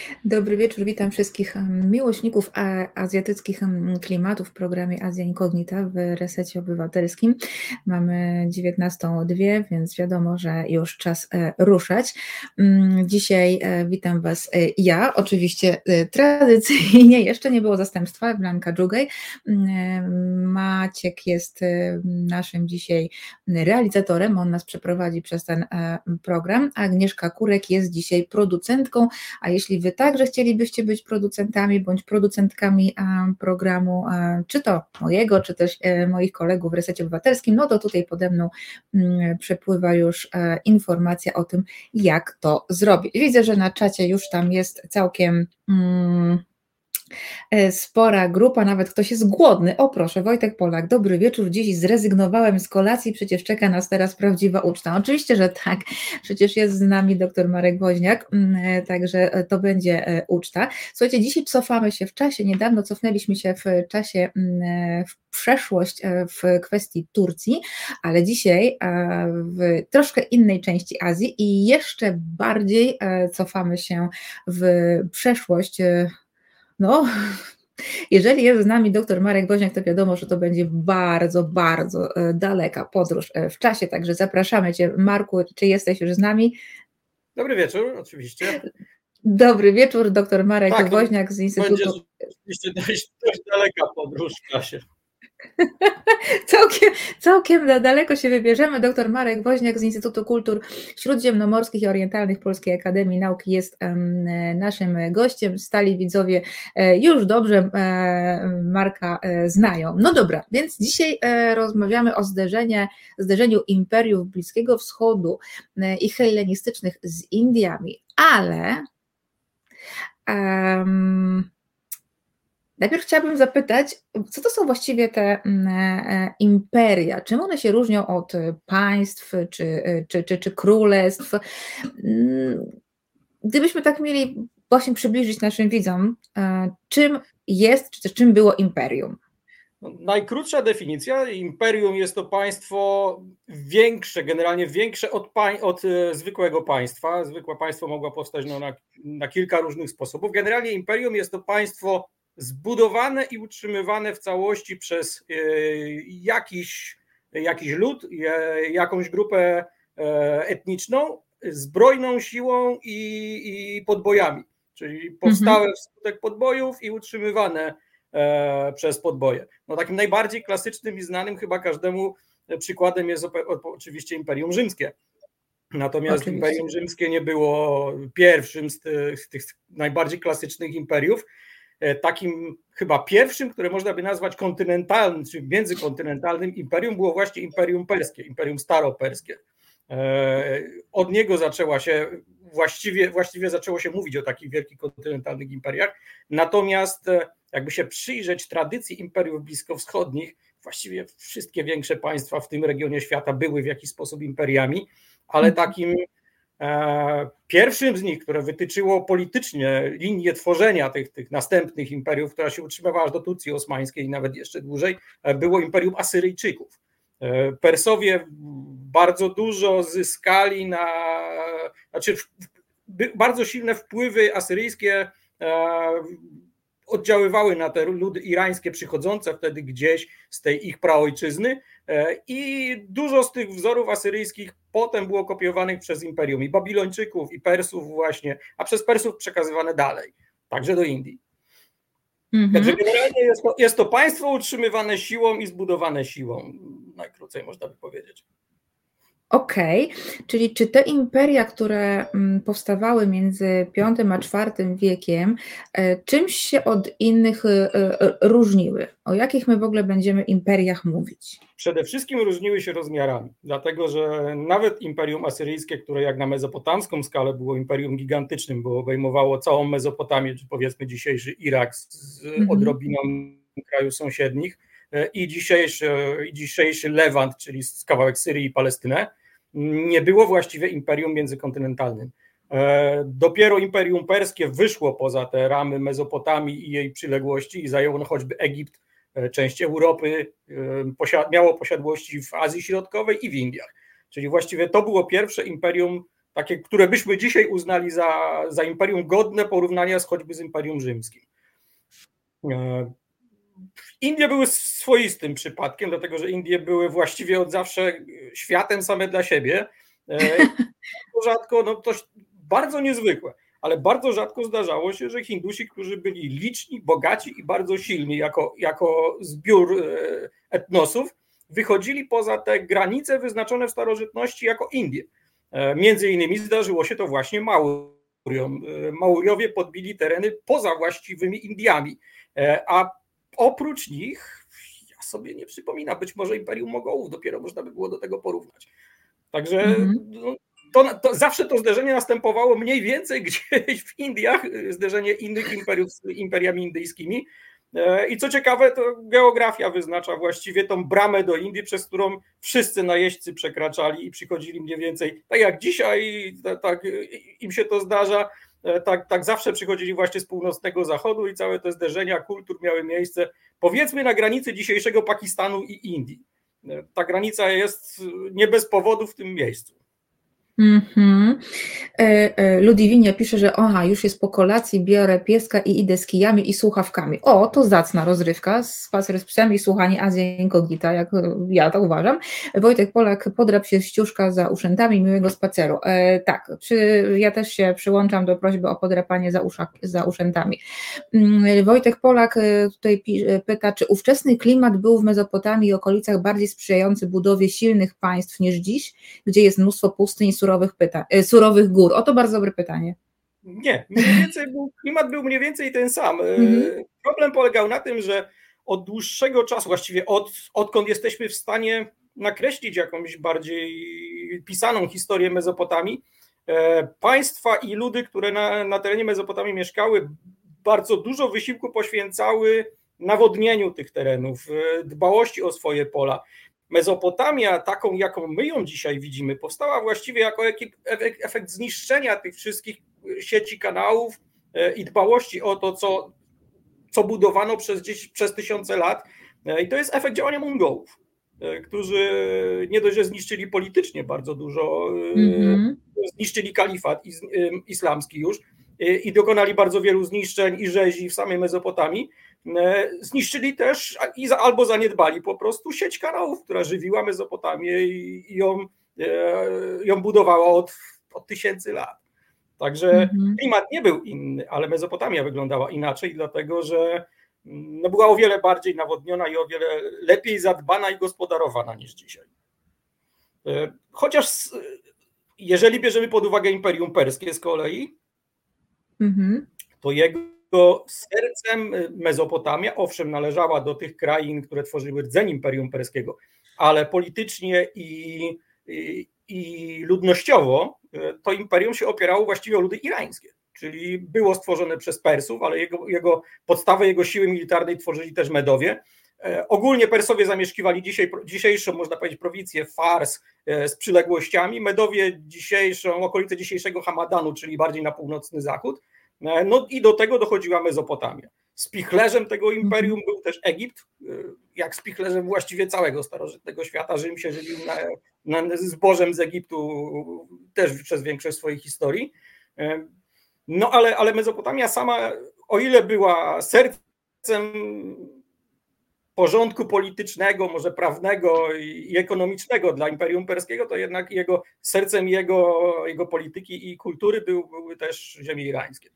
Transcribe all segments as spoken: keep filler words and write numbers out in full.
Dobry wieczór, witam wszystkich em, miłośników a- azjatyckich em, klimatów w programie Azja Incognita w Resecie Obywatelskim. Mamy dziewiętnastą o dwie, więc wiadomo, że już czas e, ruszać. Mm, Dzisiaj e, witam Was e, ja, oczywiście e, tradycyjnie, jeszcze nie było zastępstwa, Blanka Dżugaj. Mm, Maciek jest e, naszym dzisiaj realizatorem, on nas przeprowadzi przez ten e, program. Agnieszka Kurek jest dzisiaj producentką, a jeśli Wy także chcielibyście być producentami bądź producentkami programu, czy to mojego, czy też moich kolegów w Resecie Obywatelskim, no to tutaj pode mną przepływa już informacja o tym, jak to zrobić. Widzę, że na czacie już tam jest całkiem spora grupa, nawet ktoś jest głodny. O proszę, Wojtek Polak, dobry wieczór, dziś zrezygnowałem z kolacji, przecież czeka nas teraz prawdziwa uczta. Oczywiście, że tak, przecież jest z nami dr Marek Woźniak, także to będzie uczta. Słuchajcie, dzisiaj cofamy się w czasie, niedawno cofnęliśmy się w czasie w przeszłość w kwestii Turcji, ale dzisiaj w troszkę innej części Azji i jeszcze bardziej cofamy się w przeszłość. No, jeżeli jest z nami dr Marek Woźniak, to wiadomo, że to będzie bardzo, bardzo daleka podróż w czasie, także zapraszamy Cię. Marku, czy jesteś już z nami? Dobry wieczór, oczywiście. Dobry wieczór, dr Marek tak, Woźniak z Instytutu... Będzie rzeczywiście dość, dość daleka podróż w czasie. Całkiem, całkiem daleko się wybierzemy. Doktor Marek Woźniak z Instytutu Kultur Śródziemnomorskich i Orientalnych Polskiej Akademii Nauk jest naszym gościem. Stali widzowie już dobrze Marka znają. No dobra, więc dzisiaj rozmawiamy o zderzenie, zderzeniu imperiów Bliskiego Wschodu i hellenistycznych z Indiami, ale um, najpierw chciałabym zapytać, co to są właściwie te imperia? Czym one się różnią od państw czy, czy, czy, czy królestw? Gdybyśmy tak mieli właśnie przybliżyć naszym widzom, czym jest, czy też czym było imperium? No, najkrótsza definicja, imperium jest to państwo większe, generalnie większe od, pań, od zwykłego państwa. Zwykłe państwo mogło powstać no, na, na kilka różnych sposobów. Generalnie imperium jest to państwo zbudowane i utrzymywane w całości przez e, jakiś, jakiś lud, e, jakąś grupę e, etniczną, zbrojną siłą i, i podbojami. Czyli powstałe mhm. wskutek podbojów i utrzymywane e, przez podboje. No, takim najbardziej klasycznym i znanym chyba każdemu przykładem jest oczywiście Imperium Rzymskie. Natomiast oczywiście. Imperium Rzymskie nie było pierwszym z tych, z tych najbardziej klasycznych imperiów. Takim chyba pierwszym, które można by nazwać kontynentalnym, czy międzykontynentalnym imperium było właśnie Imperium Perskie, Imperium Staroperskie. Od niego zaczęła się, właściwie, właściwie zaczęło się mówić o takich wielkich kontynentalnych imperiach. Natomiast jakby się przyjrzeć tradycji imperiów bliskowschodnich, właściwie wszystkie większe państwa w tym regionie świata były w jakiś sposób imperiami, ale takim e, pierwszym z nich, które wytyczyło politycznie linię tworzenia tych, tych następnych imperiów, która się utrzymywała aż do Turcji osmańskiej i nawet jeszcze dłużej, było Imperium Asyryjczyków. Persowie bardzo dużo zyskali na, znaczy bardzo silne wpływy asyryjskie oddziaływały na te ludy irańskie przychodzące wtedy gdzieś z tej ich praojczyzny i dużo z tych wzorów asyryjskich potem było kopiowanych przez imperium i Babilończyków, i Persów właśnie, a przez Persów przekazywane dalej, także do Indii. Mm-hmm. Także generalnie jest to, jest to państwo utrzymywane siłą i zbudowane siłą, najkrócej można by powiedzieć. Okej, okay. Czyli czy te imperia, które powstawały między piątym a czwartym wiekiem, czymś się od innych różniły? O jakich my w ogóle będziemy imperiach mówić? Przede wszystkim różniły się rozmiarami, dlatego że nawet Imperium Asyryjskie, które jak na mezopotamską skalę było imperium gigantycznym, bo obejmowało całą Mezopotamię, czy powiedzmy dzisiejszy Irak z mm-hmm. odrobiną krajów sąsiednich, i dzisiejszy, i dzisiejszy Lewant, czyli kawałek Syrii i Palestynę, nie było właściwie imperium międzykontynentalnym. Dopiero Imperium Perskie wyszło poza te ramy Mezopotamii i jej przyległości i zajęło no choćby Egipt, część Europy, miało posiadłości w Azji Środkowej i w Indiach. Czyli właściwie to było pierwsze imperium takie, które byśmy dzisiaj uznali za, za imperium godne porównania z choćby z Imperium Rzymskim. Indie były swoistym przypadkiem, dlatego że Indie były właściwie od zawsze światem same dla siebie. Rzadko, no to bardzo niezwykłe, ale bardzo rzadko zdarzało się, że Hindusi, którzy byli liczni, bogaci i bardzo silni jako, jako zbiór etnosów, wychodzili poza te granice wyznaczone w starożytności jako Indie. Między innymi zdarzyło się to właśnie Mauriom. Mauriowie podbili tereny poza właściwymi Indiami, a oprócz nich, ja sobie nie przypominam, być może Imperium Mogołów dopiero można by było do tego porównać. Także mm-hmm. no, to, to zawsze to zderzenie następowało mniej więcej gdzieś w Indiach, zderzenie innych imperiów z imperiami indyjskimi. I co ciekawe, to geografia wyznacza właściwie tą bramę do Indii, przez którą wszyscy najeźdźcy przekraczali i przychodzili mniej więcej, tak jak dzisiaj, tak im się to zdarza, tak, tak zawsze przychodzili właśnie z północnego zachodu i całe te zderzenia kultur miały miejsce, powiedzmy, na granicy dzisiejszego Pakistanu i Indii. Ta granica jest nie bez powodu w tym miejscu. Mm-hmm. Ludwinia pisze, że aha, już jest po kolacji, biorę pieska i idę z kijami i słuchawkami. O, to zacna rozrywka, spacer z psem i słuchanie Azja Incognita, jak ja to uważam. Wojtek Polak, podrap się ściuszka za uszętami, miłego spaceru. E, tak, przy, ja też się przyłączam do prośby o podrapanie za, usza, za uszętami. Wojtek Polak tutaj pyta, czy ówczesny klimat był w Mezopotamii i okolicach bardziej sprzyjający budowie silnych państw niż dziś, gdzie jest mnóstwo pustyń i surowych, pyta, surowych gór? O, to bardzo dobre pytanie. Nie, mniej więcej był, klimat był mniej więcej ten sam. Mm-hmm. Problem polegał na tym, że od dłuższego czasu, właściwie od, odkąd jesteśmy w stanie nakreślić jakąś bardziej pisaną historię Mezopotamii, państwa i ludy, które na, na terenie Mezopotamii mieszkały, bardzo dużo wysiłku poświęcały nawodnieniu tych terenów, dbałości o swoje pola. Mezopotamia, taką jaką my ją dzisiaj widzimy, powstała właściwie jako efekt zniszczenia tych wszystkich sieci kanałów i dbałości o to, co, co budowano przez, dziś, przez tysiące lat. I to jest efekt działania Mongołów, którzy nie dość, że zniszczyli politycznie bardzo dużo, mm-hmm. zniszczyli kalifat islamski już i dokonali bardzo wielu zniszczeń i rzezi w samej Mezopotamii. Zniszczyli też i za, albo zaniedbali po prostu sieć kanałów, która żywiła Mezopotamię i, i ją, ją budowała od, od tysięcy lat. Także mm-hmm. klimat nie był inny, ale Mezopotamia wyglądała inaczej, dlatego że no, była o wiele bardziej nawodniona i o wiele lepiej zadbana i gospodarowana niż dzisiaj. Chociaż jeżeli bierzemy pod uwagę Imperium Perskie z kolei, mm-hmm. to jego sercem Mezopotamia, owszem, należała do tych krain, które tworzyły rdzeń Imperium Perskiego, ale politycznie i, i, i ludnościowo to imperium się opierało właściwie o ludy irańskie, czyli było stworzone przez Persów, ale jego, jego podstawę jego siły militarnej tworzyli też Medowie. Ogólnie Persowie zamieszkiwali dzisiaj, dzisiejszą, można powiedzieć, prowincję Fars z przyległościami, Medowie dzisiejszą, okolice dzisiejszego Hamadanu, czyli bardziej na północny zachód. No i do tego dochodziła Mezopotamia. Spichlerzem tego imperium był też Egipt, jak spichlerzem właściwie całego starożytnego świata. Rzym się żywił na, na zbożem z Egiptu też przez większość swojej historii. No ale, ale Mezopotamia sama, o ile była sercem porządku politycznego, może prawnego i ekonomicznego dla Imperium Perskiego, to jednak jego sercem jego, jego polityki i kultury był, były też ziemie irańskie.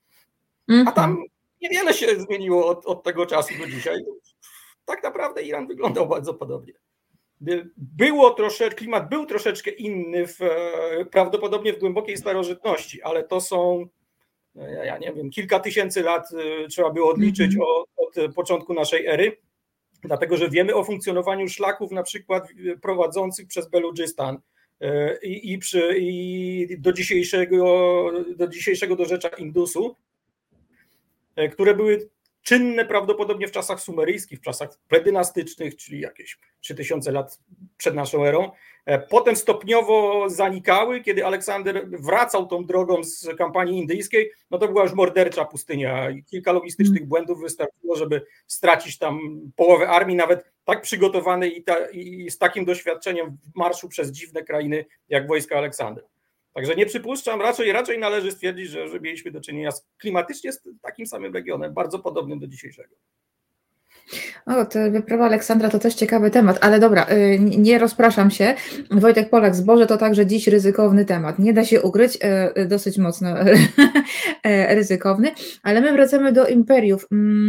A tam niewiele się zmieniło od, od tego czasu do dzisiaj. Tak naprawdę Iran wyglądał bardzo podobnie. Było troszeczkę, klimat był troszeczkę inny w, prawdopodobnie w głębokiej starożytności, ale to są, ja nie wiem, kilka tysięcy lat trzeba było odliczyć mm-hmm. od, od początku naszej ery, dlatego że wiemy o funkcjonowaniu szlaków na przykład prowadzących przez Beludżystan i, i, przy, i do dzisiejszego, do dzisiejszego dorzecza Indusu, które były czynne prawdopodobnie w czasach sumeryjskich, w czasach predynastycznych, czyli jakieś trzy tysiące lat przed naszą erą. Potem stopniowo zanikały, kiedy Aleksander wracał tą drogą z kampanii indyjskiej, no to była już mordercza pustynia i kilka logistycznych błędów wystarczyło, żeby stracić tam połowę armii, nawet tak przygotowanej i, ta, i z takim doświadczeniem w marszu przez dziwne krainy jak wojska Aleksandra. Także nie przypuszczam, raczej, raczej należy stwierdzić, że, że mieliśmy do czynienia z, klimatycznie z takim samym regionem, bardzo podobnym do dzisiejszego. O, to wyprawa Aleksandra to też ciekawy temat, ale dobra, nie rozpraszam się. Wojtek Polak, zboże to także dziś ryzykowny temat. Nie da się ukryć, dosyć mocno ryzykowny, ale my wracamy do imperiów.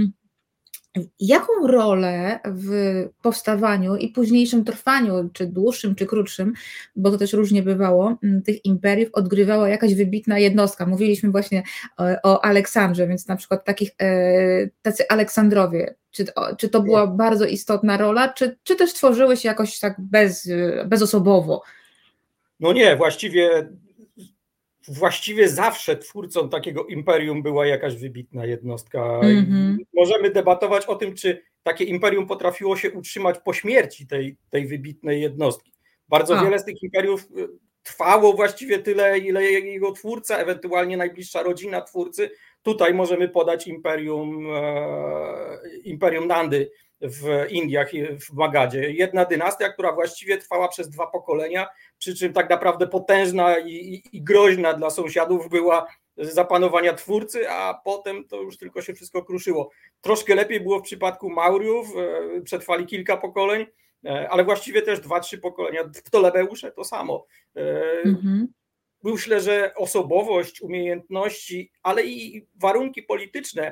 Jaką rolę w powstawaniu i późniejszym trwaniu, czy dłuższym, czy krótszym, bo to też różnie bywało, tych imperiów odgrywała jakaś wybitna jednostka? Mówiliśmy właśnie o, o Aleksandrze, więc na przykład takich, tacy Aleksandrowie, czy, czy to była bardzo istotna rola, czy, czy też tworzyły się jakoś tak bez, bezosobowo? No nie, właściwie Właściwie zawsze twórcą takiego imperium była jakaś wybitna jednostka. Mm-hmm. Możemy debatować o tym, czy takie imperium potrafiło się utrzymać po śmierci tej, tej wybitnej jednostki. Bardzo A. wiele z tych imperiów trwało właściwie tyle, ile jego twórca, ewentualnie najbliższa rodzina twórcy. Tutaj możemy podać imperium, imperium Nandy w Indiach, w Magadzie. Jedna dynastia, która właściwie trwała przez dwa pokolenia, przy czym tak naprawdę potężna i, i, i groźna dla sąsiadów była za panowania twórcy, a potem to już tylko się wszystko kruszyło. Troszkę lepiej było w przypadku Maurjów, przetrwali kilka pokoleń, ale właściwie też dwa, trzy pokolenia. Ptolemeusze to samo. Mhm. Myślę, że osobowość, umiejętności, ale i warunki polityczne,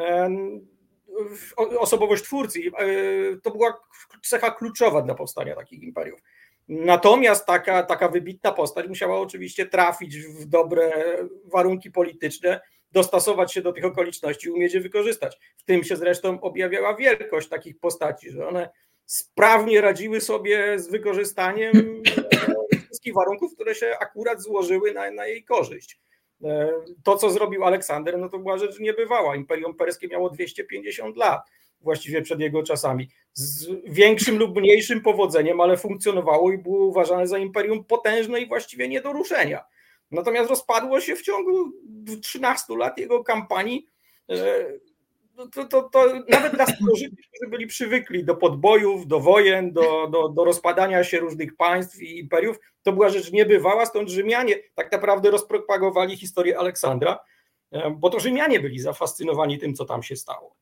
osobowość twórcy, to była cecha kluczowa dla powstania takich imperiów. Natomiast taka, taka wybitna postać musiała oczywiście trafić w dobre warunki polityczne, dostosować się do tych okoliczności i umieć je wykorzystać. W tym się zresztą objawiała wielkość takich postaci, że one sprawnie radziły sobie z wykorzystaniem wszystkich warunków, które się akurat złożyły na, na jej korzyść. To, co zrobił Aleksander, no to była rzecz niebywała. Imperium perskie miało dwieście pięćdziesiąt lat właściwie przed jego czasami. Z większym lub mniejszym powodzeniem, ale funkcjonowało i było uważane za imperium potężne i właściwie nie do ruszenia. Natomiast rozpadło się w ciągu trzynastu lat jego kampanii. To, to, to nawet dla starożytnych, którzy byli przywykli do podbojów, do wojen, do, do, do rozpadania się różnych państw i imperiów, to była rzecz niebywała, stąd Rzymianie tak naprawdę rozpropagowali historię Aleksandra, bo to Rzymianie byli zafascynowani tym, co tam się stało.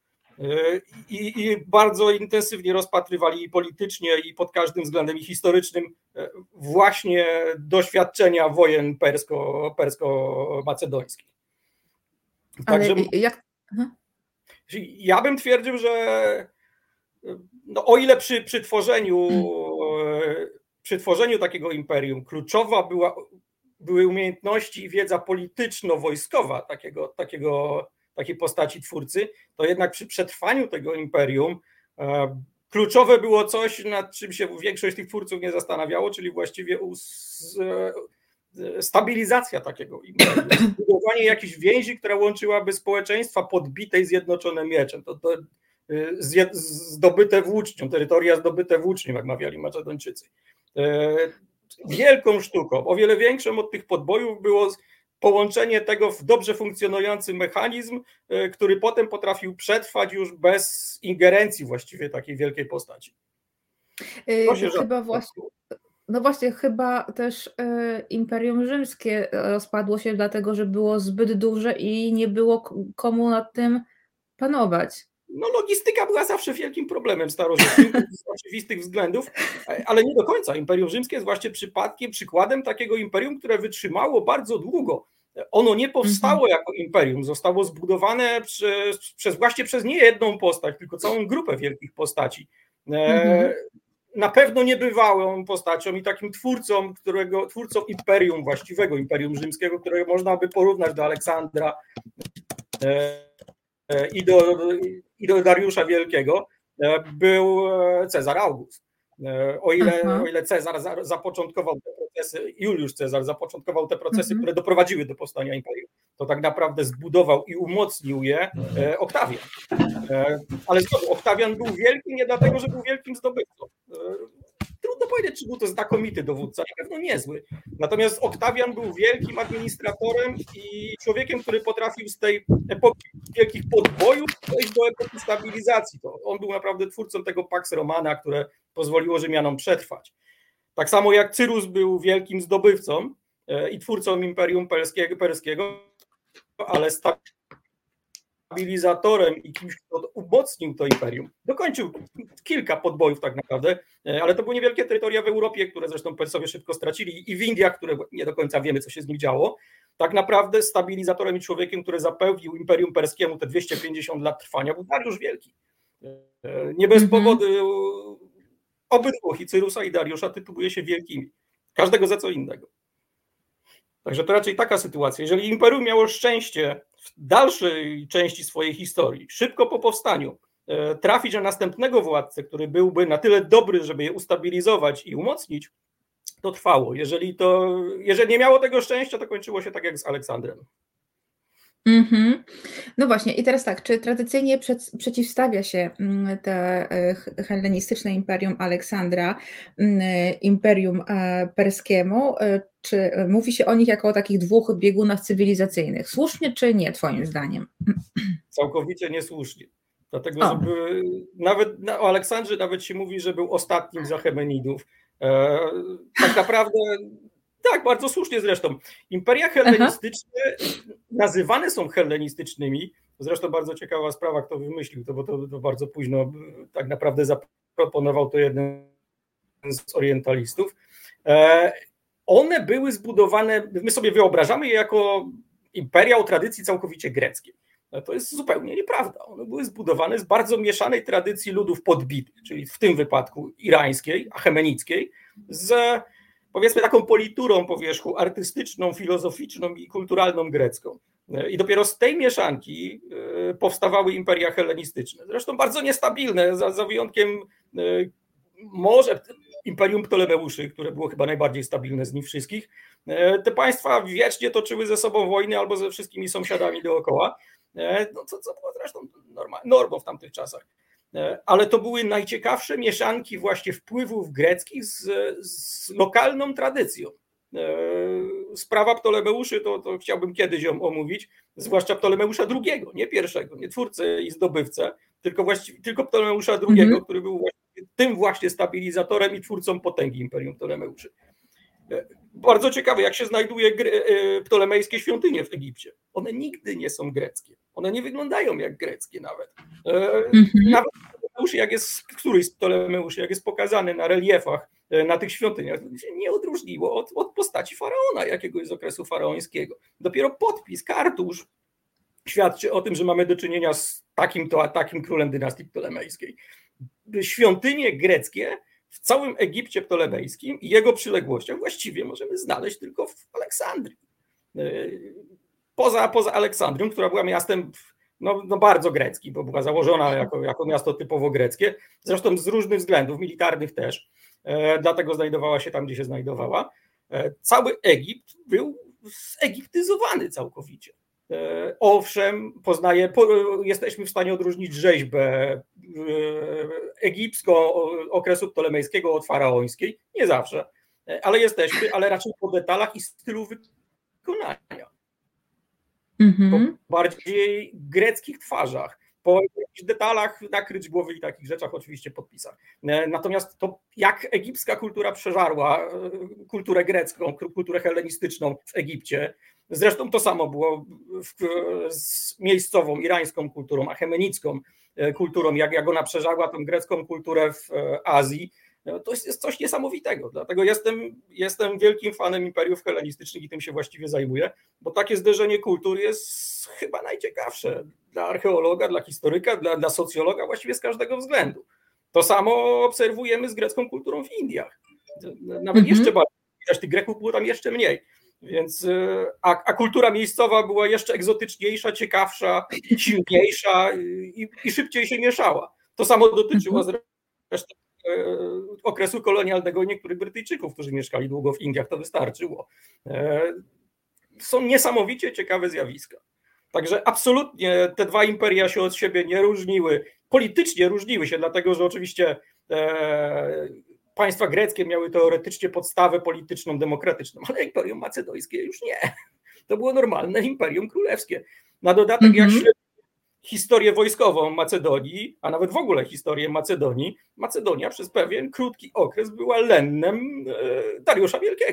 I, i bardzo intensywnie rozpatrywali i politycznie, i pod każdym względem i historycznym właśnie doświadczenia wojen persko, persko-macedońskich. Także ale jak... Ja bym twierdził, że no, o ile przy, przy, tworzeniu, przy tworzeniu takiego imperium kluczowa była, były umiejętności i wiedza polityczno-wojskowa takiego, takiego, takiej postaci twórcy, to jednak przy przetrwaniu tego imperium e, kluczowe było coś, nad czym się większość tych twórców nie zastanawiało, czyli właściwie us, e, stabilizacja takiego imperium. Budowanie jakichś więzi, która łączyłaby społeczeństwa podbite i zjednoczone mieczem. To, to zdobyte włócznią, terytoria zdobyte włócznią, jak mawiali Macedończycy. Wielką sztuką, o wiele większą od tych podbojów było połączenie tego w dobrze funkcjonujący mechanizm, który potem potrafił przetrwać już bez ingerencji właściwie takiej wielkiej postaci. To się chyba właśnie, no właśnie, chyba też y, Imperium Rzymskie rozpadło się dlatego, że było zbyt duże i nie było komu nad tym panować. No logistyka była zawsze wielkim problemem starożytnym z oczywistych względów, ale nie do końca. Imperium Rzymskie jest właśnie przypadkiem, przykładem takiego imperium, które wytrzymało bardzo długo. Ono nie powstało mm-hmm. jako imperium, zostało zbudowane przez, przez właśnie przez nie jedną postać, tylko całą grupę wielkich postaci. Mm-hmm. Na pewno niebywałą postacią i takim twórcą, którego, twórcą imperium, właściwego imperium rzymskiego, którego można by porównać do Aleksandra i do, i do Dariusza Wielkiego, był Cezar August. O ile, o ile Cezar zapoczątkował te procesy, Juliusz Cezar zapoczątkował te procesy, które doprowadziły do powstania imperium, to tak naprawdę zbudował i umocnił je Oktawian. Ale znowu, Oktawian był wielki nie dlatego, że był wielkim zdobywcą. Trudno powiedzieć, czy był to znakomity dowódca, na pewno niezły. Natomiast Oktawian był wielkim administratorem i człowiekiem, który potrafił z tej epoki wielkich podbojów przejść do epoki stabilizacji. To on był naprawdę twórcą tego Pax Romana, które pozwoliło Rzymianom przetrwać. Tak samo jak Cyrus był wielkim zdobywcą, i twórcą Imperium Perskiego, perskiego ale stabilizatorem i kimś, kto umocnił to imperium. Dokończył kilka podbojów tak naprawdę, ale to były niewielkie terytoria w Europie, które zresztą Persowie szybko stracili, i w Indiach, które nie do końca wiemy, co się z nich działo. Tak naprawdę stabilizatorem i człowiekiem, który zapewnił Imperium Perskiemu te dwieście pięćdziesiąt lat trwania, był Dariusz Wielki. Nie bez mm-hmm. powodu obydwóch, i Cyrusa, i Dariusza, tytułuje się wielkimi. Każdego za co innego. Także to raczej taka sytuacja. Jeżeli imperium miało szczęście w dalszej części swojej historii, szybko po powstaniu, trafić na następnego władcę, który byłby na tyle dobry, żeby je ustabilizować i umocnić, to trwało. Jeżeli, to, jeżeli nie miało tego szczęścia, to kończyło się tak jak z Aleksandrem. Mm-hmm. No właśnie, i teraz tak, czy tradycyjnie przed, przeciwstawia się to hellenistyczne imperium Aleksandra imperium perskiemu, czy mówi się o nich jako o takich dwóch biegunach cywilizacyjnych? Słusznie czy nie, twoim zdaniem? Całkowicie niesłusznie. Dlatego, o. żeby nawet o Aleksandrze nawet się mówi, że był ostatnim z Achemenidów. E, tak naprawdę tak, bardzo słusznie zresztą. Imperia hellenistyczne Aha. nazywane są hellenistycznymi. Zresztą bardzo ciekawa sprawa, kto wymyślił to, bo to, to bardzo późno tak naprawdę zaproponował to jeden z orientalistów. E, one były zbudowane, my sobie wyobrażamy je jako imperia o tradycji całkowicie greckiej. To jest zupełnie nieprawda. One były zbudowane z bardzo mieszanej tradycji ludów podbitych, czyli w tym wypadku irańskiej, achemenickiej, z powiedzmy taką politurą po wierzchu artystyczną, filozoficzną i kulturalną grecką. I dopiero z tej mieszanki powstawały imperia hellenistyczne. Zresztą bardzo niestabilne, za, za wyjątkiem może Imperium Ptolemeuszy, które było chyba najbardziej stabilne z nich wszystkich. Te państwa wiecznie toczyły ze sobą wojny albo ze wszystkimi sąsiadami dookoła, no, co, co było zresztą normą w tamtych czasach. Ale to były najciekawsze mieszanki właśnie wpływów greckich z, z lokalną tradycją. Sprawa Ptolemeuszy to, to chciałbym kiedyś ją omówić, zwłaszcza Ptolemeusza drugiego, nie pierwszego, nie twórcę i zdobywcę, tylko, właściwie, tylko Ptolemeusza drugiego, mm-hmm. który był właśnie tym właśnie stabilizatorem i twórcą potęgi Imperium Ptolemeuszy. Bardzo ciekawe, jak się znajduje ptolemejskie świątynie w Egipcie. One nigdy nie są greckie. One nie wyglądają jak greckie nawet. Mm-hmm. Nawet Ptolemeusz, jak jest, któryś z Ptolemeuszy, jak jest pokazany na reliefach na tych świątyniach, się nie odróżniło od, od postaci faraona jakiegoś z okresu faraońskiego. Dopiero podpis, kartusz świadczy o tym, że mamy do czynienia z takim to a takim królem dynastii ptolemejskiej. Świątynie greckie w całym Egipcie ptolemejskim i jego przyległościach właściwie możemy znaleźć tylko w Aleksandrii. Poza, poza Aleksandrią, która była miastem no, no bardzo greckim, bo była założona jako, jako miasto typowo greckie, zresztą z różnych względów, militarnych też, e, dlatego znajdowała się tam, gdzie się znajdowała. E, cały Egipt był zegiptyzowany całkowicie. E, owszem, poznaje, po, jesteśmy w stanie odróżnić rzeźbę e, egipską okresu ptolemejskiego od faraońskiej, nie zawsze, e, ale jesteśmy, ale raczej po detalach i stylu wykonania. Mm-hmm. Po bardziej greckich twarzach, po jakichś detalach nakryć głowy i takich rzeczach, oczywiście podpisach. Natomiast to, jak egipska kultura przeżarła kulturę grecką, kulturę hellenistyczną w Egipcie, zresztą to samo było w, z miejscową irańską kulturą, achemenicką kulturą, jak, jak ona przeżarła tą grecką kulturę w Azji, to jest coś niesamowitego. Dlatego jestem, jestem wielkim fanem imperiów hellenistycznych i tym się właściwie zajmuję, bo takie zderzenie kultur jest chyba najciekawsze dla archeologa, dla historyka, dla, dla socjologa, właściwie z każdego względu. To samo obserwujemy z grecką kulturą w Indiach. Nawet mm-hmm. jeszcze bardziej, widać, tych Greków było tam jeszcze mniej. Więc, a, a kultura miejscowa była jeszcze egzotyczniejsza, ciekawsza, silniejsza i, i szybciej się mieszała. To samo dotyczyło mm-hmm. zresztą okresu kolonialnego niektórych Brytyjczyków, którzy mieszkali długo w Indiach, to wystarczyło. Są niesamowicie ciekawe zjawiska. Także absolutnie te dwa imperia się od siebie nie różniły. Politycznie różniły się, dlatego że oczywiście e, państwa greckie miały teoretycznie podstawę polityczną, demokratyczną, ale imperium macedońskie już nie. To było normalne imperium królewskie. Na dodatek, mm-hmm. jak śledzić historię wojskową Macedonii, a nawet w ogóle historię Macedonii, Macedonia przez pewien krótki okres była lennem Dariusza Wielkiego.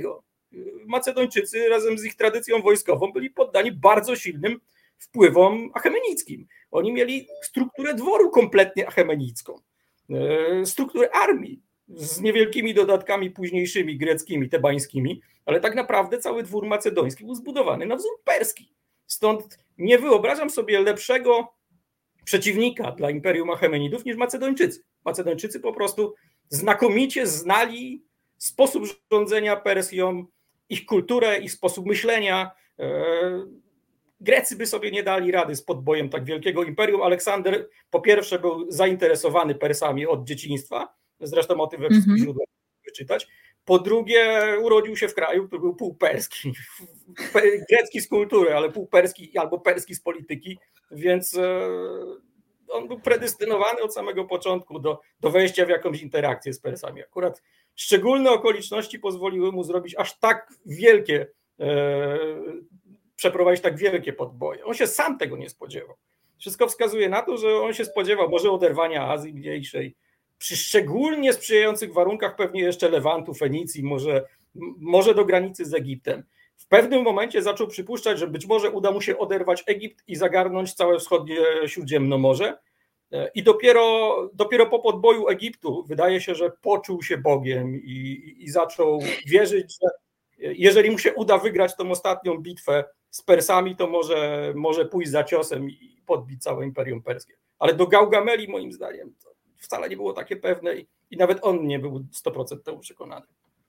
Macedończycy razem z ich tradycją wojskową byli poddani bardzo silnym wpływom achemenickim. Oni mieli strukturę dworu kompletnie achemenicką, strukturę armii z niewielkimi dodatkami późniejszymi, greckimi, tebańskimi, ale tak naprawdę cały dwór macedoński był zbudowany na wzór perski. Stąd nie wyobrażam sobie lepszego przeciwnika dla Imperium Achemenidów niż Macedończycy. Macedończycy po prostu znakomicie znali sposób rządzenia Persją, ich kulturę, ich sposób myślenia. Grecy by sobie nie dali rady z podbojem tak wielkiego imperium. Aleksander po pierwsze był zainteresowany Persami od dzieciństwa, zresztą o tym we wszystkich mm-hmm. źródłach wyczytać. Po drugie urodził się w kraju, który był półperski, grecki z kultury, ale półperski albo perski z polityki, więc on był predestynowany od samego początku do, do wejścia w jakąś interakcję z Persami. Akurat szczególne okoliczności pozwoliły mu zrobić aż tak wielkie, e, przeprowadzić tak wielkie podboje. On się sam tego nie spodziewał. Wszystko wskazuje na to, że on się spodziewał może oderwania Azji Mniejszej, przy szczególnie sprzyjających warunkach pewnie jeszcze Lewantu, Fenicji, może, może do granicy z Egiptem. W pewnym momencie zaczął przypuszczać, że być może uda mu się oderwać Egipt i zagarnąć całe wschodnie Śródziemnomorze. I dopiero, dopiero po podboju Egiptu wydaje się, że poczuł się Bogiem i, i zaczął wierzyć, że jeżeli mu się uda wygrać tą ostatnią bitwę z Persami, to może, może pójść za ciosem i podbić całe Imperium Perskie. Ale do Gaugameli moim zdaniem to wcale nie było takie pewne i, i nawet on nie był sto procent temu przekonany.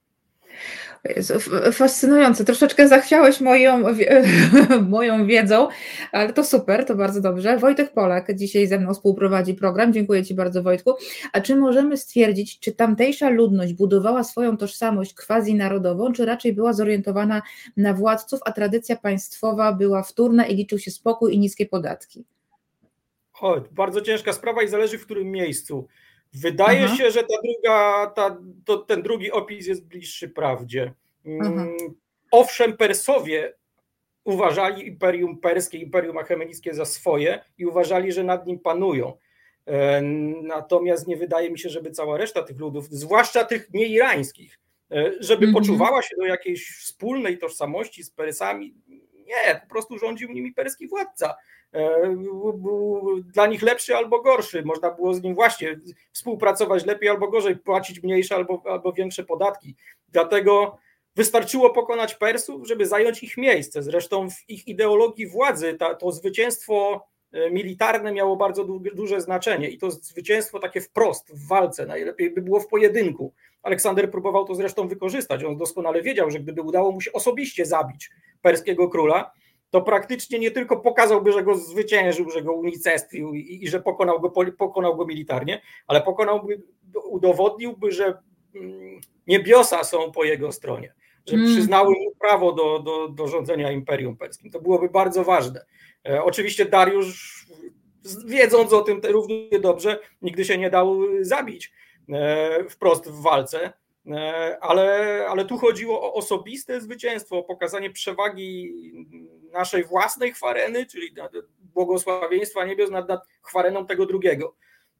Fascynujące. Troszeczkę zachwiałeś moją, moją wiedzą, ale to super, to bardzo dobrze. Wojtek Polak dzisiaj ze mną współprowadzi program. Dziękuję Ci bardzo, Wojtku. A czy możemy stwierdzić, czy tamtejsza ludność budowała swoją tożsamość quasi-narodową, czy raczej była zorientowana na władców, a tradycja państwowa była wtórna i liczył się spokój i niskie podatki? O, bardzo ciężka sprawa i zależy w którym miejscu. Wydaje Aha. się, że ta druga, ta, to, ten drugi opis jest bliższy prawdzie. Aha. Owszem, Persowie uważali Imperium Perskie, Imperium Achemenickie za swoje i uważali, że nad nim panują. Natomiast nie wydaje mi się, żeby cała reszta tych ludów, zwłaszcza tych nieirańskich, żeby mhm. poczuwała się do jakiejś wspólnej tożsamości z Persami. Nie, po prostu rządził nimi perski władca. Był dla nich lepszy albo gorszy. Można było z nim właśnie współpracować lepiej albo gorzej, płacić mniejsze albo, albo większe podatki. Dlatego wystarczyło pokonać Persów, żeby zająć ich miejsce. Zresztą w ich ideologii władzy ta, to zwycięstwo militarne miało bardzo du- duże znaczenie i to zwycięstwo takie wprost w walce, najlepiej by było w pojedynku. Aleksander próbował to zresztą wykorzystać. On doskonale wiedział, że gdyby udało mu się osobiście zabić perskiego króla, to praktycznie nie tylko pokazałby, że go zwyciężył, że go unicestwił i, i że pokonał go, pokonał go militarnie, ale pokonałby, udowodniłby, że niebiosa są po jego stronie, że hmm. przyznały mu prawo do, do, do rządzenia Imperium Perskim. To byłoby bardzo ważne. E, oczywiście Dariusz, wiedząc o tym równie dobrze, nigdy się nie dał zabić e, wprost w walce, e, ale, ale tu chodziło o osobiste zwycięstwo, o pokazanie przewagi naszej własnej chwareny, czyli błogosławieństwa niebios nad, nad chwareną tego drugiego.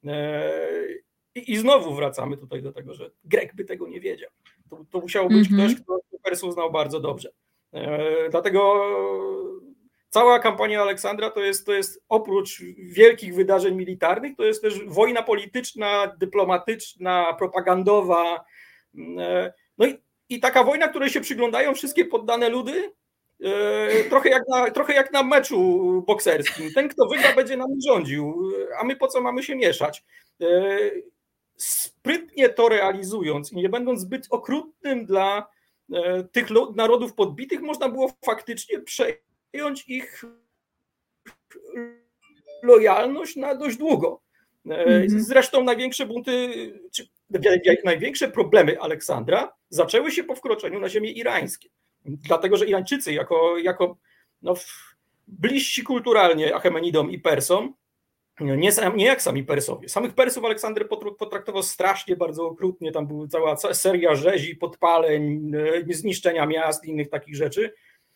I, I znowu wracamy tutaj do tego, że Grek by tego nie wiedział. To, to musiał być mm-hmm. ktoś, kto Persów znał bardzo dobrze. Dlatego cała kampania Aleksandra to jest, to jest oprócz wielkich wydarzeń militarnych, to jest też wojna polityczna, dyplomatyczna, propagandowa. No i, i taka wojna, której się przyglądają wszystkie poddane ludy, Trochę jak, na, trochę jak na meczu bokserskim. Ten, kto wygra, będzie nami rządził, a my po co mamy się mieszać? Sprytnie to realizując i nie będąc zbyt okrutnym dla tych narodów podbitych, można było faktycznie przejąć ich lojalność na dość długo. Zresztą największe bunty, czy największe problemy Aleksandra zaczęły się po wkroczeniu na ziemię irańskie. Dlatego, że Irańczycy jako, jako no, bliżsi kulturalnie Achemenidom i Persom, nie, nie jak sami Persowie. Samych Persów Aleksander potraktował strasznie, bardzo okrutnie, tam była cała seria rzezi, podpaleń, zniszczenia miast i innych takich rzeczy.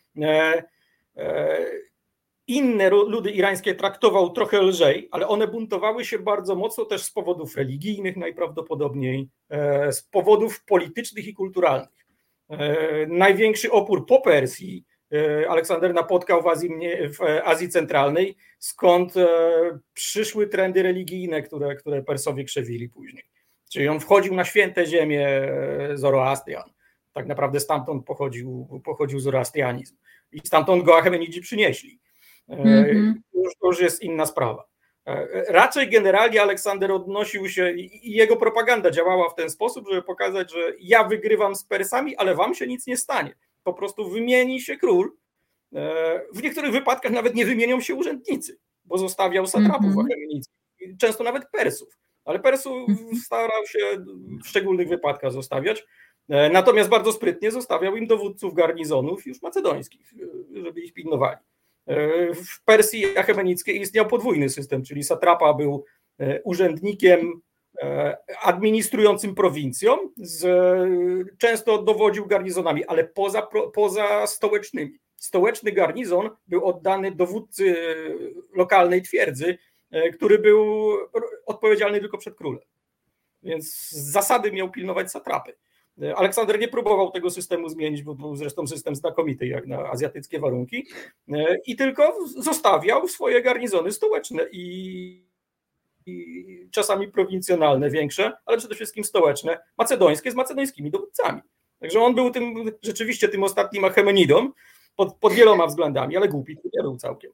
Inne ludy irańskie traktował trochę lżej, ale one buntowały się bardzo mocno też z powodów religijnych najprawdopodobniej, z powodów politycznych i kulturalnych. Największy opór po Persji Aleksander napotkał w Azji, w Azji Centralnej, skąd przyszły trendy religijne, które, które Persowie krzewili później. Czyli on wchodził na święte ziemię Zoroastrian. Tak naprawdę stamtąd pochodził, pochodził zoroastrianizm. I stamtąd go Achemenidzi przynieśli. Mm-hmm. Już, to już jest inna sprawa. Raczej generalnie Aleksander odnosił się i jego propaganda działała w ten sposób, żeby pokazać, że ja wygrywam z Persami, ale wam się nic nie stanie. Po prostu wymieni się król. W niektórych wypadkach nawet nie wymienią się urzędnicy, bo zostawiał satrapów mm-hmm. achemenickich, często nawet Persów. Ale Persów starał się w szczególnych wypadkach zostawiać. Natomiast bardzo sprytnie zostawiał im dowódców garnizonów już macedońskich, żeby ich pilnowali. W Persji achemenickiej istniał podwójny system, czyli satrapa był urzędnikiem administrującym prowincją, z, często dowodził garnizonami, ale poza, poza stołecznymi. Stołeczny garnizon był oddany dowódcy lokalnej twierdzy, który był odpowiedzialny tylko przed królem. Więc z zasady miał pilnować satrapy. Aleksander nie próbował tego systemu zmienić, bo był zresztą system znakomity jak na azjatyckie warunki, i tylko zostawiał swoje garnizony stołeczne i, i czasami prowincjonalne, większe, ale przede wszystkim stołeczne, macedońskie z macedońskimi dowódcami. Także on był tym rzeczywiście tym ostatnim Achemenidą pod, pod wieloma względami, ale głupi nie był całkiem.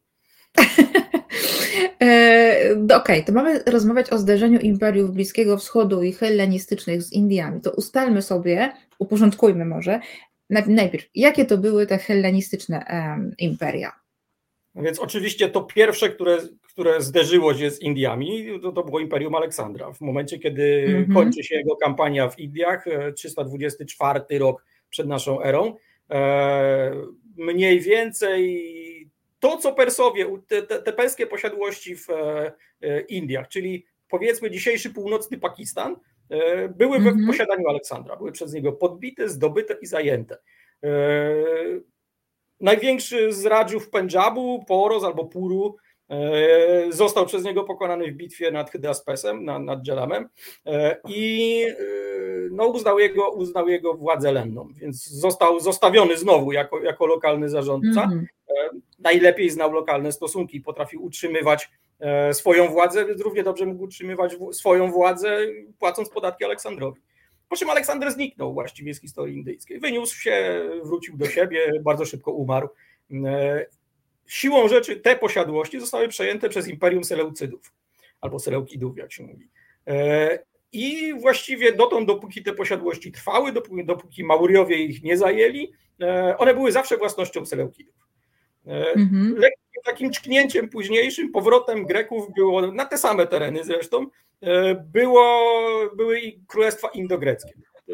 Okej, okay, to mamy rozmawiać o zderzeniu imperiów Bliskiego Wschodu i hellenistycznych z Indiami. To ustalmy sobie, uporządkujmy może, najpierw, jakie to były te hellenistyczne um, imperia? No więc oczywiście to pierwsze, które, które zderzyło się z Indiami, to, to było Imperium Aleksandra. W momencie, kiedy mm-hmm. kończy się jego kampania w Indiach, trzysta dwudziesty czwarty rok przed naszą erą, e, mniej więcej to, co Persowie, te, te, te perskie posiadłości w e, Indiach, czyli powiedzmy dzisiejszy północny Pakistan, e, były mm-hmm. w posiadaniu Aleksandra, były przez niego podbite, zdobyte i zajęte. E, największy z radżów Pendżabu, Poros albo Puru, e, został przez niego pokonany w bitwie nad Hydaspesem, nad, nad Dżelamem e, i e, no, uznał, jego, uznał jego władzę lenną, więc został zostawiony znowu jako, jako lokalny zarządca. Mm-hmm. Najlepiej znał lokalne stosunki, potrafił utrzymywać swoją władzę, więc równie dobrze mógł utrzymywać swoją władzę, płacąc podatki Aleksandrowi. Po czym Aleksander zniknął właściwie z historii indyjskiej. Wyniósł się, wrócił do siebie, bardzo szybko umarł. Siłą rzeczy te posiadłości zostały przejęte przez Imperium Seleucydów, albo Seleukidów, jak się mówi. I właściwie dotąd, dopóki te posiadłości trwały, dopóki, dopóki Mauriowie ich nie zajęli, one były zawsze własnością Seleukidów. Mm-hmm. Lekkim takim czknięciem późniejszym, powrotem Greków było na te same tereny zresztą, było, były królestwa indogreckie.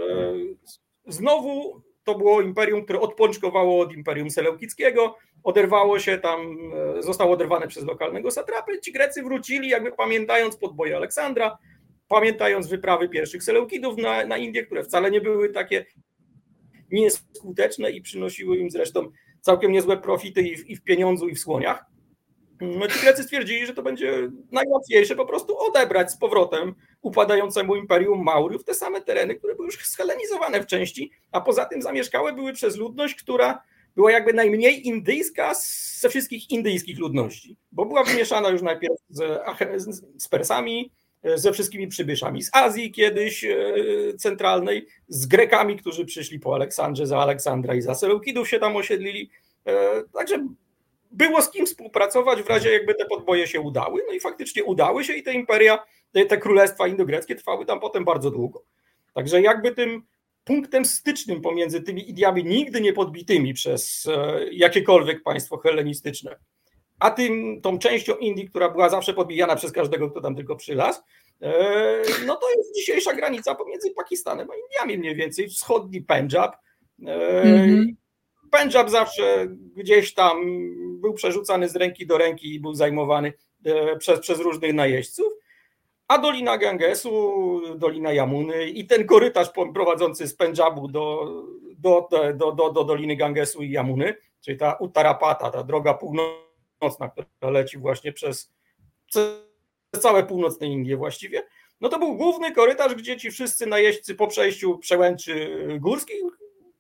Znowu to było imperium, które odpoczkowało od imperium seleukickiego, oderwało się tam, zostało oderwane przez lokalnego satrapy. Ci Grecy wrócili, jakby pamiętając podboje Aleksandra, pamiętając wyprawy pierwszych Seleukidów na, na Indię, które wcale nie były takie nieskuteczne i przynosiły im zresztą całkiem niezłe profity i w, i w pieniądzu, i w słoniach. No, ci Grecy stwierdzili, że to będzie najłatwiejsze po prostu odebrać z powrotem upadającemu imperium Mauriów te same tereny, które były już schelenizowane w części, a poza tym zamieszkałe były przez ludność, która była jakby najmniej indyjska ze wszystkich indyjskich ludności, bo była wymieszana już najpierw z, z Persami, ze wszystkimi przybyszami z Azji kiedyś centralnej, z Grekami, którzy przyszli po Aleksandrze za Aleksandra i za Seleukidów się tam osiedlili. Także było z kim współpracować w razie jakby te podboje się udały. No i faktycznie udały się i te imperia, te królestwa indogreckie trwały tam potem bardzo długo. Także jakby tym punktem stycznym pomiędzy tymi Indiami nigdy nie podbitymi przez jakiekolwiek państwo hellenistyczne, a tym, tą częścią Indii, która była zawsze podbijana przez każdego, kto tam tylko przylazł, no to jest dzisiejsza granica pomiędzy Pakistanem a Indiami mniej więcej, wschodni Pendżab. Mm-hmm. Pendżab zawsze gdzieś tam był przerzucany z ręki do ręki i był zajmowany przez, przez różnych najeźdźców, a Dolina Gangesu, Dolina Jamuny i ten korytarz prowadzący z Pendżabu do, do, do, do, do Doliny Gangesu i Jamuny, czyli ta Uttarapata, ta droga północna, która leci właśnie przez, przez całe północne Indie właściwie, no to był główny korytarz, gdzie ci wszyscy najeźdźcy po przejściu przełęczy górskich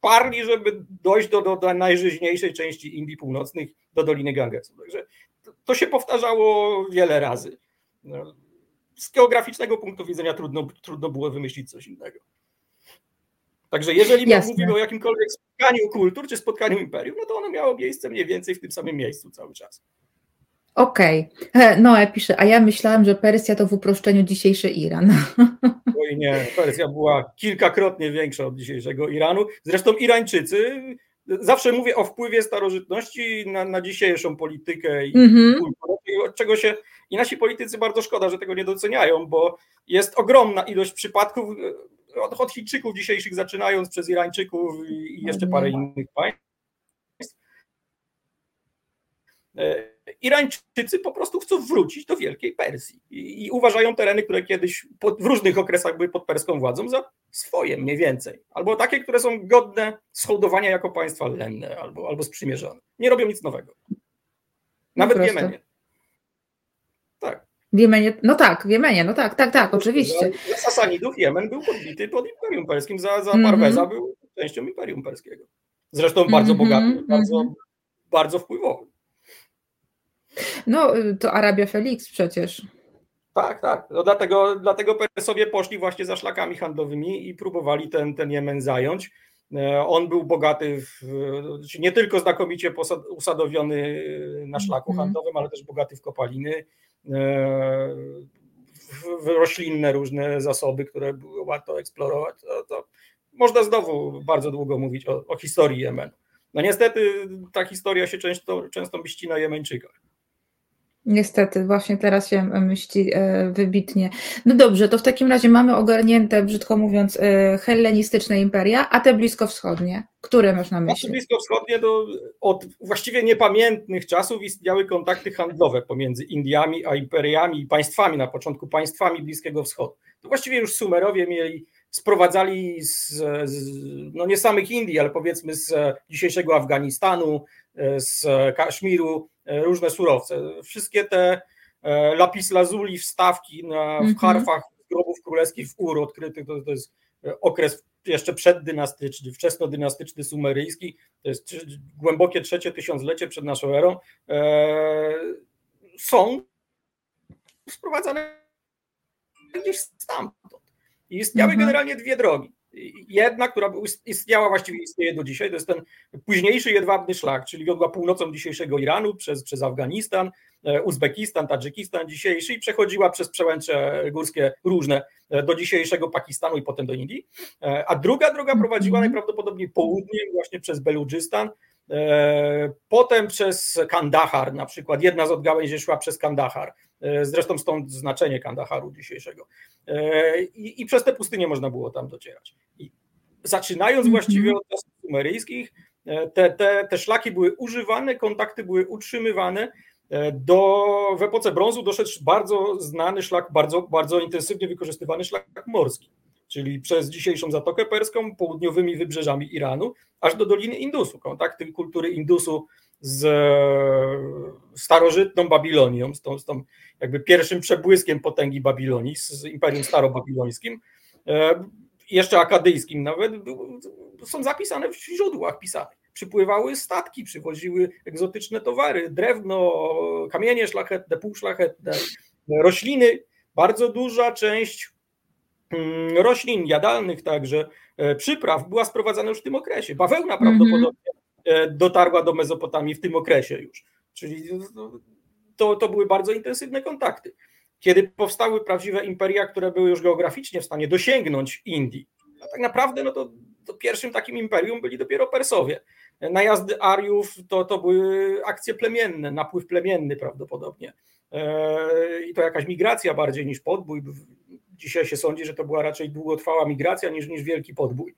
parli, żeby dojść do, do, do najżyźniejszej części Indii Północnych, do Doliny Gangesu. Także to, to się powtarzało wiele razy. No, z geograficznego punktu widzenia trudno, trudno było wymyślić coś innego. Także jeżeli Jasne. mówimy o jakimkolwiek spotkaniu kultur czy spotkaniu imperium, no to ono miało miejsce mniej więcej w tym samym miejscu cały czas. Okej. Okay. Noe pisze, a ja myślałam, że Persja to w uproszczeniu dzisiejszy Iran. Oj nie, Persja była kilkakrotnie większa od dzisiejszego Iranu. Zresztą Irańczycy, zawsze mówię o wpływie starożytności na, na dzisiejszą politykę i mm-hmm. kulturę, od czego się i nasi politycy bardzo szkoda, że tego nie doceniają, bo jest ogromna ilość przypadków, od, od Chińczyków dzisiejszych zaczynając przez Irańczyków i, i jeszcze parę innych państw. Irańczycy po prostu chcą wrócić do Wielkiej Persji i, i uważają tereny, które kiedyś pod, w różnych okresach były pod perską władzą, za swoje mniej więcej. Albo takie, które są godne schołdowania jako państwa lenne albo, albo sprzymierzone. Nie robią nic nowego. Nawet w Jemenie. Tak. W Jemenie, no tak, w Jemenie, no tak, tak, tak, oczywiście. Za, za Sasanidów Jemen był podbity pod Imperium Perskim, za, za Parweza mm-hmm. był częścią Imperium Perskiego. Zresztą bardzo mm-hmm, bogaty, mm-hmm. bardzo, bardzo wpływowy. No, to Arabia Felix przecież. Tak, tak. No dlatego, dlatego Persowie poszli właśnie za szlakami handlowymi i próbowali ten, ten Jemen zająć. On był bogaty, w, nie tylko znakomicie usadowiony na szlaku mm. handlowym, ale też bogaty w kopaliny, w, w roślinne różne zasoby, które było warto eksplorować. To, to można znowu bardzo długo mówić o, o historii Jemenu. No niestety ta historia się często, często mści na Jemeńczykach. Niestety, właśnie teraz się myśli wybitnie. No dobrze, to w takim razie mamy ogarnięte, brzydko mówiąc, hellenistyczne imperia, a te bliskowschodnie, które masz na myśli? Te bliskowschodnie to od właściwie niepamiętnych czasów istniały kontakty handlowe pomiędzy Indiami a imperiami i państwami, na początku państwami Bliskiego Wschodu. To właściwie już Sumerowie mieli, sprowadzali z, z no nie samych Indii, ale powiedzmy z dzisiejszego Afganistanu, z Kaszmiru, różne surowce. Wszystkie te lapis lazuli, wstawki na, w harfach grobów królewskich w Ur odkrytych, to, to jest okres jeszcze przeddynastyczny, wczesnodynastyczny sumeryjski, to jest głębokie trzecie tysiąclecie przed naszą erą, są sprowadzane gdzieś stamtąd. I istniały mhm. generalnie dwie drogi. Jedna, która istniała, właściwie istnieje do dzisiaj, to jest ten późniejszy jedwabny szlak, czyli wiodła północą dzisiejszego Iranu, przez, przez Afganistan, Uzbekistan, Tadżykistan dzisiejszy i przechodziła przez przełęcze górskie różne do dzisiejszego Pakistanu i potem do Indii. A druga droga prowadziła najprawdopodobniej południem, właśnie przez Beludżystan, potem przez Kandahar na przykład. Jedna z odgałęzi szła przez Kandahar, zresztą stąd znaczenie Kandaharu dzisiejszego. I, i przez te pustynie można było tam docierać. I zaczynając właściwie od czasów sumeryjskich, te, te, te szlaki były używane, kontakty były utrzymywane. Do, w epoce brązu doszedł bardzo znany szlak, bardzo, bardzo intensywnie wykorzystywany szlak morski, czyli przez dzisiejszą Zatokę Perską, południowymi wybrzeżami Iranu, aż do Doliny Indusu. Kontakty kultury Indusu z starożytną Babilonią, z tą, z tą jakby pierwszym przebłyskiem potęgi Babilonii, z Imperium Starobabilońskim, jeszcze akadyjskim nawet, są zapisane w źródłach pisanych. Przypływały statki, przywoziły egzotyczne towary, drewno, kamienie szlachetne, półszlachetne, rośliny. Bardzo duża część roślin jadalnych, także przypraw była sprowadzana już w tym okresie. Bawełna prawdopodobnie dotarła do Mezopotamii w tym okresie już. Czyli to, to były bardzo intensywne kontakty. Kiedy powstały prawdziwe imperia, które były już geograficznie w stanie dosięgnąć Indii, no tak naprawdę no to, to pierwszym takim imperium byli dopiero Persowie. Najazdy Ariów to, to były akcje plemienne, napływ plemienny prawdopodobnie. I to jakaś migracja bardziej niż podbój. Dzisiaj się sądzi, że to była raczej długotrwała migracja niż, niż wielki podbój.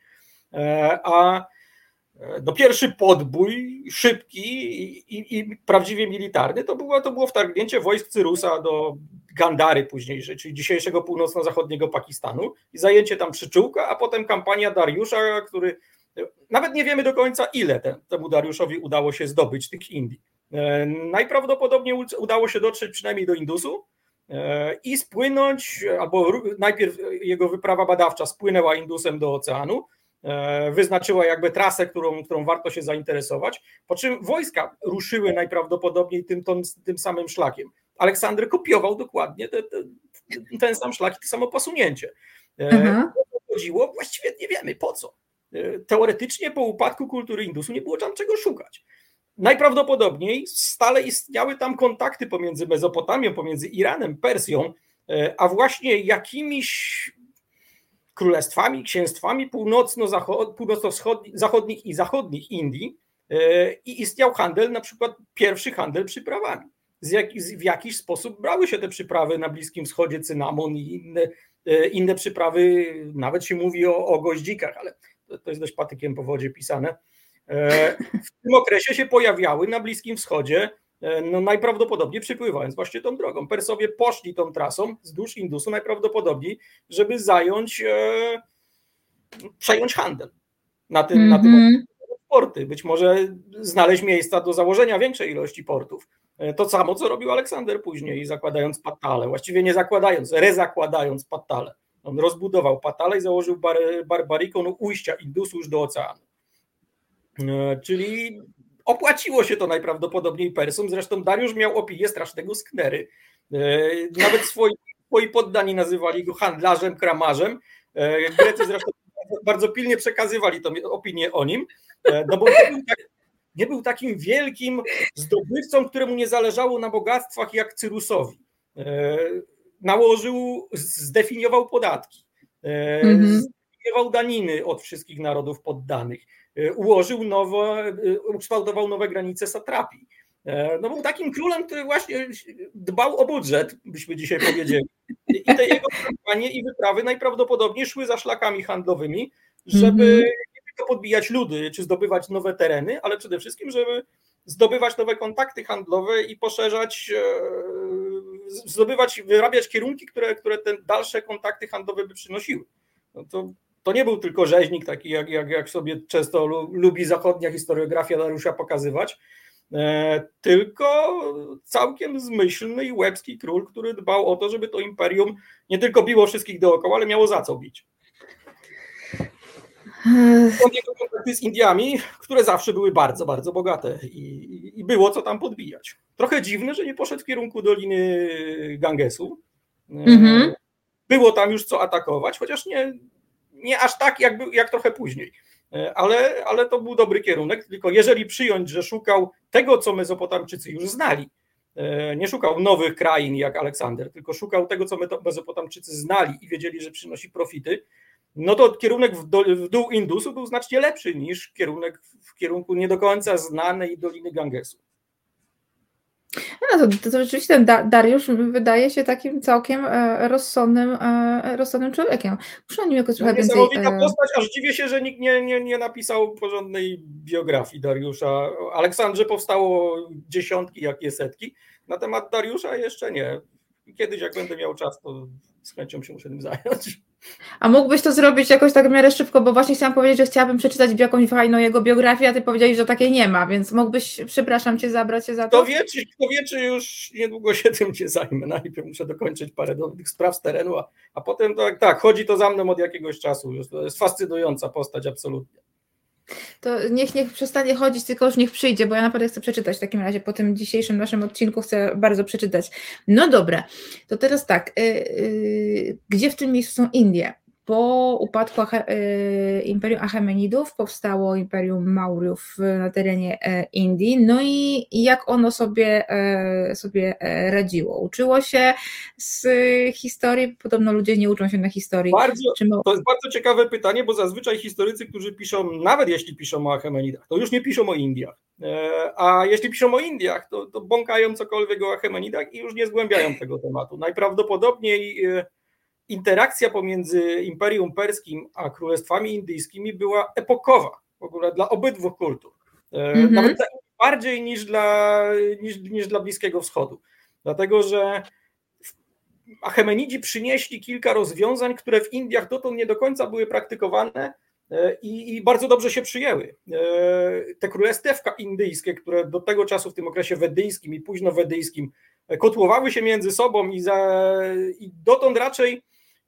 A no pierwszy podbój, szybki i, i, i prawdziwie militarny, to było, to było wtargnięcie wojsk Cyrusa do Gandhary późniejszej, czyli dzisiejszego północno-zachodniego Pakistanu i zajęcie tam przyczółka, a potem kampania Dariusza, który nawet nie wiemy do końca ile ten, temu Dariuszowi udało się zdobyć tych Indii. Najprawdopodobniej udało się dotrzeć przynajmniej do Indusu i spłynąć, albo najpierw jego wyprawa badawcza spłynęła Indusem do oceanu, wyznaczyła jakby trasę, którą, którą warto się zainteresować, po czym wojska ruszyły najprawdopodobniej tym, tym, tym samym szlakiem. Aleksander kopiował dokładnie te, te, ten sam szlak i to samo posunięcie. Aha. Chodziło, właściwie nie wiemy po co. Teoretycznie po upadku kultury Indusu nie było tam czego szukać. Najprawdopodobniej stale istniały tam kontakty pomiędzy Mezopotamią, pomiędzy Iranem, Persją, a właśnie jakimiś królestwami, księstwami północno-zachodnich i zachodnich Indii i istniał handel, na przykład pierwszy handel przyprawami. Z jak, w jakiś sposób brały się te przyprawy na Bliskim Wschodzie, cynamon i inne, inne przyprawy, nawet się mówi o, o goździkach, ale to, to jest dość patykiem po wodzie pisane. W tym okresie się pojawiały na Bliskim Wschodzie, no najprawdopodobniej przypływając właśnie tą drogą. Persowie poszli tą trasą wzdłuż Indusu najprawdopodobniej, żeby zająć, e, przejąć handel na tym, mm-hmm. na tym porty. Być może znaleźć miejsca do założenia większej ilości portów. To samo, co robił Aleksander później, zakładając Pattale. Właściwie nie zakładając, rezakładając Pattale. On rozbudował Pattale i założył bar, barbarikon ujścia Indusu już do oceanu. E, czyli opłaciło się to najprawdopodobniej Persom, zresztą Dariusz miał opinię strasznego sknery. Nawet swoi, swoi poddani nazywali go handlarzem, kramarzem. Grecy zresztą bardzo pilnie przekazywali tą opinię o nim, no bo nie był, tak, nie był takim wielkim zdobywcą, któremu nie zależało na bogactwach jak Cyrusowi. Nałożył, zdefiniował podatki, mm-hmm. zdefiniował daniny od wszystkich narodów poddanych. Ułożył nowe, ukształtował nowe granice satrapii. No był takim królem, który właśnie dbał o budżet, byśmy dzisiaj powiedzieli. I te jego kampanie i wyprawy najprawdopodobniej szły za szlakami handlowymi, żeby mm-hmm. nie tylko podbijać ludy, czy zdobywać nowe tereny, ale przede wszystkim, żeby zdobywać nowe kontakty handlowe i poszerzać, zdobywać, wyrabiać kierunki, które, które te dalsze kontakty handlowe by przynosiły. No to To nie był tylko rzeźnik, taki jak, jak, jak sobie często lubi zachodnia historiografia Dariusza pokazywać, e, tylko całkiem zmyślny i łebski król, który dbał o to, żeby to imperium nie tylko biło wszystkich dookoła, ale miało za co bić. Są jego kontakty z Indiami, które zawsze były bardzo, bardzo bogate i, i było co tam podbijać. Trochę dziwne, że nie poszedł w kierunku Doliny Gangesu. E, mm-hmm. Było tam już co atakować, chociaż nie Nie aż tak, jak, jak trochę później, ale, ale to był dobry kierunek, tylko jeżeli przyjąć, że szukał tego, co Mezopotamczycy już znali, nie szukał nowych krain jak Aleksander, tylko szukał tego, co Mezopotamczycy znali i wiedzieli, że przynosi profity, no to kierunek w, do, w dół Indusu był znacznie lepszy niż kierunek w kierunku nie do końca znanej Doliny Gangesu. No to, to, to rzeczywiście ten da, Dariusz wydaje się takim całkiem e, rozsądnym, e, rozsądnym człowiekiem. Muszę o nim jakoś trochę no, więcej... Niesamowita postać, aż dziwię się, że nikt nie, nie, nie napisał porządnej biografii Dariusza. O Aleksandrze powstało dziesiątki, jak nie setki. Na temat Dariusza jeszcze nie. Kiedyś, jak będę miał czas, to z chęcią się muszę tym zająć. A mógłbyś to zrobić jakoś tak w miarę szybko, bo właśnie chciałam powiedzieć, że chciałabym przeczytać jakąś fajną jego biografię, a ty powiedziałeś, że takiej nie ma, więc mógłbyś, przepraszam cię, zabrać się za to? Kto wie, czy, kto wie, czy już niedługo się tym nie zajmę. Najpierw muszę dokończyć parę tych spraw z terenu, a, a potem tak, tak, chodzi to za mną od jakiegoś czasu. Już to jest fascynująca postać, absolutnie. To niech, niech przestanie chodzić, tylko już niech przyjdzie, bo ja naprawdę chcę przeczytać w takim razie, po tym dzisiejszym naszym odcinku chcę bardzo przeczytać. No dobra, to teraz tak, yy, yy, gdzie w tym miejscu są Indie? Po upadku Ache, yy, Imperium Achemenidów powstało Imperium Maurjów na terenie yy, Indii, no i jak ono sobie, yy, sobie yy, radziło? Uczyło się z historii, podobno ludzie nie uczą się na historii. Bardzo, to jest bardzo ciekawe pytanie, bo zazwyczaj historycy, którzy piszą, nawet jeśli piszą o Achemenidach, to już nie piszą o Indiach, a jeśli piszą o Indiach, to, to bąkają cokolwiek o Achemenidach i już nie zgłębiają tego tematu. Najprawdopodobniej interakcja pomiędzy Imperium Perskim a Królestwami Indyjskimi była epokowa w ogóle dla obydwu kultur. Mm-hmm. Nawet bardziej niż dla, niż, niż dla Bliskiego Wschodu. Dlatego, że Achemenidzi przynieśli kilka rozwiązań, które w Indiach dotąd nie do końca były praktykowane i, i bardzo dobrze się przyjęły. Te królestewka indyjskie, które do tego czasu w tym okresie wedyjskim i późno wedyjskim kotłowały się między sobą i, za, i dotąd raczej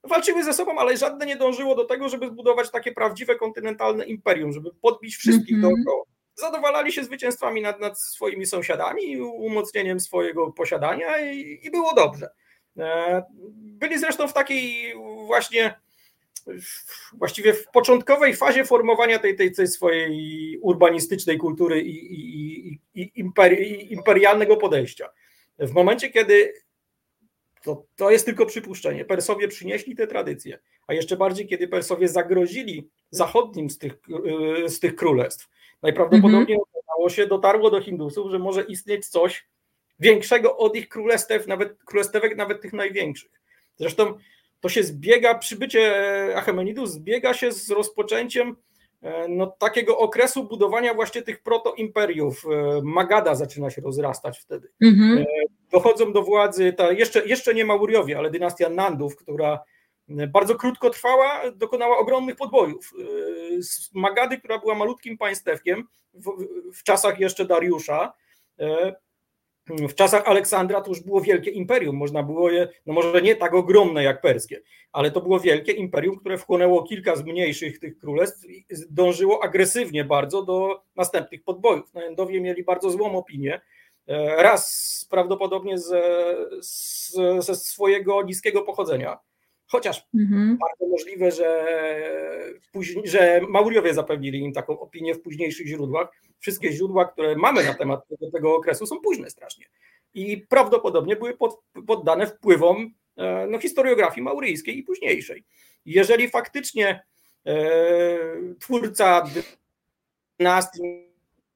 walczyły ze sobą, ale żadne nie dążyło do tego, żeby zbudować takie prawdziwe kontynentalne imperium, żeby podbić wszystkich mm-hmm. dookoła. Zadowalali się zwycięstwami nad, nad swoimi sąsiadami, umocnieniem swojego posiadania i, i było dobrze. Byli zresztą w takiej właśnie właściwie w początkowej fazie formowania tej, tej, tej swojej urbanistycznej kultury i, i, i, i imperi, imperialnego podejścia. W momencie, kiedy to, to jest tylko przypuszczenie, Persowie przynieśli te tradycje, a jeszcze bardziej, kiedy Persowie zagrozili zachodnim z tych, z tych królestw, najprawdopodobniej mm-hmm. okazało się, dotarło do Hindusów, że może istnieć coś większego od ich królestw, nawet królestewek, nawet tych największych. Zresztą to się zbiega, przybycie Achemenidów zbiega się z rozpoczęciem no, takiego okresu budowania właśnie tych protoimperiów. Magadha zaczyna się rozrastać wtedy. Mm-hmm. Dochodzą do władzy, ta jeszcze, jeszcze nie Maurjowie, ale dynastia Nandów, która bardzo krótko trwała, dokonała ogromnych podbojów. Z Magadhy, która była malutkim państewkiem w, w czasach jeszcze Dariusza, w czasach Aleksandra to już było wielkie imperium, można było je, no może nie tak ogromne jak perskie, ale to było wielkie imperium, które wchłonęło kilka z mniejszych tych królestw i dążyło agresywnie bardzo do następnych podbojów. No, Endowie mieli bardzo złą opinię, raz prawdopodobnie ze, ze swojego niskiego pochodzenia, chociaż mhm. bardzo możliwe, że, później, że Maurjowie zapewnili im taką opinię w późniejszych źródłach. Wszystkie źródła, które mamy na temat tego, tego okresu, są późne strasznie i prawdopodobnie były pod, poddane wpływom no, historiografii mauryjskiej i późniejszej. Jeżeli faktycznie e, twórca dynastii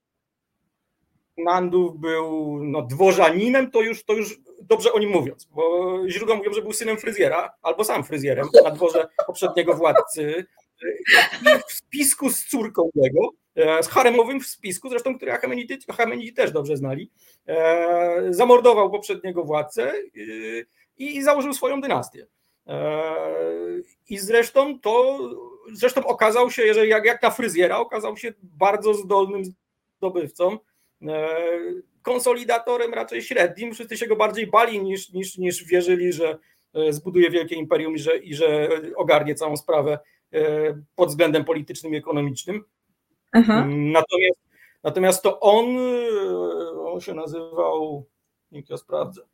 Nandów był no, dworzaninem, to już, to już dobrze o nim mówiąc, bo źródła mówią, że był synem fryzjera, albo sam fryzjerem na dworze poprzedniego władcy i w spisku z córką jego, z haremowym w spisku, zresztą który Achemenici, Achemenici też dobrze znali, zamordował poprzedniego władcę i założył swoją dynastię. I zresztą to, zresztą okazał się, że jak, jak na fryzjera, okazał się bardzo zdolnym zdobywcą, konsolidatorem raczej średnim. Wszyscy się go bardziej bali niż, niż, niż wierzyli, że zbuduje wielkie imperium i że, i że ogarnie całą sprawę pod względem politycznym i ekonomicznym. Aha. Natomiast, natomiast to on, on się nazywał, niech ja sprawdzę,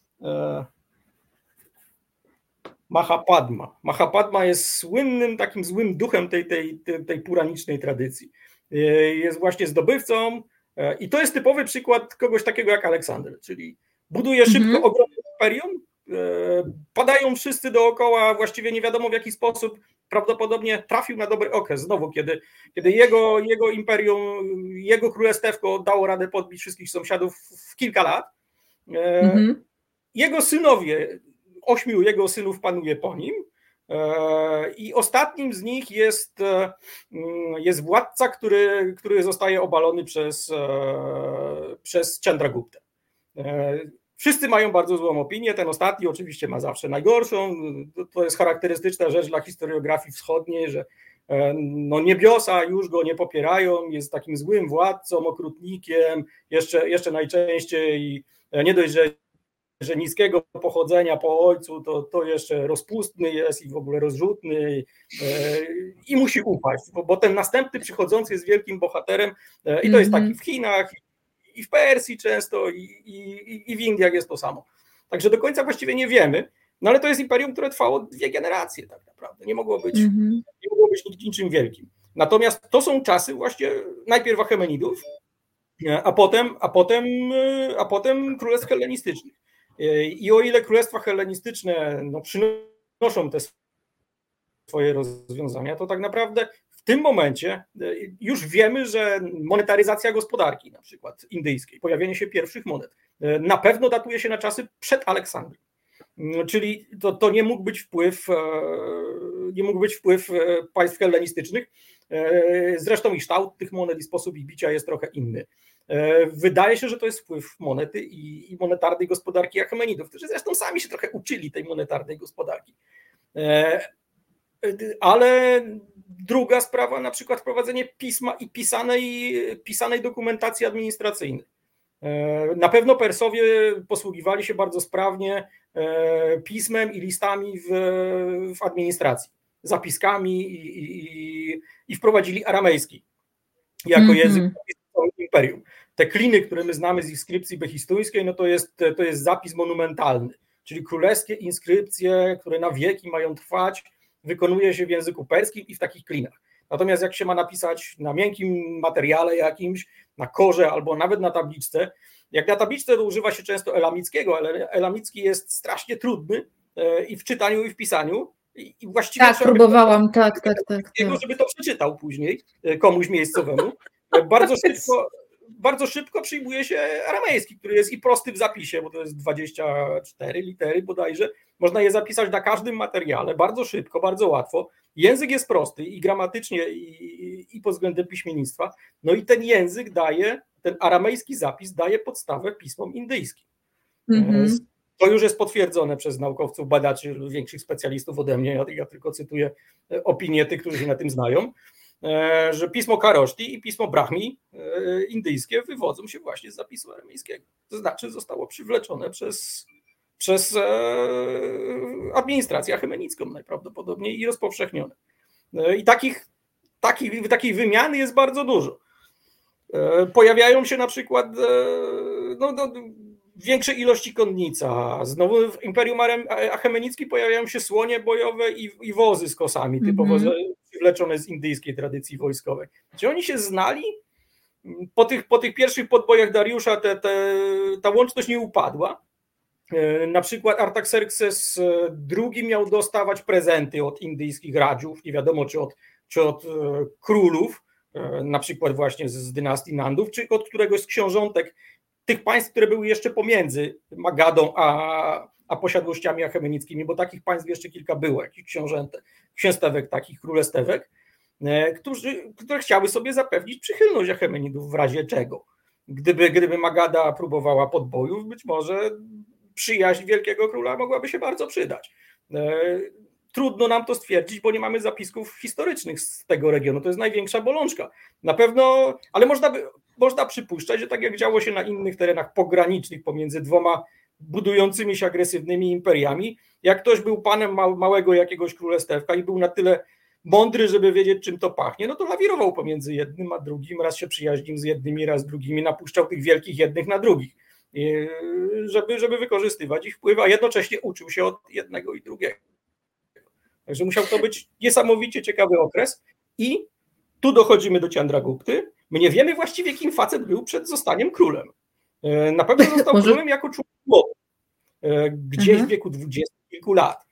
Mahapadma. Mahapadma jest słynnym, takim złym duchem tej, tej, tej, tej puranicznej tradycji. Jest właśnie zdobywcą i to jest typowy przykład kogoś takiego jak Aleksander, czyli buduje szybko mhm. ogromne imperium, padają wszyscy dookoła, właściwie nie wiadomo w jaki sposób, prawdopodobnie trafił na dobry okres znowu, kiedy, kiedy jego, jego imperium, jego królestewko dało radę podbić wszystkich sąsiadów w kilka lat. Mhm. Jego synowie, ośmiu jego synów panuje po nim i ostatnim z nich jest, jest władca, który, który zostaje obalony przez, przez Chandraguptę. Wszyscy mają bardzo złą opinię, ten ostatni oczywiście ma zawsze najgorszą, to jest charakterystyczna rzecz dla historiografii wschodniej, że no niebiosa już go nie popierają, jest takim złym władcą, okrutnikiem, jeszcze, jeszcze najczęściej nie dość, że, że niskiego pochodzenia po ojcu, to, to jeszcze rozpustny jest i w ogóle rozrzutny i musi upaść, bo, bo ten następny przychodzący jest wielkim bohaterem i to jest taki w Chinach, i w Persji często, i, i, i w Indiach jest to samo. Także do końca właściwie nie wiemy, no ale to jest imperium, które trwało dwie generacje tak naprawdę. Nie mogło być, mm-hmm. nie mogło być niczym wielkim. Natomiast to są czasy właśnie najpierw Achemenidów, a potem, a potem, a potem królestw hellenistycznych. I o ile królestwa hellenistyczne no, przynoszą te swoje rozwiązania, to tak naprawdę w tym momencie już wiemy, że monetaryzacja gospodarki, na przykład indyjskiej, pojawienie się pierwszych monet, na pewno datuje się na czasy przed Aleksandrem. Czyli to, to nie mógł być wpływ, nie mógł być wpływ państw hellenistycznych. Zresztą i kształt tych monet i sposób ich bicia jest trochę inny. Wydaje się, że to jest wpływ monety i, i monetarnej gospodarki Achemenidów, którzy zresztą sami się trochę uczyli tej monetarnej gospodarki. Ale druga sprawa, na przykład wprowadzenie pisma i pisanej, pisanej dokumentacji administracyjnej. Na pewno Persowie posługiwali się bardzo sprawnie pismem i listami w, w administracji, zapiskami i, i, i wprowadzili aramejski jako mm-hmm. język imperium. Te kliny, które my znamy z inskrypcji bechistuńskiej, no to jest, to jest zapis monumentalny, czyli królewskie inskrypcje, które na wieki mają trwać, wykonuje się w języku perskim i w takich klinach. Natomiast jak się ma napisać na miękkim materiale jakimś, na korze albo nawet na tabliczce, jak na tabliczce to używa się często elamickiego, ale elamicki jest strasznie trudny i w czytaniu i w pisaniu. I właściwie tak, próbowałam, tak, tak, tak, tak. Żeby to przeczytał później komuś miejscowemu. Bardzo szybko, bardzo szybko przyjmuje się aramejski, który jest i prosty w zapisie, bo to jest dwadzieścia cztery litery bodajże. Można je zapisać na każdym materiale, bardzo szybko, bardzo łatwo. Język jest prosty i gramatycznie, i, i pod względem piśmiennictwa. No i ten język daje, ten aramejski zapis daje podstawę pismom indyjskim. Mm-hmm. To już jest potwierdzone przez naukowców, badaczy, większych specjalistów ode mnie. Ja, ja tylko cytuję opinie tych, którzy się na tym znają, że pismo Kharoshti i pismo Brahmi indyjskie wywodzą się właśnie z zapisu aramejskiego. To znaczy zostało przywleczone przez, przez administrację achemenicką najprawdopodobniej i rozpowszechnione. I takich, takich, takiej wymiany jest bardzo dużo. Pojawiają się na przykład no, no, większe ilości konnica. Znowu w Imperium Achemenickim pojawiają się słonie bojowe i, i wozy z kosami, typowo mm-hmm. przywleczone z indyjskiej tradycji wojskowej. Czy oni się znali? Po tych, po tych pierwszych podbojach Dariusza te, te, ta łączność nie upadła. Na przykład Artaxerxes drugi miał dostawać prezenty od indyjskich radziów, nie wiadomo czy od, czy od królów, na przykład właśnie z dynastii Nandów, czy od któregoś z książątek tych państw, które były jeszcze pomiędzy Magadą a, a posiadłościami achemenickimi, bo takich państw jeszcze kilka było, jakichś książętek, księstewek, takich królestewek, którzy, które chciały sobie zapewnić przychylność Achemenidów w razie czego. Gdyby, gdyby Magada próbowała podbojów, być może przyjaźń wielkiego króla mogłaby się bardzo przydać. Trudno nam to stwierdzić, bo nie mamy zapisków historycznych z tego regionu. To jest największa bolączka. Na pewno, ale można, by, można przypuszczać, że tak jak działo się na innych terenach pogranicznych pomiędzy dwoma budującymi się agresywnymi imperiami, jak ktoś był panem małego jakiegoś królestewka i był na tyle mądry, żeby wiedzieć, czym to pachnie, no to lawirował pomiędzy jednym a drugim, raz się przyjaźnił z jednymi, raz z drugimi, napuszczał tych wielkich jednych na drugich, żeby, żeby wykorzystywać ich wpływ, a jednocześnie uczył się od jednego i drugiego. Także musiał to być niesamowicie ciekawy okres i tu dochodzimy do Chandragupty. My nie wiemy właściwie, kim facet był przed zostaniem królem. Na pewno został Może... królem jako człowiek młody, gdzieś mhm. w wieku dwudziestu kilku lat.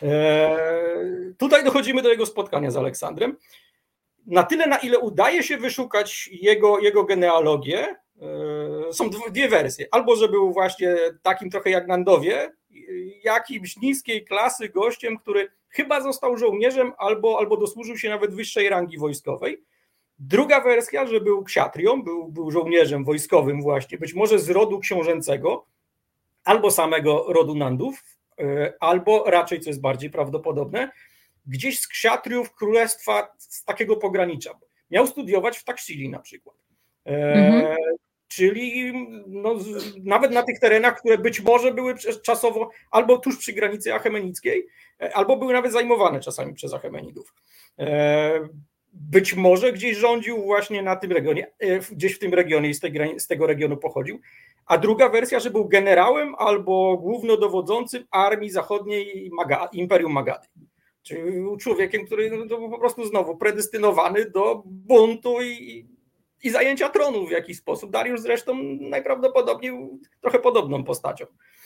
Tutaj dochodzimy do jego spotkania z Aleksandrem. Na tyle, na ile udaje się wyszukać jego, jego genealogię, są dwie wersje. Albo, że był właśnie takim trochę jak Nandowie, jakimś niskiej klasy gościem, który chyba został żołnierzem albo, albo dosłużył się nawet wyższej rangi wojskowej. Druga wersja, że był kszatrią, był, był żołnierzem wojskowym właśnie, być może z rodu książęcego, albo samego rodu Nandów, albo raczej, co jest bardziej prawdopodobne, gdzieś z kszatriów królestwa z takiego pogranicza. Miał studiować w Taksili na przykład. Mhm. Czyli no, nawet na tych terenach, które być może były czasowo albo tuż przy granicy achemenickiej, albo były nawet zajmowane czasami przez Achemenidów. Być może gdzieś rządził właśnie na tym regionie, gdzieś w tym regionie i z, tej, z tego regionu pochodził. A druga wersja, że był generałem albo głównodowodzącym armii zachodniej Maga, Imperium Magady. Czyli był człowiekiem, który no, był po prostu znowu predestynowany do buntu i i zajęcia tronu w jakiś sposób. Dariusz zresztą najprawdopodobniej był trochę podobną postacią.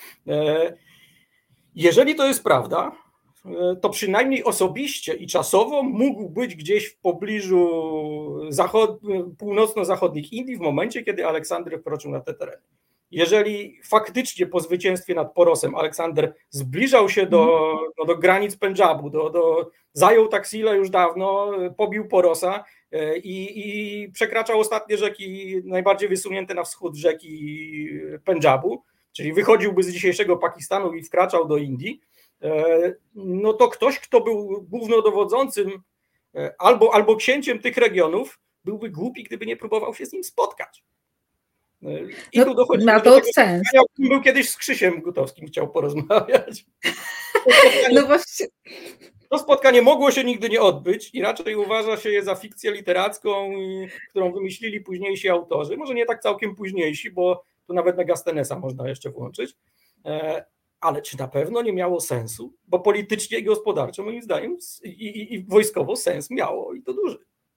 Jeżeli to jest prawda, to przynajmniej osobiście i czasowo mógł być gdzieś w pobliżu zachod... północno-zachodnich Indii w momencie, kiedy Aleksander wkroczył na te tereny. Jeżeli faktycznie po zwycięstwie nad Porosem Aleksander zbliżał się do, no, do granic Pendżabu, do, do, zajął Taksilę już dawno, pobił Porosa i, i przekraczał ostatnie rzeki, najbardziej wysunięte na wschód rzeki Pendżabu, czyli wychodziłby z dzisiejszego Pakistanu i wkraczał do Indii, no to ktoś, kto był głównodowodzącym albo, albo księciem tych regionów, byłby głupi, gdyby nie próbował się z nim spotkać. I no, tu dochodzi ma to sens. Był kiedyś z Krzysiem Gutowskim, chciał porozmawiać. No właśnie. To spotkanie mogło się nigdy nie odbyć i raczej uważa się je za fikcję literacką, którą wymyślili późniejsi autorzy. Może nie tak całkiem późniejsi, bo tu nawet Megastenesa można jeszcze włączyć. Ale czy na pewno nie miało sensu? Bo politycznie i gospodarczo moim zdaniem i, i, i wojskowo sens miało i to duży.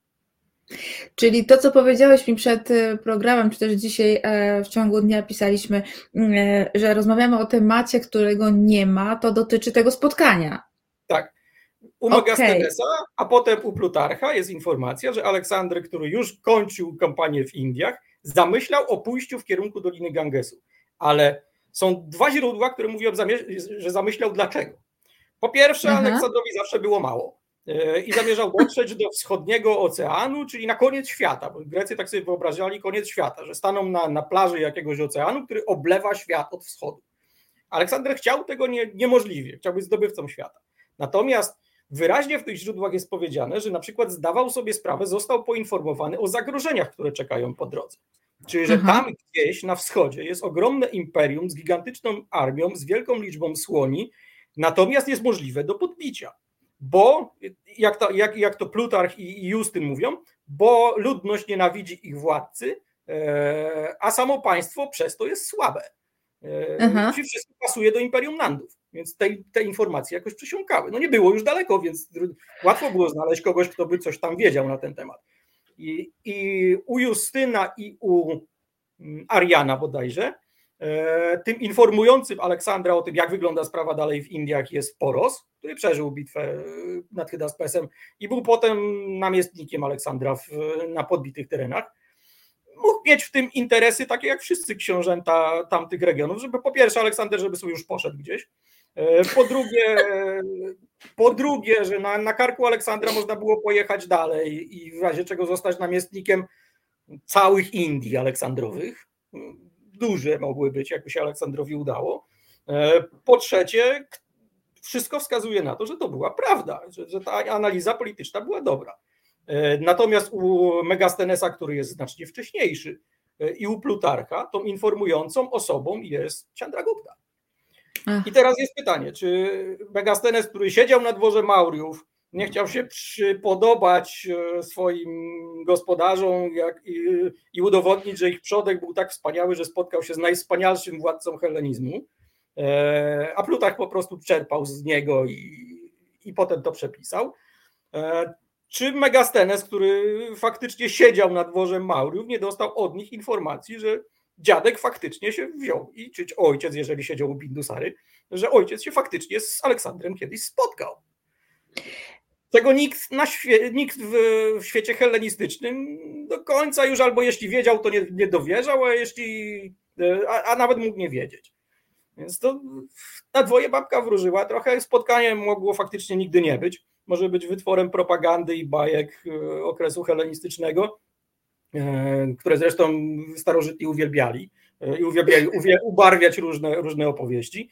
Czyli to, co powiedziałeś mi przed programem, czy też dzisiaj w ciągu dnia pisaliśmy, że rozmawiamy o temacie, którego nie ma, to dotyczy tego spotkania. Tak. U Megastenesa, okay. A potem u Plutarcha jest informacja, że Aleksander, który już kończył kampanię w Indiach, zamyślał o pójściu w kierunku Doliny Gangesu. Ale są dwa źródła, które mówią, że zamyślał dlaczego. Po pierwsze, Aha. Aleksandrowi zawsze było mało i zamierzał dotrzeć do wschodniego oceanu, czyli na koniec świata, bo Grecy tak sobie wyobrażali koniec świata, że staną na, na plaży jakiegoś oceanu, który oblewa świat od wschodu. Aleksander chciał tego nie, niemożliwie, chciał być zdobywcą świata. Natomiast wyraźnie w tych źródłach jest powiedziane, że na przykład zdawał sobie sprawę, został poinformowany o zagrożeniach, które czekają po drodze. Czyli, że Aha. tam gdzieś na wschodzie jest ogromne imperium z gigantyczną armią, z wielką liczbą słoni, natomiast jest możliwe do podbicia. Bo, jak to, jak, jak to Plutarch i Justyn mówią, bo ludność nienawidzi ich władcy, e, a samo państwo przez to jest słabe. E, czyli wszystko pasuje do imperium Nandów, więc te, te informacje jakoś przysiąkały. No nie było już daleko, więc łatwo było znaleźć kogoś, kto by coś tam wiedział na ten temat. I, i u Justyna i u Ariana bodajże, e, tym informującym Aleksandra o tym, jak wygląda sprawa dalej w Indiach, jest Poros, który przeżył bitwę nad Hydaspesem i był potem namiestnikiem Aleksandra w, na podbitych terenach. Mógł mieć w tym interesy takie jak wszyscy książęta tamtych regionów, żeby po pierwsze Aleksander, żeby sobie już poszedł gdzieś, po drugie, po drugie że na, na karku Aleksandra można było pojechać dalej i w razie czego zostać namiestnikiem całych Indii aleksandrowych. Duże mogły być, jakby się Aleksandrowi udało. Po trzecie, wszystko wskazuje na to, że to była prawda, że, że ta analiza polityczna była dobra. Natomiast u Megastenesa, który jest znacznie wcześniejszy, i u Plutarcha, tą informującą osobą jest Chandragupta. Ach. I teraz jest pytanie, czy Megastenes, który siedział na dworze Maurjów, nie chciał się przypodobać swoim gospodarzom jak, i, i udowodnić, że ich przodek był tak wspaniały, że spotkał się z najwspanialszym władcą hellenizmu, a Plutarch po prostu czerpał z niego i, i potem to przepisał. Czy Megastenes, który faktycznie siedział na dworze Maurjów, nie dostał od nich informacji, że dziadek faktycznie się wziął i czy ojciec, jeżeli siedział u Bindusary, że ojciec się faktycznie z Aleksandrem kiedyś spotkał. Tego nikt, na świe- nikt w, w świecie hellenistycznym do końca już albo jeśli wiedział, to nie, nie dowierzał, a jeśli a, a nawet mógł nie wiedzieć. Więc to na dwoje babka wróżyła. Trochę spotkaniem mogło faktycznie nigdy nie być. Może być wytworem propagandy i bajek okresu hellenistycznego, które zresztą starożytni uwielbiali i uwielbiali uwie, ubarwiać różne, różne opowieści.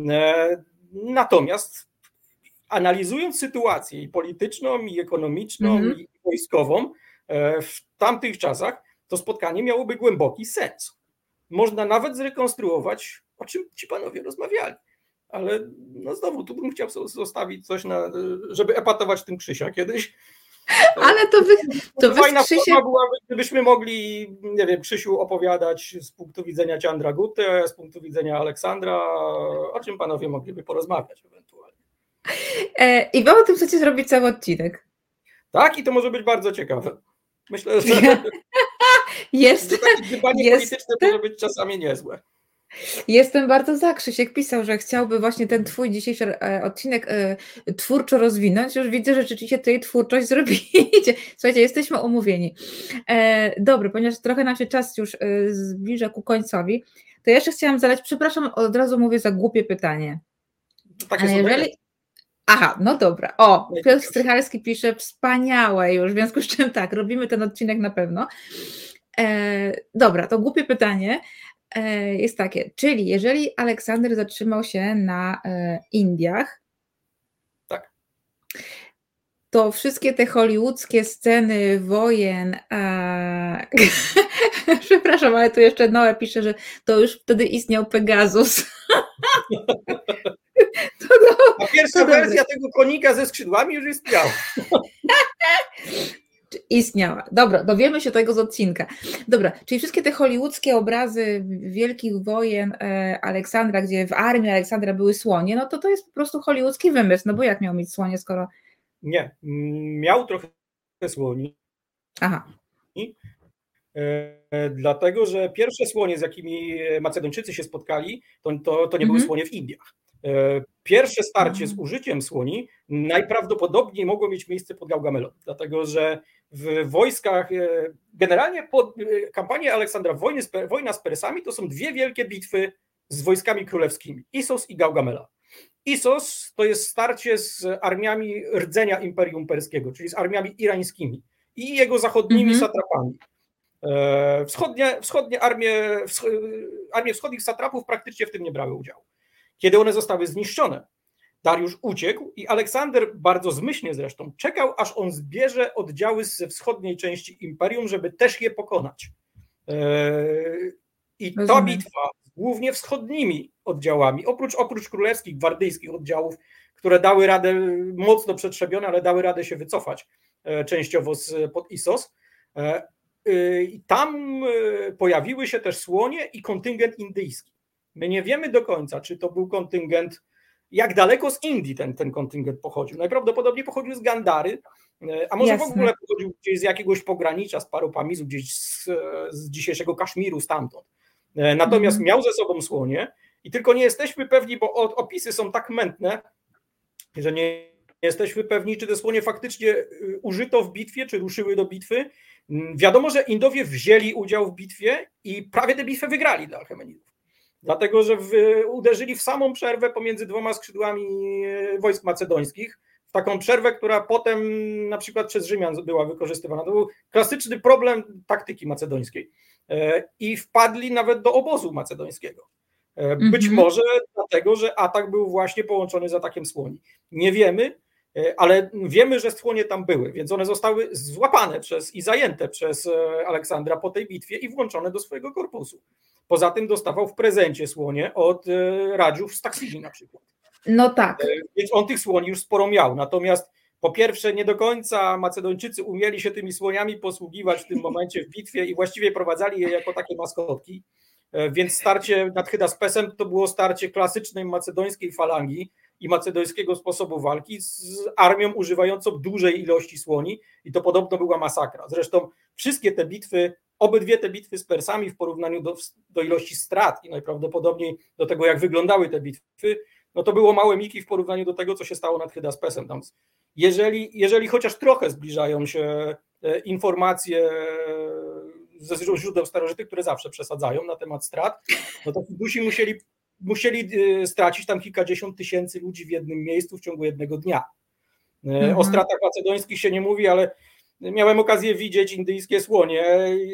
Natomiast analizując sytuację i polityczną, i ekonomiczną, mm-hmm. i wojskową w tamtych czasach, to spotkanie miałoby głęboki sens. Można nawet zrekonstruować, o czym ci panowie rozmawiali. Ale no znowu, tu bym chciał zostawić coś, na, żeby epatować tym Krzysia kiedyś. Ale to wy, to wy fajna Krzysie... forma była, gdybyśmy mogli, nie wiem, Krzysiu opowiadać z punktu widzenia Chandragupty, z punktu widzenia Aleksandra, o czym panowie mogliby porozmawiać ewentualnie. E, I wy o tym chcecie zrobić cały odcinek. Tak, i to może być bardzo ciekawe. Myślę, że, jest, że takie dbanie jest... polityczne może być czasami niezłe. Jestem bardzo za. Krzysiek pisał, że chciałby właśnie ten twój dzisiejszy odcinek twórczo rozwinąć. Już widzę, że rzeczywiście tutaj twórczość zrobicie. Słuchajcie, jesteśmy umówieni. Dobry, ponieważ trochę nam się czas już zbliża ku końcowi, to jeszcze chciałam zadać, przepraszam, od razu mówię za głupie pytanie. Tak jest. Jeżeli... Aha, no dobra. O, Piotr Strychalski pisze, wspaniałe już, w związku z czym tak, robimy ten odcinek na pewno. Dobra, to głupie pytanie jest takie, czyli jeżeli Aleksander zatrzymał się na Indiach, tak. to wszystkie te hollywoodzkie sceny wojen, a... przepraszam, ale tu jeszcze Noe pisze, że to już wtedy istniał Pegasus. To do, a pierwsza to wersja dobre. Tego konika ze skrzydłami już istniała. Istniała. Dobra, dowiemy się tego z odcinka. Dobra, czyli wszystkie te hollywoodzkie obrazy wielkich wojen e, Aleksandra, gdzie w armii Aleksandra były słonie, no to to jest po prostu hollywoodzki wymysł, no bo jak miał mieć słonie, skoro... Nie, miał trochę słoni. Aha. E, dlatego, że pierwsze słonie, z jakimi Macedończycy się spotkali, to, to, to nie były mhm. słonie w Indiach. E, pierwsze starcie z użyciem słoni najprawdopodobniej mogło mieć miejsce pod Gaugamelą, dlatego że w wojskach, e, generalnie pod e, kampanię Aleksandra, wojny, wojna z Persami, to są dwie wielkie bitwy z wojskami królewskimi, Isos i Gaugamela. Isos to jest starcie z armiami rdzenia Imperium Perskiego, czyli z armiami irańskimi i jego zachodnimi mhm. satrapami. Wschodnie, wschodnie armie, armie wschodnich satrapów praktycznie w tym nie brały udziału. Kiedy one zostały zniszczone, Dariusz uciekł i Aleksander, bardzo zmyślnie zresztą, czekał, aż on zbierze oddziały ze wschodniej części imperium, żeby też je pokonać. I ta bitwa głównie wschodnimi oddziałami, oprócz, oprócz królewskich, gwardyjskich oddziałów, które dały radę, mocno przetrzebione, ale dały radę się wycofać częściowo pod Isos. I tam pojawiły się też słonie i kontyngent indyjski. My nie wiemy do końca, czy to był kontyngent, jak daleko z Indii ten, ten kontyngent pochodził. Najprawdopodobniej pochodził z Gandhary, a może Jasne. w ogóle pochodził gdzieś z jakiegoś pogranicza, z Paropamisu, gdzieś z, z dzisiejszego Kaszmiru, stamtąd. Natomiast mm. miał ze sobą słonie i tylko nie jesteśmy pewni, bo opisy są tak mętne, że nie jesteśmy pewni, czy te słonie faktycznie użyto w bitwie, czy ruszyły do bitwy. Wiadomo, że Indowie wzięli udział w bitwie i prawie tę bitwę wygrali dla Achemenidów. Dlatego, że w, uderzyli w samą przerwę pomiędzy dwoma skrzydłami wojsk macedońskich, w taką przerwę, która potem na przykład przez Rzymian była wykorzystywana. To był klasyczny problem taktyki macedońskiej. I wpadli nawet do obozu macedońskiego. Być mm-hmm. może dlatego, że atak był właśnie połączony z atakiem słoni. Nie wiemy, ale wiemy, że słonie tam były, więc one zostały złapane przez i zajęte przez Aleksandra po tej bitwie i włączone do swojego korpusu. Poza tym dostawał w prezencie słonie od radziów z Taksili na przykład. No tak. Więc on tych słoni już sporo miał. Natomiast po pierwsze nie do końca Macedończycy umieli się tymi słoniami posługiwać w tym momencie w bitwie i właściwie prowadzali je jako takie maskotki. Więc starcie nad Hydaspesem to było starcie klasycznej macedońskiej falangi i macedońskiego sposobu walki z armią używającą dużej ilości słoni i to podobno była masakra. Zresztą wszystkie te bitwy, obydwie te bitwy z Persami w porównaniu do, do ilości strat i najprawdopodobniej do tego, jak wyglądały te bitwy, no to było małe miki w porównaniu do tego, co się stało nad Hydaspesem. Tam, jeżeli, jeżeli chociaż trochę zbliżają się informacje ze źródeł starożytnych, które zawsze przesadzają na temat strat, no to Husi musieli musieli stracić tam kilkadziesiąt tysięcy ludzi w jednym miejscu w ciągu jednego dnia. Mhm. O stratach macedońskich się nie mówi, ale miałem okazję widzieć indyjskie słonie.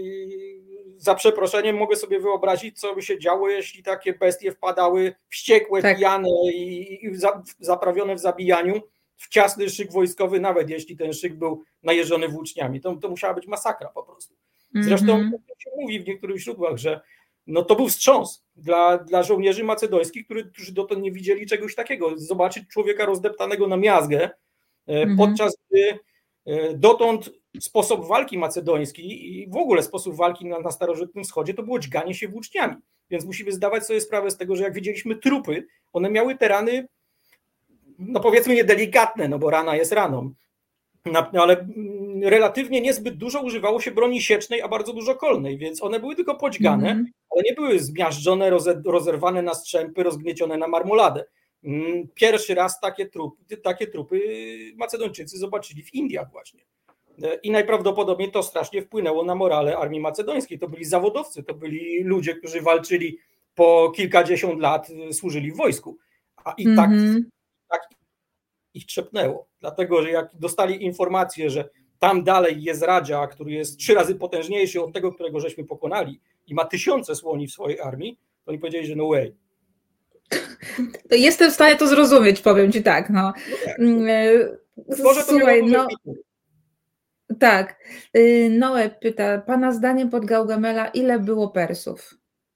Za przeproszeniem mogę sobie wyobrazić, co by się działo, jeśli takie bestie wpadały wściekłe, tak. pijane i, i zaprawione w zabijaniu w ciasny szyk wojskowy, nawet jeśli ten szyk był najeżony włóczniami. To, to musiała być masakra po prostu. Zresztą mhm. się mówi w niektórych źródłach, że no to był wstrząs dla, dla żołnierzy macedońskich, którzy, którzy dotąd nie widzieli czegoś takiego. Zobaczyć człowieka rozdeptanego na miazgę, mhm. podczas gdy dotąd sposób walki macedoński i w ogóle sposób walki na, na starożytnym wschodzie to było dźganie się włóczniami. Więc musimy zdawać sobie sprawę z tego, że jak widzieliśmy trupy, one miały te rany, no powiedzmy nie delikatne, no bo rana jest raną, no, ale relatywnie niezbyt dużo używało się broni siecznej, a bardzo dużo kolnej, więc one były tylko podźgane, mm. ale nie były zmiażdżone, rozerwane na strzępy, rozgniecione na marmoladę. Pierwszy raz takie trupy, takie trupy Macedończycy zobaczyli w Indiach właśnie. I najprawdopodobniej to strasznie wpłynęło na morale armii macedońskiej. To byli zawodowcy, to byli ludzie, którzy walczyli po kilkadziesiąt lat, służyli w wojsku. A i mm-hmm. tak, tak ich trzepnęło. Dlatego, że jak dostali informację, że tam dalej jest Radzia, który jest trzy razy potężniejszy od tego, którego żeśmy pokonali i ma tysiące słoni w swojej armii, to oni powiedzieli, że no way. To jestem w stanie to zrozumieć, powiem ci tak. No. Może to Słuchaj, miało no tak. Noe pyta, pana zdaniem pod Gaugamela ile było Persów?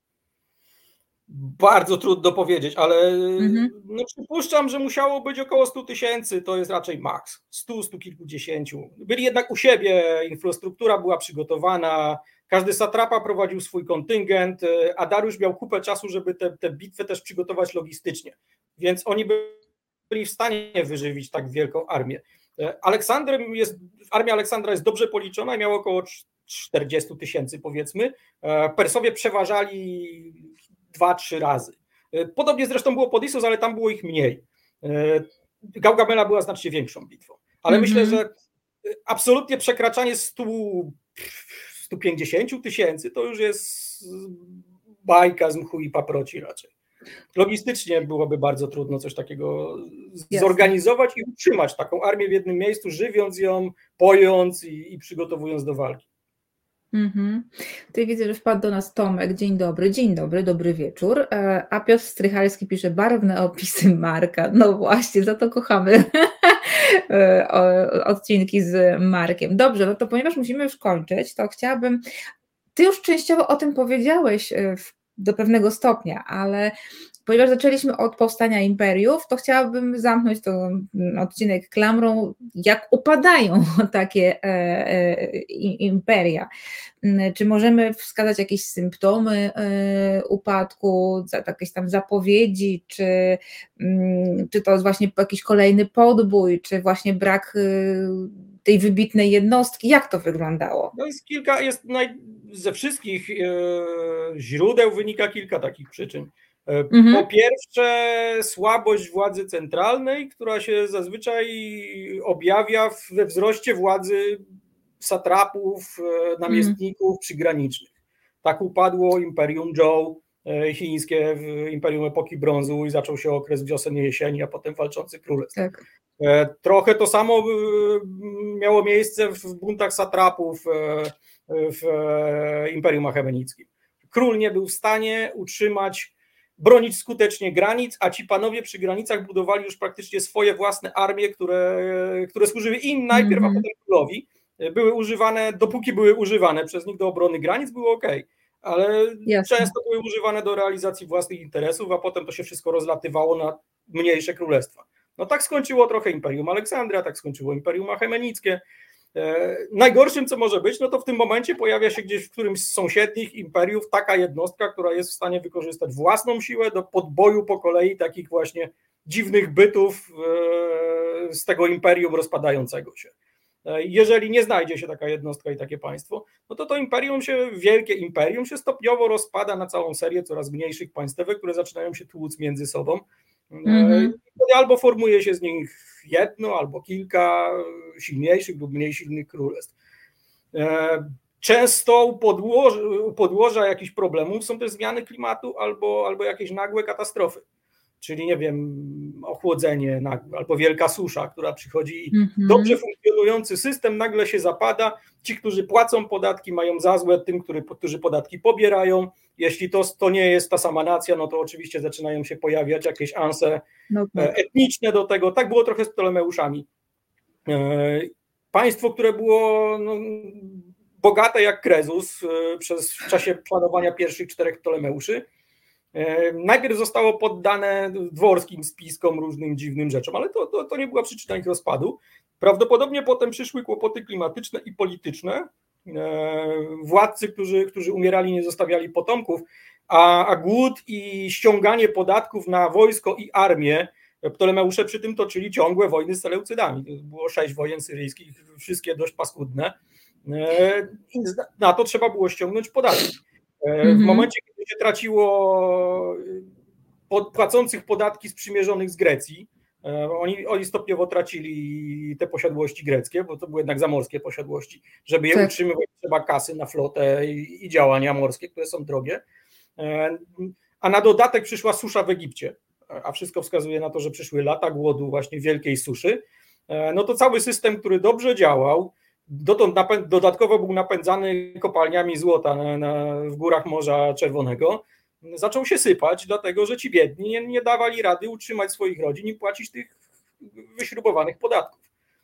Bardzo trudno powiedzieć, ale Mhm. no przypuszczam, że musiało być około stu tysięcy, to jest raczej maks. stu, stu kilkudziesięciu. Byli jednak u siebie, infrastruktura była przygotowana, każdy satrapa prowadził swój kontyngent, a Dariusz miał kupę czasu, żeby tę bitwę też przygotować logistycznie. Więc oni byli w stanie wyżywić tak wielką armię. Aleksander jest, armia Aleksandra jest dobrze policzona i miała około czterdziestu tysięcy, powiedzmy. Persowie przeważali dwa, trzy razy. Podobnie zresztą było pod Issus, ale tam było ich mniej. Gaugamela była znacznie większą bitwą. Ale mm-hmm. myślę, że absolutnie przekraczanie stu, stu pięćdziesięciu tysięcy to już jest bajka z mchu i paproci raczej. Logistycznie byłoby bardzo trudno coś takiego Jasne. zorganizować i utrzymać taką armię w jednym miejscu, żywiąc ją, pojąc i, i przygotowując do walki. Mhm. Tutaj widzę, że wpadł do nas Tomek. Dzień dobry, dzień dobry, dobry wieczór. A Piotr Strychalski pisze barwne opisy Marka. No właśnie, za to kochamy odcinki z Markiem. Dobrze, no to ponieważ musimy już kończyć, to chciałabym, ty już częściowo o tym powiedziałeś do pewnego stopnia, ale ponieważ zaczęliśmy od powstania imperiów, to chciałabym zamknąć ten odcinek klamrą, jak upadają takie e, e, imperia. Czy możemy wskazać jakieś symptomy e, upadku, jakieś tam zapowiedzi, czy, m, czy to jest właśnie jakiś kolejny podbój, czy właśnie brak e, tej wybitnej jednostki? Jak to wyglądało? No jest kilka, jest naj, ze wszystkich e, źródeł wynika kilka takich przyczyn. Mhm. Po pierwsze, słabość władzy centralnej, która się zazwyczaj objawia we wzroście władzy satrapów, namiestników mhm. przygranicznych. Tak upadło Imperium Zhou chińskie w Imperium Epoki Brązu i zaczął się okres wiosen i jesieni, a potem walczący królestw. Tak. Trochę to samo miało miejsce w buntach satrapów w Imperium Achemenickim. Król nie był w stanie utrzymać bronić skutecznie granic, a ci panowie przy granicach budowali już praktycznie swoje własne armie, które, które służyły im najpierw, mm-hmm. a potem królowi. Były używane, dopóki były używane przez nich do obrony granic, było ok, ale Jasne. często były używane do realizacji własnych interesów, a potem to się wszystko rozlatywało na mniejsze królestwa. No tak skończyło trochę Imperium Aleksandria, tak skończyło Imperium Achemenickie. E, najgorszym, co może być, no to w tym momencie pojawia się gdzieś w którymś z sąsiednich imperiów taka jednostka, która jest w stanie wykorzystać własną siłę do podboju po kolei takich właśnie dziwnych bytów e, z tego imperium rozpadającego się. E, jeżeli nie znajdzie się taka jednostka i takie państwo, no to to imperium się, wielkie imperium się stopniowo rozpada na całą serię coraz mniejszych państwek, które zaczynają się tłuc między sobą. Mm-hmm. Albo formuje się z nich jedno, albo kilka silniejszych lub mniej silnych królestw. Często u podłoża, u podłoża jakichś problemów są też zmiany klimatu albo, albo jakieś nagłe katastrofy. Czyli nie wiem, ochłodzenie nagłe, albo wielka susza, która przychodzi i mm-hmm. dobrze funkcjonujący system nagle się zapada. Ci, którzy płacą podatki, mają za złe tym, który, którzy podatki pobierają. Jeśli to, to nie jest ta sama nacja, no to oczywiście zaczynają się pojawiać jakieś anse no tak. etniczne do tego. Tak było trochę z Ptolemeuszami. Państwo, które było no, bogate jak Krezus przez w czasie planowania pierwszych czterech Ptolemeuszy, najpierw zostało poddane dworskim spiskom, różnym dziwnym rzeczom, ale to, to, to nie była przyczyna ich rozpadu. Prawdopodobnie potem przyszły kłopoty klimatyczne i polityczne. Władcy, którzy, którzy umierali, nie zostawiali potomków, a, a głód i ściąganie podatków na wojsko i armię, Ptolemeusze przy tym toczyli ciągłe wojny z Seleucydami. Było sześć wojen syryjskich, wszystkie dość paskudne. I na to trzeba było ściągnąć podatki. W momencie, kiedy się traciło płacących podatki sprzymierzonych z Grecji, oni, oni stopniowo tracili te posiadłości greckie, bo to były jednak zamorskie posiadłości. Żeby je tak. utrzymywać, trzeba kasy na flotę i, i działania morskie, które są drogie. A na dodatek przyszła susza w Egipcie, a wszystko wskazuje na to, że przyszły lata głodu, właśnie wielkiej suszy. No to cały system, który dobrze działał, dotąd napę- dodatkowo był napędzany kopalniami złota na, na, w górach Morza Czerwonego, zaczął się sypać, dlatego że ci biedni nie, nie dawali rady utrzymać swoich rodzin i płacić tych wyśrubowanych podatków.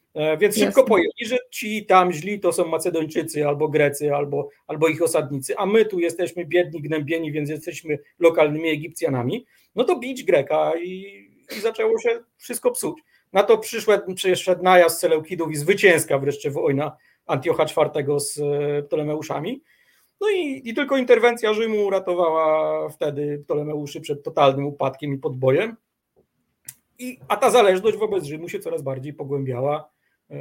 Więc szybko Jasne. pojęli, że ci tam źli to są Macedończycy albo Grecy, albo, albo ich osadnicy, a my tu jesteśmy biedni, gnębieni, więc jesteśmy lokalnymi Egipcjanami, no to bić Greka i, i zaczęło się wszystko psuć. Na to przyszedł, przyszedł najazd Seleukidów i zwycięska wreszcie wojna Antiocha czwartego z Ptolemeuszami. No i, i tylko interwencja Rzymu uratowała wtedy Ptolemeuszy przed totalnym upadkiem i podbojem. I, a ta zależność wobec Rzymu się coraz bardziej pogłębiała.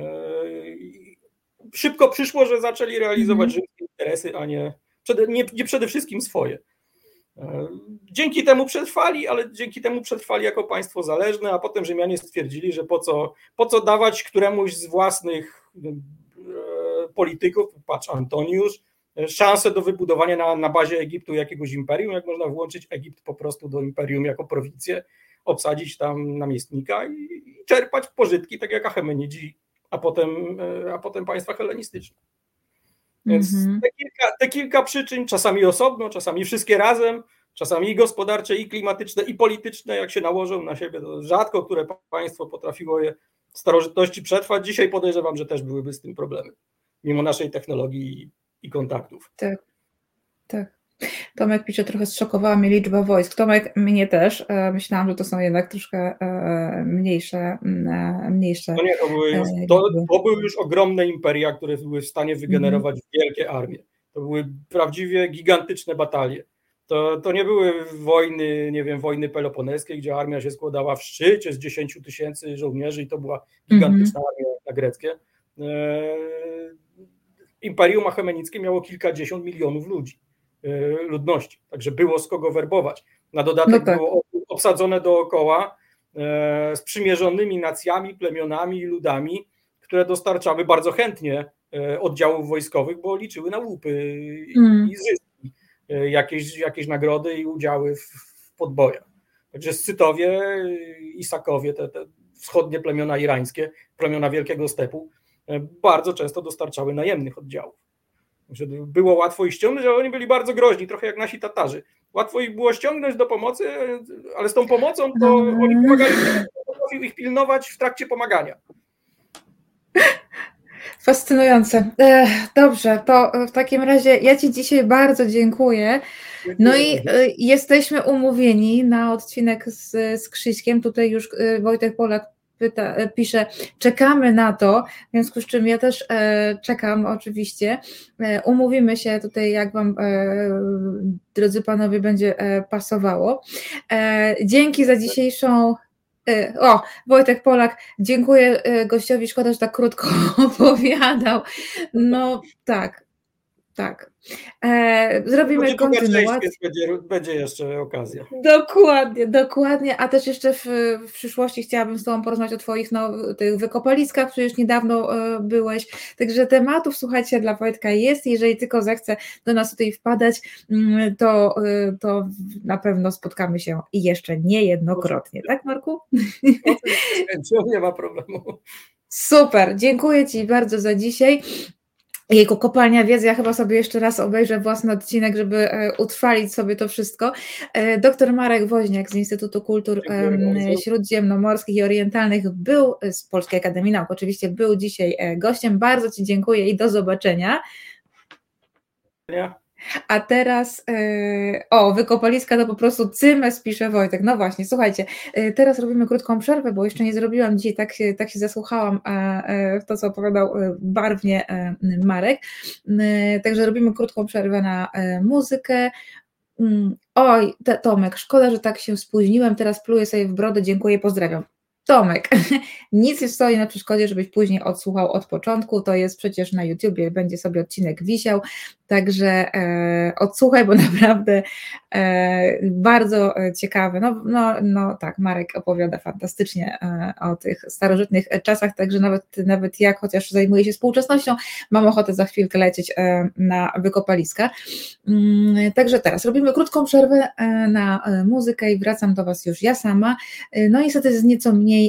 Szybko przyszło, że zaczęli realizować rzymskie interesy, a nie, nie, nie przede wszystkim swoje. Dzięki temu przetrwali, ale dzięki temu przetrwali jako państwo zależne, a potem Rzymianie stwierdzili, że po co, po co dawać któremuś z własnych polityków, patrz Antoniusz, szansę do wybudowania na, na bazie Egiptu jakiegoś imperium, jak można włączyć Egipt po prostu do imperium jako prowincję, obsadzić tam namiestnika i, i czerpać pożytki, tak jak Achemenidzi, a potem, a potem państwa hellenistyczne. Więc mm-hmm. te, kilka, te kilka przyczyn, czasami osobno, czasami wszystkie razem, czasami i gospodarcze, i klimatyczne, i polityczne, jak się nałożą na siebie, to rzadko które państwo potrafiło je w starożytności przetrwać. Dzisiaj podejrzewam, że też byłyby z tym problemy, mimo naszej technologii i, i kontaktów. Tak, tak. Tomek pisze, trochę zszokowała mnie liczba wojsk. Tomek, mnie też. Myślałam, że to są jednak troszkę mniejsze. mniejsze no nie, to były, już, to, to były już ogromne imperia, które były w stanie wygenerować mm. wielkie armie. To były prawdziwie gigantyczne batalie. To, to nie były wojny, nie wiem, wojny peloponeskie, gdzie armia się składała w szczycie z dziesięciu tysięcy żołnierzy i to była gigantyczna mm. armia na greckie. Imperium Achemenickie miało kilkadziesiąt milionów ludzi. ludności, także było z kogo werbować. Na dodatek no tak. było obsadzone dookoła e, sprzymierzonymi nacjami, plemionami i ludami, które dostarczały bardzo chętnie e, oddziałów wojskowych, bo liczyły na łupy mm. i zyski, e, jakieś, jakieś nagrody i udziały w, w podbojach. Także Scytowie i Sakowie, te, te wschodnie plemiona irańskie, plemiona Wielkiego Stepu, e, bardzo często dostarczały najemnych oddziałów. Że było łatwo ich ściągnąć, ale oni byli bardzo groźni, trochę jak nasi Tatarzy. Łatwo ich było ściągnąć do pomocy, ale z tą pomocą to oni pomagali, potrafił ich pilnować w trakcie pomagania. Fascynujące. Dobrze, to w takim razie ja Ci dzisiaj bardzo dziękuję. No i jesteśmy umówieni na odcinek z, z Krzyśkiem. Tutaj już Wojtek Polak Pyta, pisze, czekamy na to, w związku z czym ja też e, czekam oczywiście. E, umówimy się tutaj, jak Wam, e, drodzy panowie, będzie e, pasowało. E, dzięki za dzisiejszą... E, o, Wojtek Polak, dziękuję e, gościowi, szkoda, że tak krótko opowiadał. No tak. Tak. E, zrobimy kontynuację. Będzie, będzie jeszcze okazja. Dokładnie, dokładnie. A też jeszcze w, w przyszłości chciałabym z Tobą porozmawiać o Twoich no, tych wykopaliskach, które już niedawno e, byłeś. Także tematów, słuchajcie, dla Wojtka jest. Jeżeli tylko zechce do nas tutaj wpadać, to, to na pewno spotkamy się i jeszcze niejednokrotnie. Tak, Marku? Nie ma problemu. Super. Dziękuję Ci bardzo za dzisiaj. Jego kopalnia wiedzy, ja chyba sobie jeszcze raz obejrzę własny odcinek, żeby utrwalić sobie to wszystko. Doktor Marek Woźniak z Instytutu Kultur Śródziemnomorskich i Orientalnych był z Polskiej Akademii Nauk, oczywiście był dzisiaj gościem. Bardzo Ci dziękuję i do zobaczenia. Ja. A teraz, o, wykopaliska to po prostu cymes, pisze Wojtek. No właśnie, słuchajcie, teraz robimy krótką przerwę, bo jeszcze nie zrobiłam dzisiaj, tak się, tak się zasłuchałam w to, co opowiadał barwnie Marek. Także robimy krótką przerwę na muzykę. Oj, Tomek, szkoda, że tak się spóźniłem, teraz pluję sobie w brodę, dziękuję, pozdrawiam. Tomek, nic nie stoi na przeszkodzie, żebyś później odsłuchał od początku, to jest przecież na YouTubie, będzie sobie odcinek wisiał, także e, odsłuchaj, bo naprawdę e, bardzo ciekawy, no, no, no tak, Marek opowiada fantastycznie e, o tych starożytnych czasach, także nawet, nawet jak, chociaż zajmuję się współczesnością, mam ochotę za chwilkę lecieć e, na wykopaliska. Mm, także teraz robimy krótką przerwę e, na e, muzykę i wracam do Was już ja sama, e, no i niestety z nieco mniej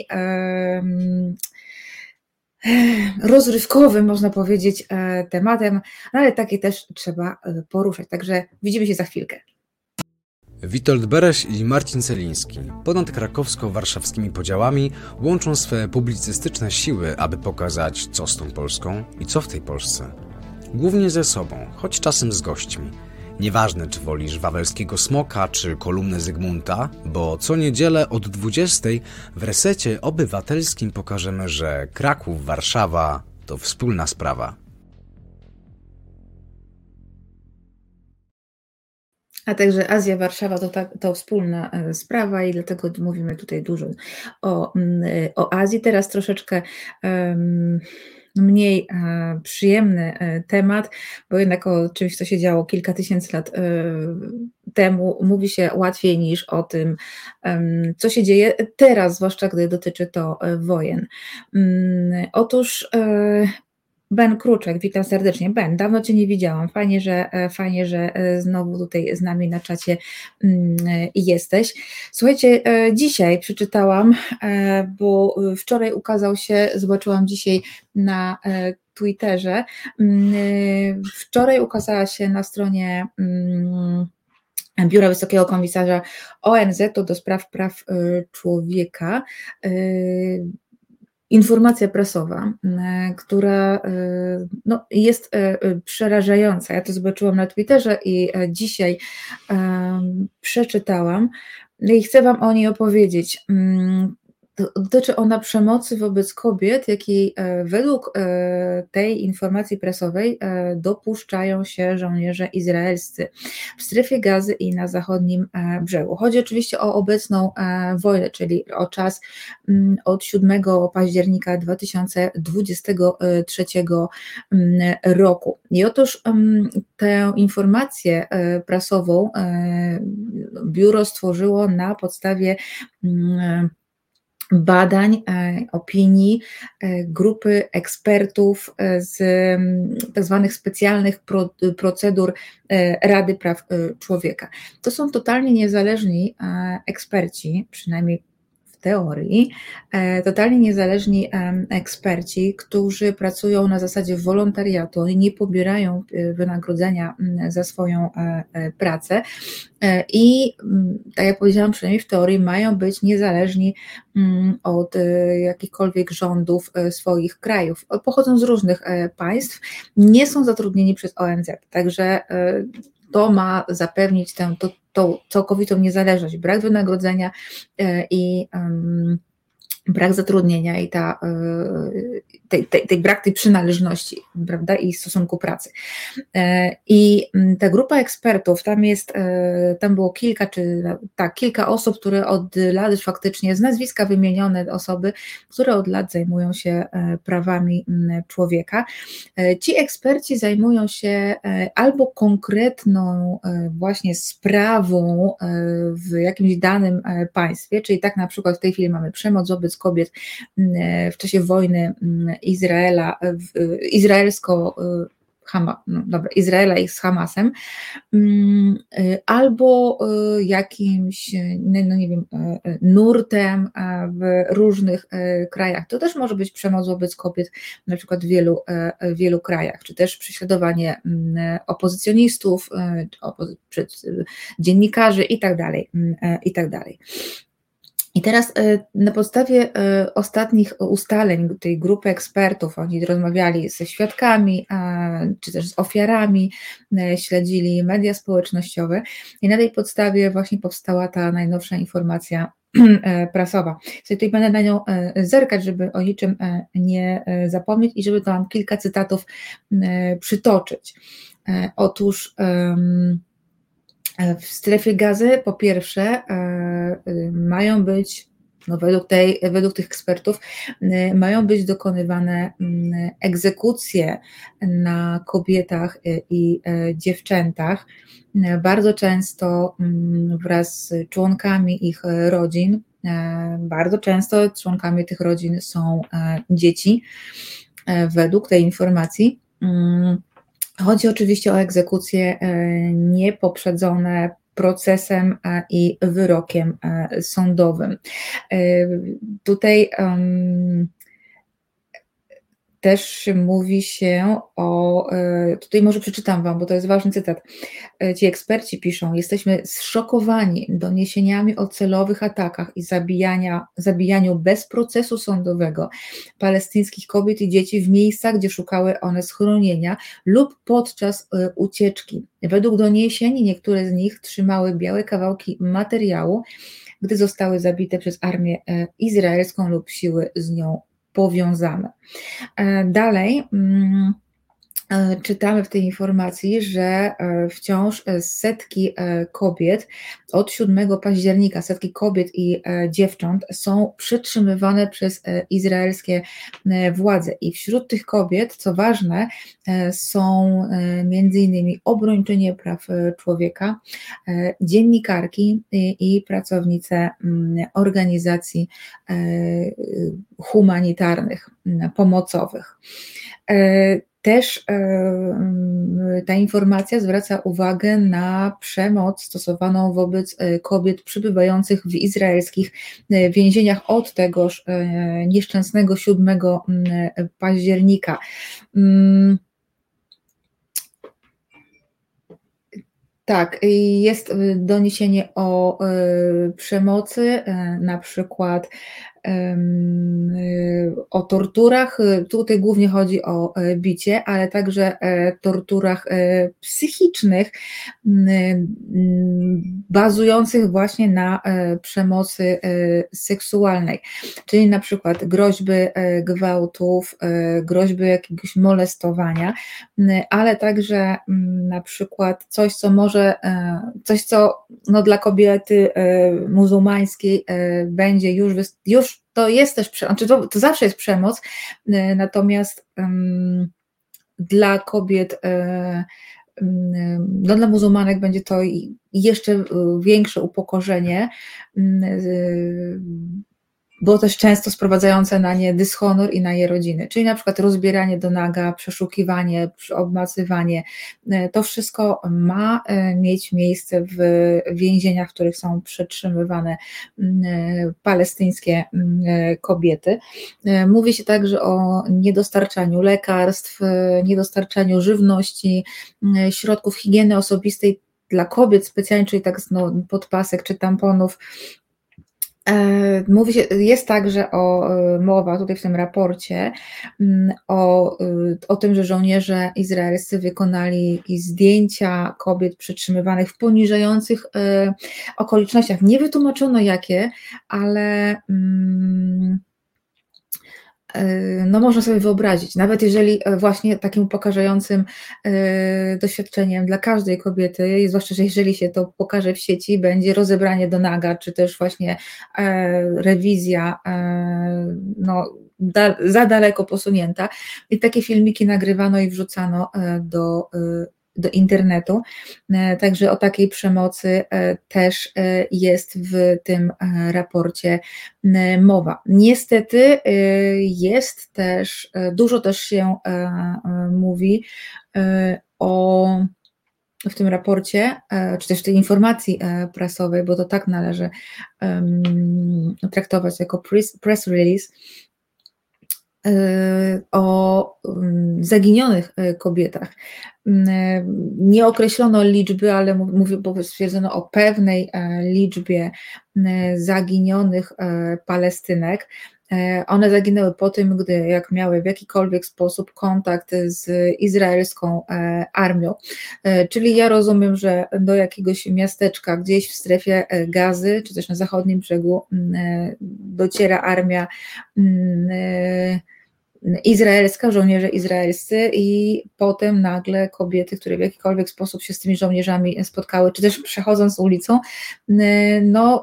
rozrywkowym, można powiedzieć, tematem, no ale takie też trzeba poruszać. Także widzimy się za chwilkę. Witold Bereś i Marcin Celiński ponad krakowsko-warszawskimi podziałami łączą swe publicystyczne siły, aby pokazać, co z tą Polską i co w tej Polsce. Głównie ze sobą, choć czasem z gośćmi. Nieważne, czy wolisz Wawelskiego Smoka, czy kolumnę Zygmunta, bo co niedzielę od dwudziestej w Resecie Obywatelskim pokażemy, że Kraków, Warszawa to wspólna sprawa. A także Azja, Warszawa to, ta, to wspólna sprawa i dlatego mówimy tutaj dużo o, o Azji. Teraz troszeczkę um, mniej e, przyjemny e, temat, bo jednak o czymś, co się działo kilka tysięcy lat e, temu, mówi się łatwiej niż o tym, e, co się dzieje teraz, zwłaszcza gdy dotyczy to e, wojen. Um, otóż e, Ben Kruczek, witam serdecznie. Ben, dawno Cię nie widziałam. Fajnie, że, fajnie, że znowu tutaj z nami na czacie jesteś. Słuchajcie, dzisiaj przeczytałam, bo wczoraj ukazał się, zobaczyłam dzisiaj na Twitterze, wczoraj ukazała się na stronie Biura Wysokiego Komisarza O N Z-u do spraw praw człowieka informacja prasowa, która no, jest przerażająca. Ja to zobaczyłam na Twitterze i dzisiaj um, przeczytałam i chcę Wam o niej opowiedzieć. Dotyczy ona przemocy wobec kobiet, jakiej według tej informacji prasowej dopuszczają się żołnierze izraelscy w strefie Gazy i na zachodnim brzegu. Chodzi oczywiście o obecną wojnę, czyli o czas od siódmego października dwa tysiące dwudziestego trzeciego roku. I otóż tę informację prasową biuro stworzyło na podstawie badań, opinii grupy ekspertów z tak zwanych specjalnych procedur Rady Praw Człowieka. To są totalnie niezależni eksperci, przynajmniej w teorii, totalnie niezależni eksperci, którzy pracują na zasadzie wolontariatu, oni nie pobierają wynagrodzenia za swoją pracę i, tak jak powiedziałam, przynajmniej w teorii mają być niezależni od jakichkolwiek rządów swoich krajów. Pochodzą z różnych państw, nie są zatrudnieni przez O N Z, także to ma zapewnić tę to, tą całkowitą niezależność, brak wynagrodzenia i um, brak zatrudnienia i ta, tej, tej, tej brak tej przynależności, prawda, i stosunku pracy. I ta grupa ekspertów, tam jest, tam było kilka, czy tak, kilka osób, które od lat faktycznie, z nazwiska wymienione osoby, które od lat zajmują się prawami człowieka. Ci eksperci zajmują się albo konkretną właśnie sprawą w jakimś danym państwie, czyli tak na przykład w tej chwili mamy przemoc wobec kobiet w czasie wojny Izraela, izraelsko Hama, no dobra, Izraela i z Hamasem, albo jakimś, no nie wiem, nurtem w różnych krajach. To też może być przemoc wobec kobiet, na przykład w wielu, w wielu krajach, czy też prześladowanie opozycjonistów, dziennikarzy i tak dalej, i tak dalej. I teraz na podstawie ostatnich ustaleń tej grupy ekspertów, oni rozmawiali ze świadkami, czy też z ofiarami, śledzili media społecznościowe i na tej podstawie właśnie powstała ta najnowsza informacja prasowa. Sobie tutaj będę na nią zerkać, żeby o niczym nie zapomnieć i żeby tam kilka cytatów przytoczyć. Otóż w strefie Gazy po pierwsze mają być, no według, tej, według tych ekspertów, mają być dokonywane egzekucje na kobietach i dziewczętach, bardzo często wraz z członkami ich rodzin, bardzo często członkami tych rodzin są dzieci, według tej informacji. Chodzi oczywiście o egzekucje niepoprzedzone procesem i wyrokiem sądowym. Tutaj też mówi się o, tutaj może przeczytam Wam, bo to jest ważny cytat. Ci eksperci piszą: jesteśmy zszokowani doniesieniami o celowych atakach i zabijania, zabijaniu bez procesu sądowego palestyńskich kobiet i dzieci w miejscach, gdzie szukały one schronienia lub podczas ucieczki. Według doniesień niektóre z nich trzymały białe kawałki materiału, gdy zostały zabite przez armię izraelską lub siły z nią powiązane. Dalej czytamy w tej informacji, że wciąż setki kobiet od siódmego października, setki kobiet i dziewcząt są przetrzymywane przez izraelskie władze i wśród tych kobiet, co ważne, są między innymi obrończynie praw człowieka, dziennikarki i, i pracownice organizacji humanitarnych, pomocowych. Też ta informacja zwraca uwagę na przemoc stosowaną wobec kobiet przebywających w izraelskich więzieniach od tegoż nieszczęsnego siódmego października. Tak, jest doniesienie o przemocy, na przykład o torturach. Tutaj głównie chodzi o bicie, ale także torturach psychicznych, bazujących właśnie na przemocy seksualnej, czyli na przykład groźby gwałtów, groźby jakiegoś molestowania, ale także na przykład coś, co może, coś, co no, dla kobiety muzułmańskiej będzie już, już to jest też przemoc, to, to zawsze jest przemoc, natomiast um, dla kobiet, um, no, dla muzułmanek będzie to jeszcze większe upokorzenie, um, bo też często sprowadzające na nie dyshonor i na je rodziny, czyli na przykład rozbieranie do naga, przeszukiwanie, obmacywanie. To wszystko ma mieć miejsce w więzieniach, w których są przetrzymywane palestyńskie kobiety. Mówi się także o niedostarczaniu lekarstw, niedostarczaniu żywności, środków higieny osobistej dla kobiet specjalnie, czyli tak no, podpasek czy tamponów. Mówi się, jest także o, mowa tutaj w tym raporcie o, o tym, że żołnierze izraelscy wykonali zdjęcia kobiet przetrzymywanych w poniżających okolicznościach. Nie wytłumaczono jakie, ale no można sobie wyobrazić, nawet jeżeli właśnie takim upokarzającym doświadczeniem dla każdej kobiety, zwłaszcza, że jeżeli się to pokaże w sieci, będzie rozebranie do naga, czy też właśnie rewizja no, da, za daleko posunięta. I takie filmiki nagrywano i wrzucano do do internetu, także o takiej przemocy też jest w tym raporcie mowa. Niestety jest też, dużo też się mówi o w tym raporcie, czy też w tej informacji prasowej, bo to tak należy traktować jako press release, o zaginionych kobietach. Nie określono liczby, ale mówi, bo stwierdzono o pewnej liczbie zaginionych Palestynek. One zaginęły po tym, gdy jak miały w jakikolwiek sposób kontakt z izraelską armią. Czyli ja rozumiem, że do jakiegoś miasteczka gdzieś w strefie Gazy, czy też na zachodnim brzegu dociera armia izraelska, żołnierze izraelscy i potem nagle kobiety, które w jakikolwiek sposób się z tymi żołnierzami spotkały, czy też przechodząc ulicą, no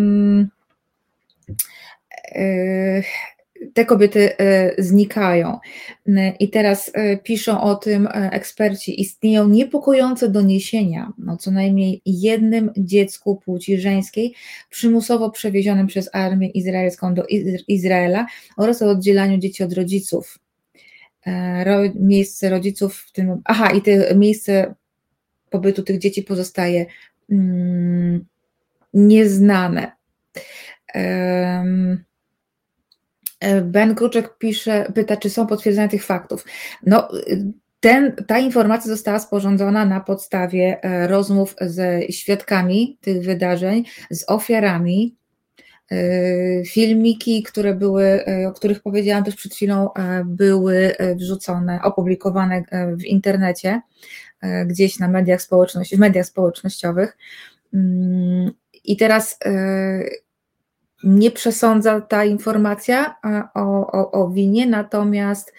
te kobiety znikają. I teraz piszą o tym eksperci. Istnieją niepokojące doniesienia o co najmniej jednym dziecku płci żeńskiej przymusowo przewiezionym przez armię izraelską do Izraela oraz o oddzielaniu dzieci od rodziców. Miejsce rodziców w tym... Aha, i te miejsce pobytu tych dzieci pozostaje mm, nieznane. Um, Ben Kruczek pisze, pyta, czy są potwierdzenia tych faktów. No, ten, ta informacja została sporządzona na podstawie rozmów ze świadkami tych wydarzeń, z ofiarami. Filmiki, które były, o których powiedziałam też przed chwilą, były wrzucone, opublikowane w internecie, gdzieś na mediach społeczności, w mediach społecznościowych. I teraz nie przesądza ta informacja o, o, o winie, natomiast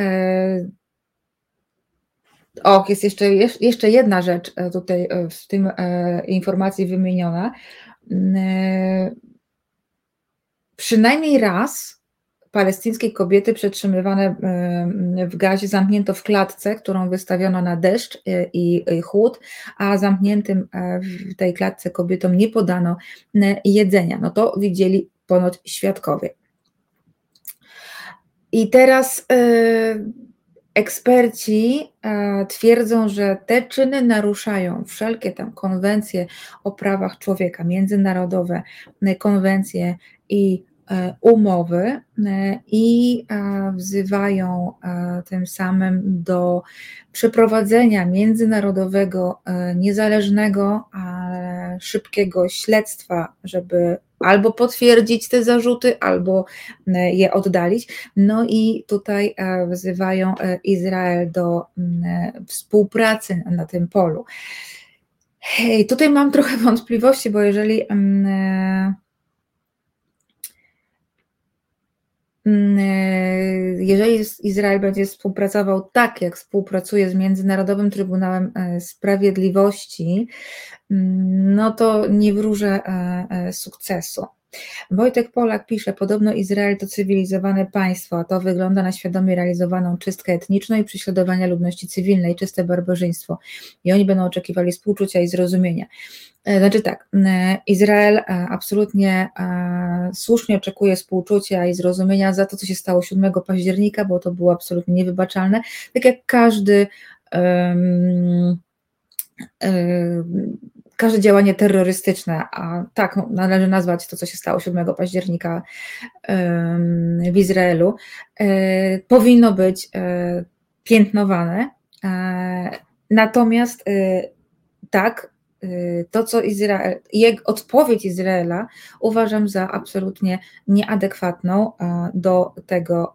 o, jest jeszcze, jeszcze jedna rzecz tutaj w tym informacji wymieniona. Przynajmniej raz palestyńskie kobiety przetrzymywane w gazie zamknięto w klatce, którą wystawiono na deszcz i chłód, a zamkniętym w tej klatce kobietom nie podano jedzenia. No to widzieli ponoć świadkowie. I teraz eksperci twierdzą, że te czyny naruszają wszelkie tam konwencje o prawach człowieka, międzynarodowe konwencje i umowy i wzywają tym samym do przeprowadzenia międzynarodowego, niezależnego, ale szybkiego śledztwa, żeby albo potwierdzić te zarzuty, albo je oddalić. No i tutaj wzywają Izrael do współpracy na tym polu. I tutaj mam trochę wątpliwości, bo jeżeli Jeżeli Izrael będzie współpracował tak, jak współpracuje z Międzynarodowym Trybunałem Sprawiedliwości, no to nie wróżę sukcesu. Wojtek Polak pisze, podobno Izrael to cywilizowane państwo, a to wygląda na świadomie realizowaną czystkę etniczną i prześladowania ludności cywilnej, czyste barbarzyństwo. I oni będą oczekiwali współczucia i zrozumienia. Znaczy tak, Izrael absolutnie słusznie oczekuje współczucia i zrozumienia za to, co się stało siódmego października, bo to było absolutnie niewybaczalne, tak jak każdy um, um, każde działanie terrorystyczne, a tak no, należy nazwać to, co się stało siódmego października um, w Izraelu, um, powinno być um, piętnowane, um, natomiast um, tak, to, co Izrael, jego odpowiedź Izraela uważam za absolutnie nieadekwatną do tego,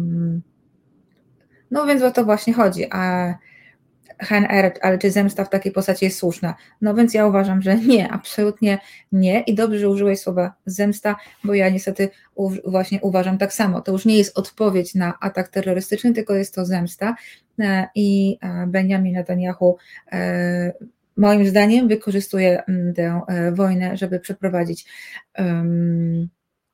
no więc o to właśnie chodzi, a Hein Eret, ale czy zemsta w takiej postaci jest słuszna? No więc ja uważam, że nie, absolutnie nie i dobrze, że użyłeś słowa zemsta, bo ja niestety u, właśnie uważam tak samo. To już nie jest odpowiedź na atak terrorystyczny, tylko jest to zemsta i Benjamin Netanyahu moim zdaniem wykorzystuje tę wojnę, żeby przeprowadzić um,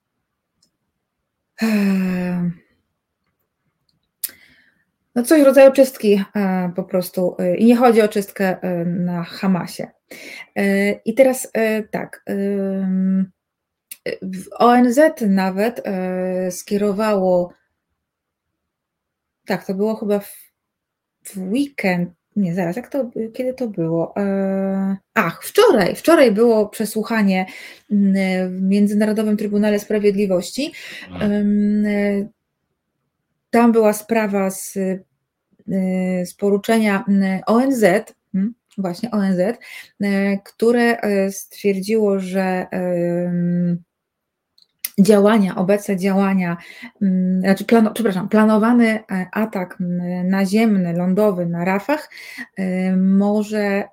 no coś w rodzaju czystki po prostu i nie chodzi o czystkę na Hamasie. I teraz tak, O N Z nawet skierowało, tak, to było chyba w, w weekend, nie, zaraz, jak to, kiedy to było? Ach, wczoraj, wczoraj było przesłuchanie w Międzynarodowym Trybunale Sprawiedliwości. Tam była sprawa z, z poruczenia O N Z, właśnie O N Z, które stwierdziło, że działania, obecne działania, znaczy plan, przepraszam, planowany atak naziemny, lądowy na Rafah może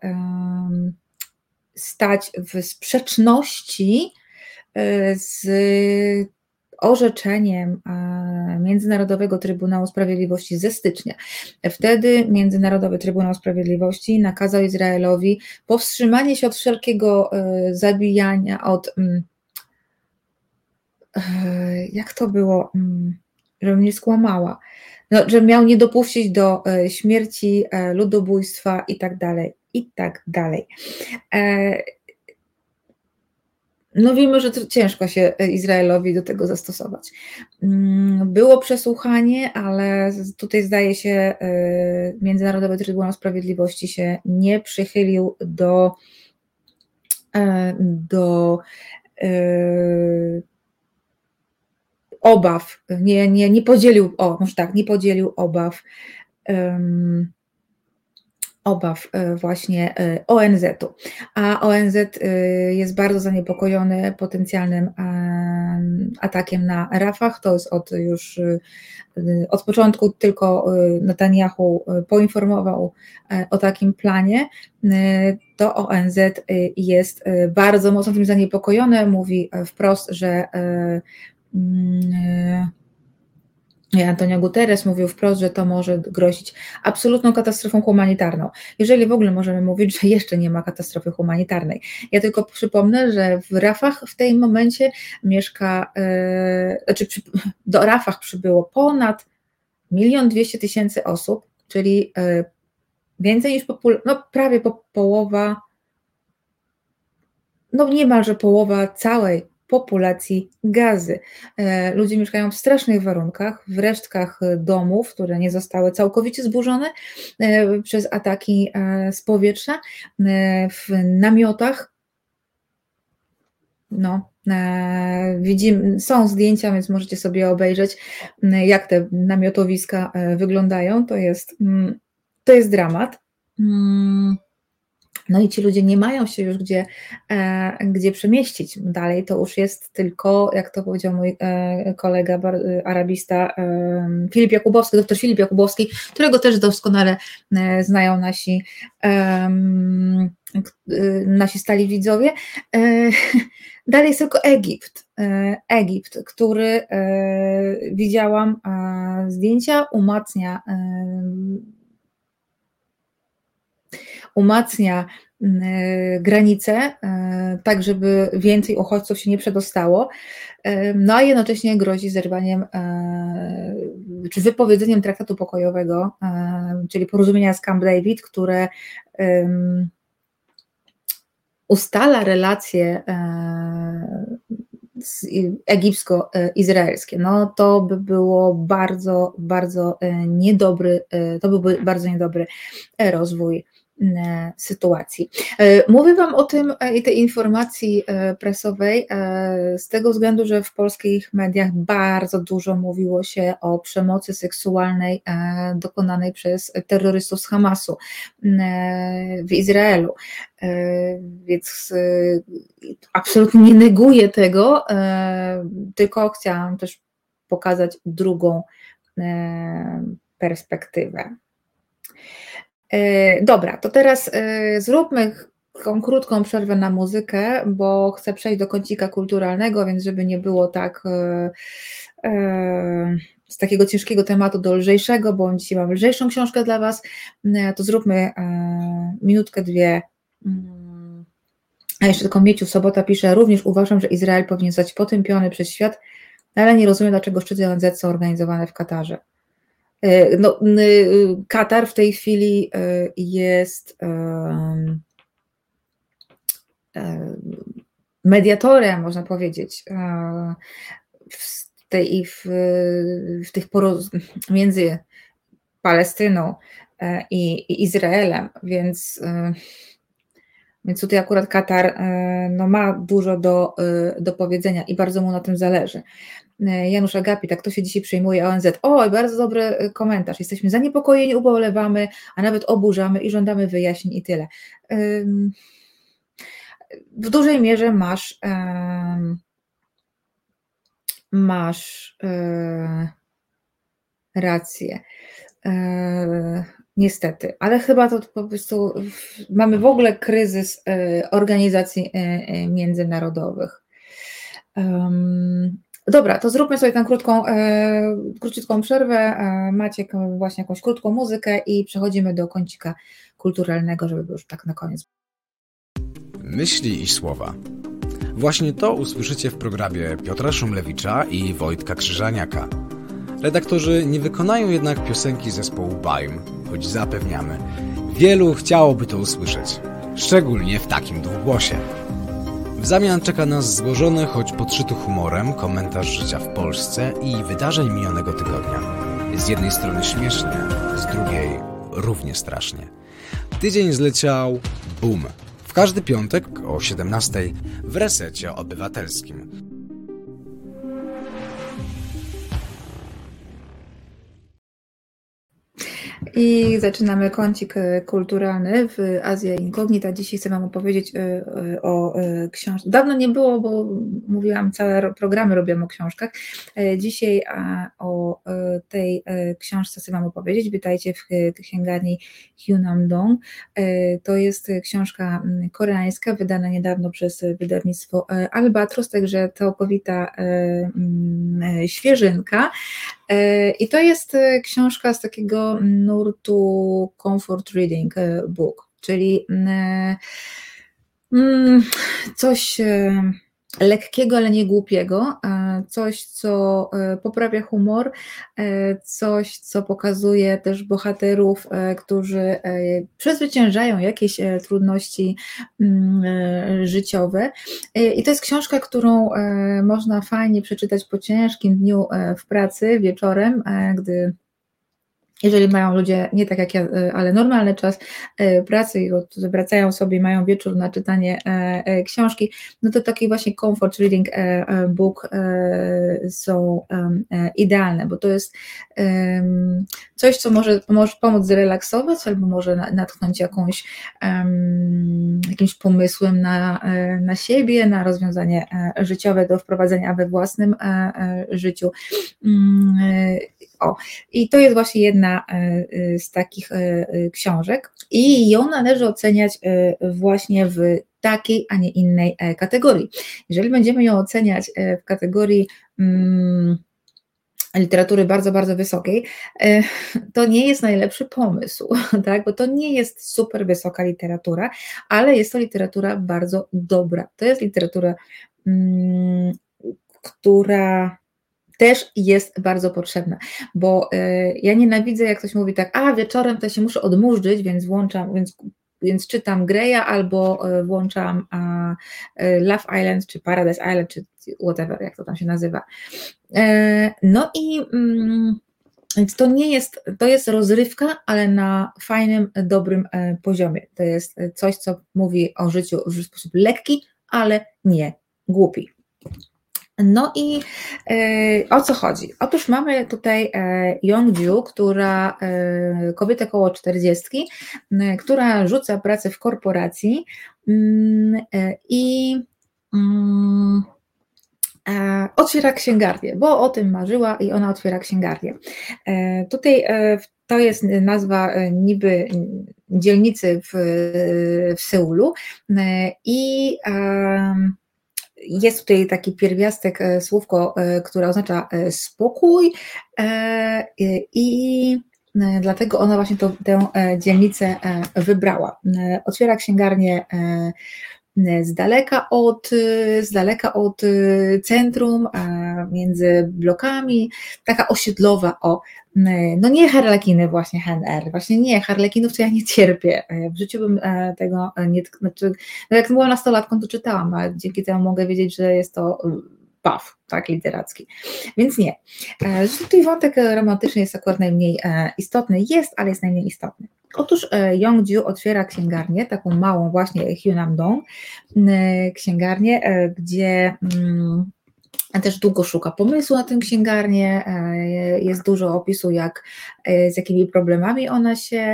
stać w sprzeczności z orzeczeniem Międzynarodowego Trybunału Sprawiedliwości ze stycznia. Wtedy Międzynarodowy Trybunał Sprawiedliwości nakazał Izraelowi powstrzymanie się od wszelkiego zabijania, od jak to było, żebym nie skłamała, no, że miał nie dopuścić do śmierci, ludobójstwa i tak dalej, i tak dalej. No wiemy, że ciężko się Izraelowi do tego zastosować. Było przesłuchanie, ale tutaj zdaje się Międzynarodowy Trybunał Sprawiedliwości się nie przychylił do, do obaw, nie, nie, nie podzielił, o, może tak, nie podzielił obaw um, obaw właśnie O N Z-u. A O N Z jest bardzo zaniepokojony potencjalnym atakiem na Rafah. To jest od już od początku tylko Netanyahu poinformował o takim planie. To O N Z jest bardzo mocno tym zaniepokojone. Mówi wprost, że Antonio Guterres mówił wprost, że to może grozić absolutną katastrofą humanitarną. Jeżeli w ogóle możemy mówić, że jeszcze nie ma katastrofy humanitarnej. Ja tylko przypomnę, że w Rafah w tym momencie mieszka, yy, znaczy przy, do Rafah przybyło ponad milion dwieście tysięcy osób, czyli yy, więcej niż popul- no prawie po, połowa, no niemalże połowa całej populacji Gazy. Ludzie mieszkają w strasznych warunkach, w resztkach domów, które nie zostały całkowicie zburzone przez ataki z powietrza, w namiotach. No, widzimy, są zdjęcia, więc możecie sobie obejrzeć, jak te namiotowiska wyglądają. To jest, to jest dramat. No i ci ludzie nie mają się już gdzie, e, gdzie przemieścić. Dalej to już jest tylko, jak to powiedział mój e, kolega bar, arabista e, Filip Jakubowski, doktor Filip Jakubowski, którego też doskonale e, znają nasi, e, e, nasi stali widzowie. E, dalej jest tylko Egipt. E, Egipt, który e, widziałam e, zdjęcia, umacnia e, umacnia granice, tak żeby więcej uchodźców się nie przedostało, no a jednocześnie grozi zerwaniem czy wypowiedzeniem traktatu pokojowego, czyli porozumienia z Camp David, które ustala relacje egipsko-izraelskie. No to by było bardzo, bardzo niedobry, to byłby bardzo niedobry rozwój sytuacji. Mówię Wam o tym i tej informacji prasowej z tego względu, że w polskich mediach bardzo dużo mówiło się o przemocy seksualnej dokonanej przez terrorystów z Hamasu w Izraelu. Więc absolutnie nie neguję tego, tylko chciałam też pokazać drugą perspektywę. Dobra, to teraz zróbmy taką krótką przerwę na muzykę, bo chcę przejść do kącika kulturalnego, więc żeby nie było tak z takiego ciężkiego tematu do lżejszego, bo dzisiaj mam lżejszą książkę dla Was, to zróbmy minutkę, dwie. A jeszcze tylko Mieciu Sobota pisze, również uważam, że Izrael powinien zostać potępiony przez świat, ale nie rozumiem, dlaczego szczyty O N Z są organizowane w Katarze. No, Katar w tej chwili jest mediatorem, można powiedzieć, w tej, w, w tych poroz... między Palestyną i, i Izraelem, więc, więc tutaj akurat Katar no, ma dużo do, do powiedzenia i bardzo mu na tym zależy. Janusz Agapi, tak to się dzisiaj przejmuje O N Z. Oj, bardzo dobry komentarz. Jesteśmy zaniepokojeni, ubolewamy, a nawet oburzamy i żądamy wyjaśnień i tyle. W dużej mierze masz masz rację. Niestety, ale chyba to po prostu mamy w ogóle kryzys organizacji międzynarodowych. Dobra, to zróbmy sobie tę krótką, e, króciutką przerwę. E, Maciek właśnie jakąś krótką muzykę i przechodzimy do kącika kulturalnego, żeby już tak na koniec. Myśli i słowa. Właśnie to usłyszycie w programie Piotra Szumlewicza i Wojtka Krzyżaniaka. Redaktorzy nie wykonają jednak piosenki zespołu Baim, choć zapewniamy, wielu chciałoby to usłyszeć, szczególnie w takim dwugłosie. W zamian czeka nas złożony, choć podszyty humorem, komentarz życia w Polsce i wydarzeń minionego tygodnia. Z jednej strony śmiesznie, z drugiej równie strasznie. Tydzień zleciał bum. W każdy piątek o siedemnastej w Resecie Obywatelskim. I zaczynamy kącik kulturalny w Azja Incognita. Dzisiaj chcę Wam opowiedzieć o książce. Dawno nie było, bo mówiłam, całe programy robiłam o książkach. Dzisiaj o tej książce chcę Wam opowiedzieć. Witajcie w księgarni Hyunam-dong. To jest książka koreańska, wydana niedawno przez wydawnictwo Albatros, także całkowita świeżynka. I to jest książka z takiego nurtu comfort reading book, czyli coś lekkiego, ale nie głupiego, coś, co poprawia humor, coś, co pokazuje też bohaterów, którzy przezwyciężają jakieś trudności życiowe. I to jest książka, którą można fajnie przeczytać po ciężkim dniu w pracy wieczorem, gdy jeżeli mają ludzie, nie tak jak ja, ale normalny czas pracy i wracają sobie, mają wieczór na czytanie książki, no to taki właśnie comfort reading book są idealne, bo to jest coś, co może, może pomóc zrelaksować albo może natchnąć jakąś, jakimś pomysłem na, na siebie, na rozwiązanie życiowe do wprowadzenia we własnym życiu. O, i to jest właśnie jedna z takich książek i ją należy oceniać właśnie w takiej, a nie innej kategorii. Jeżeli będziemy ją oceniać w kategorii hmm, literatury bardzo, bardzo wysokiej, to nie jest najlepszy pomysł, tak? Bo to nie jest super wysoka literatura, ale jest to literatura bardzo dobra. To jest literatura, hmm, która też jest bardzo potrzebna, bo y, ja nienawidzę, jak ktoś mówi tak, a wieczorem to się muszę odmurzyć, więc włączam, więc, więc czytam Greya albo y, włączam y, y, Love Island, czy Paradise Island, czy whatever, jak to tam się nazywa. Y, no i y, więc to nie jest, to jest rozrywka, ale na fajnym, dobrym y, poziomie. To jest coś, co mówi o życiu w sposób lekki, ale nie głupi. No i y, o co chodzi? Otóż mamy tutaj y, Young-ju, która, y, kobietę koło czterdziestki, y, która rzuca pracę w korporacji y, y, i y, y, otwiera księgarnię, bo o tym marzyła i ona otwiera księgarnię. Y, tutaj y, to jest nazwa y, niby dzielnicy w, w Seulu y, i y, jest tutaj taki pierwiastek, słówko, które oznacza spokój i dlatego ona właśnie to, tę dzielnicę wybrała. Otwiera księgarnię z daleka od, z daleka od centrum, między blokami, taka osiedlowa, o, no nie harlekiny właśnie H and R, właśnie nie, harlekinów to ja nie cierpię, w życiu bym tego nie, znaczy, no jak byłam nastolatką to czytałam, a dzięki temu mogę wiedzieć, że jest to paw, tak, literacki, więc nie. Zresztą tutaj wątek romantyczny jest akurat najmniej istotny, jest, ale jest najmniej istotny. Otóż Young-ju otwiera księgarnię, taką małą właśnie Hyunam-dong, księgarnię, gdzie też długo szuka pomysłu na tę księgarnię, jest dużo opisu, jak, z jakimi problemami ona się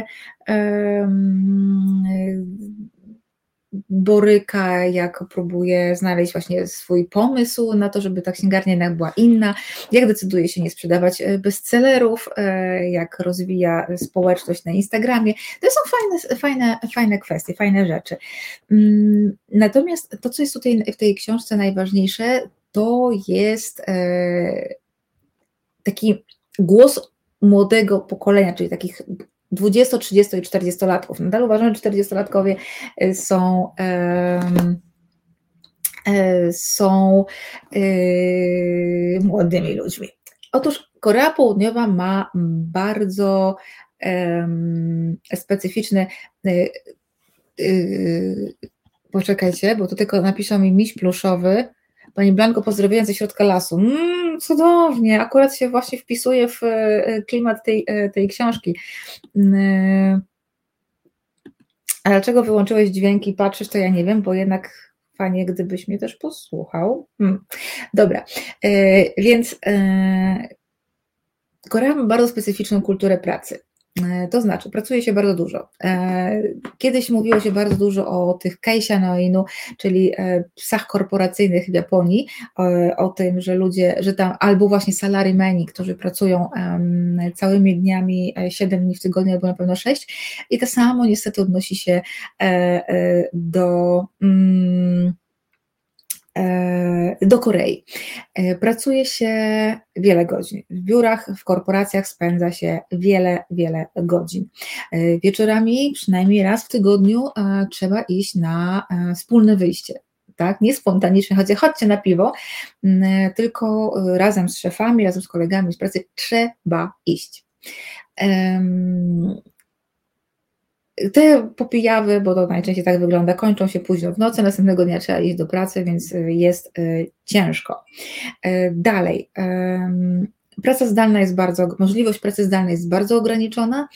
boryka, jak próbuje znaleźć właśnie swój pomysł na to, żeby ta księgarnia jednak była inna, jak decyduje się nie sprzedawać bestsellerów, jak rozwija społeczność na Instagramie. To są fajne, fajne, fajne kwestie, fajne rzeczy. Natomiast to, co jest tutaj w tej książce najważniejsze, to jest taki głos młodego pokolenia, czyli takich dwudziesto-, trzydziesto- i czterdziestolatków. Nadal uważam, że czterdziestolatkowie są, są młodymi ludźmi. Otóż Korea Południowa ma bardzo specyficzny, poczekajcie, bo tu tylko napiszą mi miś pluszowy. Pani Blanko, pozdrowienia ze środka lasu. Mm, cudownie, akurat się właśnie wpisuje w klimat tej, tej książki. A dlaczego wyłączyłeś dźwięki, patrzysz, to ja nie wiem, bo jednak fajnie, gdybyś mnie też posłuchał. Hmm. Dobra, więc Korea ma bardzo specyficzną kulturę pracy. To znaczy, pracuje się bardzo dużo. Kiedyś mówiło się bardzo dużo o tych Keisha no Inu, czyli psach korporacyjnych w Japonii, o tym, że ludzie, że tam albo właśnie salarymeni, którzy pracują całymi dniami, siedem dni w tygodniu, albo na pewno sześć, i to samo niestety odnosi się do do Korei. Pracuje się wiele godzin. W biurach, w korporacjach spędza się wiele, wiele godzin. Wieczorami, przynajmniej raz w tygodniu, trzeba iść na wspólne wyjście. Tak? Nie spontanicznie, chodźcie, chodźcie na piwo, tylko razem z szefami, razem z kolegami z pracy trzeba iść. Te popijawy, bo to najczęściej tak wygląda, kończą się późno w nocy, następnego dnia trzeba iść do pracy, więc jest ciężko. Dalej, praca zdalna jest bardzo, możliwość pracy zdalnej jest bardzo ograniczona.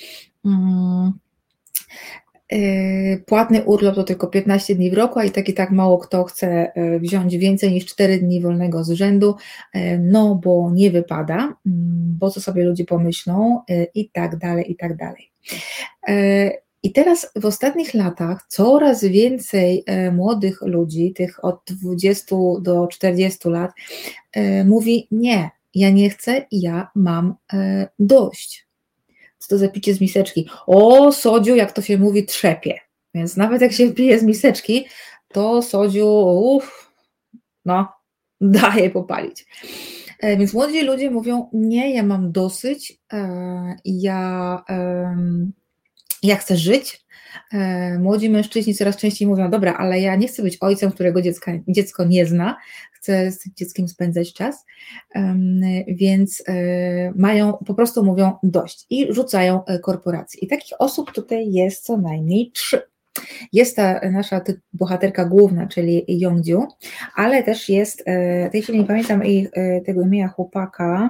Płatny urlop to tylko piętnaście dni w roku, a i tak i tak mało kto chce wziąć więcej niż cztery dni wolnego z rzędu, no bo nie wypada, bo co sobie ludzie pomyślą i tak dalej, i tak dalej. I teraz w ostatnich latach coraz więcej młodych ludzi, tych od dwudziestu do czterdziestu lat, mówi: nie, ja nie chcę, ja mam dość. Co to za picie z miseczki? O, sodziu, jak to się mówi, trzepie. Więc nawet jak się pije z miseczki, to sodziu, uff, no, daje popalić. Więc młodzi ludzie mówią: nie, ja mam dosyć, ja... ja chcę żyć. Młodzi mężczyźni coraz częściej mówią: dobra, ale ja nie chcę być ojcem, którego dziecka, dziecko nie zna, chcę z dzieckiem spędzać czas, więc mają, po prostu mówią dość i rzucają korporacje. I takich osób tutaj jest co najmniej trzy. Jest ta nasza bohaterka główna, czyli Yongju, ale też jest, w tej chwili nie pamiętam jej, tego imienia chłopaka,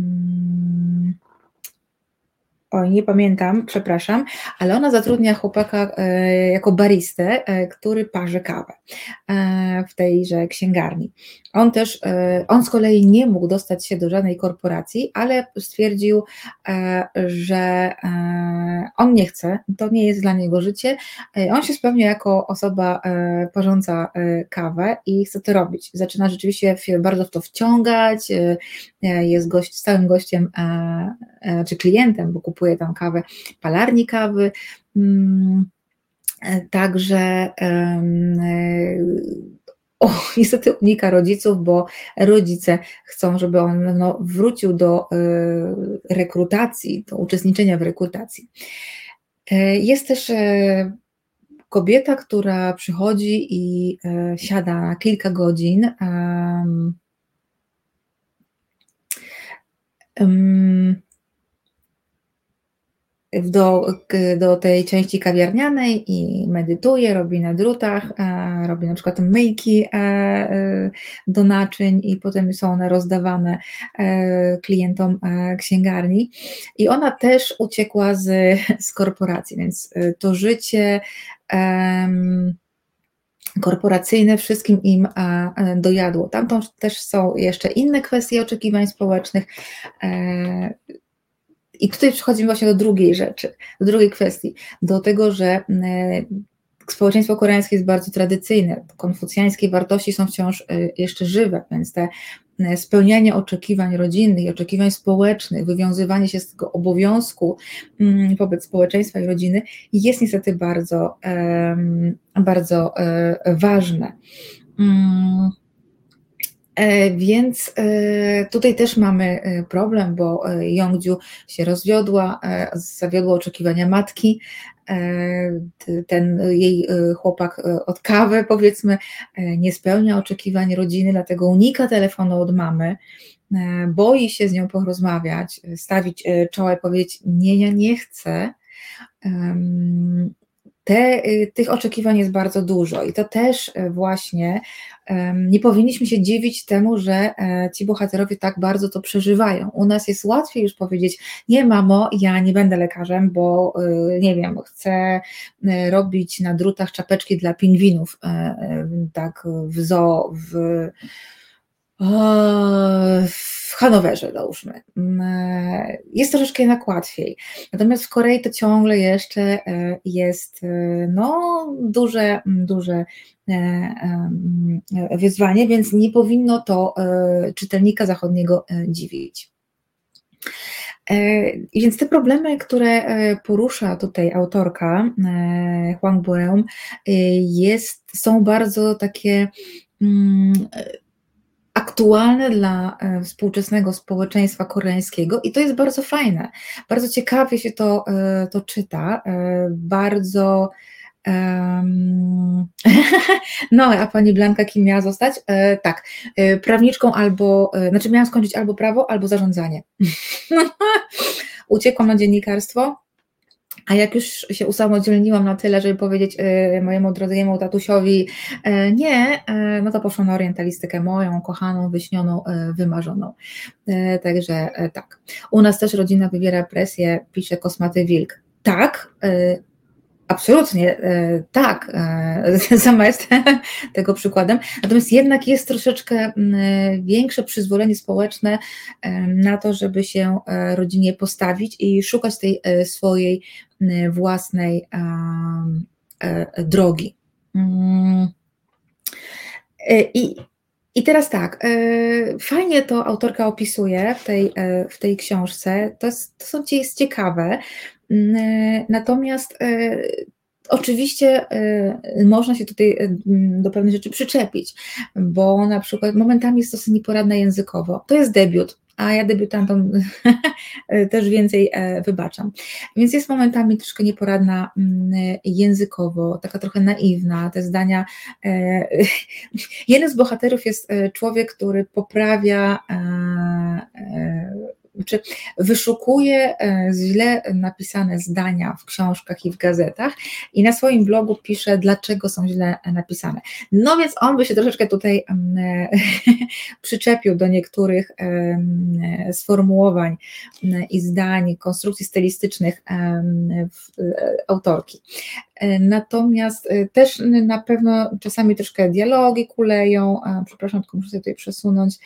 Oj, nie pamiętam, przepraszam, ale ona zatrudnia chłopaka e, jako baristę, e, który parzy kawę e, w tejże księgarni. On też, e, on z kolei nie mógł dostać się do żadnej korporacji, ale stwierdził, e, że e, on nie chce, to nie jest dla niego życie. E, on się spełnia jako osoba e, parząca e, kawę i chce to robić. Zaczyna rzeczywiście bardzo w to wciągać, e, jest gość, stałym gościem, e, e, czy klientem, bo kupuje tam kawę, palarni kawy, także o, niestety unika rodziców, bo rodzice chcą, żeby on no, wrócił do rekrutacji, do uczestniczenia w rekrutacji. Jest też kobieta, która przychodzi i siada na kilka godzin um, Do, do tej części kawiarnianej i medytuje, robi na drutach, robi na przykład myjki do naczyń i potem są one rozdawane klientom księgarni. I ona też uciekła z, z korporacji, więc to życie korporacyjne wszystkim im dojadło. Tam też są jeszcze inne kwestie oczekiwań społecznych. I tutaj przechodzimy właśnie do drugiej rzeczy, do drugiej kwestii, do tego, że społeczeństwo koreańskie jest bardzo tradycyjne, konfucjańskie wartości są wciąż jeszcze żywe, więc te spełnianie oczekiwań rodzinnych i oczekiwań społecznych, wywiązywanie się z tego obowiązku wobec społeczeństwa i rodziny jest niestety bardzo, bardzo ważne. Więc tutaj też mamy problem, bo Yongju się rozwiodła, zawiodła oczekiwania matki, ten jej chłopak od kawy, powiedzmy, nie spełnia oczekiwań rodziny, dlatego unika telefonu od mamy, boi się z nią porozmawiać, stawić czoła i powiedzieć: nie, ja nie chcę. Te, tych oczekiwań jest bardzo dużo i to też właśnie nie powinniśmy się dziwić temu, że ci bohaterowie tak bardzo to przeżywają. U nas jest łatwiej już powiedzieć: nie mamo, ja nie będę lekarzem, bo nie wiem, chcę robić na drutach czapeczki dla pingwinów, tak w zoo, w w Hanowerze, załóżmy. Jest troszeczkę jednak łatwiej. Natomiast w Korei to ciągle jeszcze jest no, duże, duże wyzwanie, więc nie powinno to czytelnika zachodniego dziwić. Więc te problemy, które porusza tutaj autorka Hwang Bo-eum, jest, są bardzo takie aktualne dla współczesnego społeczeństwa koreańskiego i to jest bardzo fajne. Bardzo ciekawie się to, to czyta, bardzo um, no, a pani Blanka kim miała zostać? E, tak, e, prawniczką albo, e, znaczy miałam skończyć albo prawo, albo zarządzanie. Uciekłam na dziennikarstwo, a jak już się usamodzielniłam na tyle, żeby powiedzieć y, mojemu drogiemu tatusiowi y, nie, y, no to poszłam na orientalistykę moją, kochaną, wyśnioną, y, wymarzoną. Y, także y, tak. U nas też rodzina wywiera presję, pisze Kosmaty Wilk. Tak, y, absolutnie, y, tak, y, sama jestem tego przykładem, natomiast jednak jest troszeczkę y, większe przyzwolenie społeczne y, na to, żeby się y, rodzinie postawić i szukać tej y, swojej y, własnej y, y, drogi. Y, I I teraz tak, fajnie to autorka opisuje w tej, w tej książce, to, jest, to są, jest ciekawe, natomiast oczywiście można się tutaj do pewnych rzeczy przyczepić, bo na przykład momentami jest dosyć nieporadna językowo, to jest debiut, a ja debiutantom też więcej wybaczam. Więc jest momentami troszkę nieporadna językowo, taka trochę naiwna, te zdania. Jeden z bohaterów jest człowiek, który poprawia, czy wyszukuje źle napisane zdania w książkach i w gazetach i na swoim blogu pisze, dlaczego są źle napisane. No więc on by się troszeczkę tutaj przyczepił do niektórych sformułowań i zdań, konstrukcji stylistycznych autorki. Natomiast też na pewno czasami troszkę dialogi kuleją, przepraszam, tylko muszę sobie tutaj przesunąć,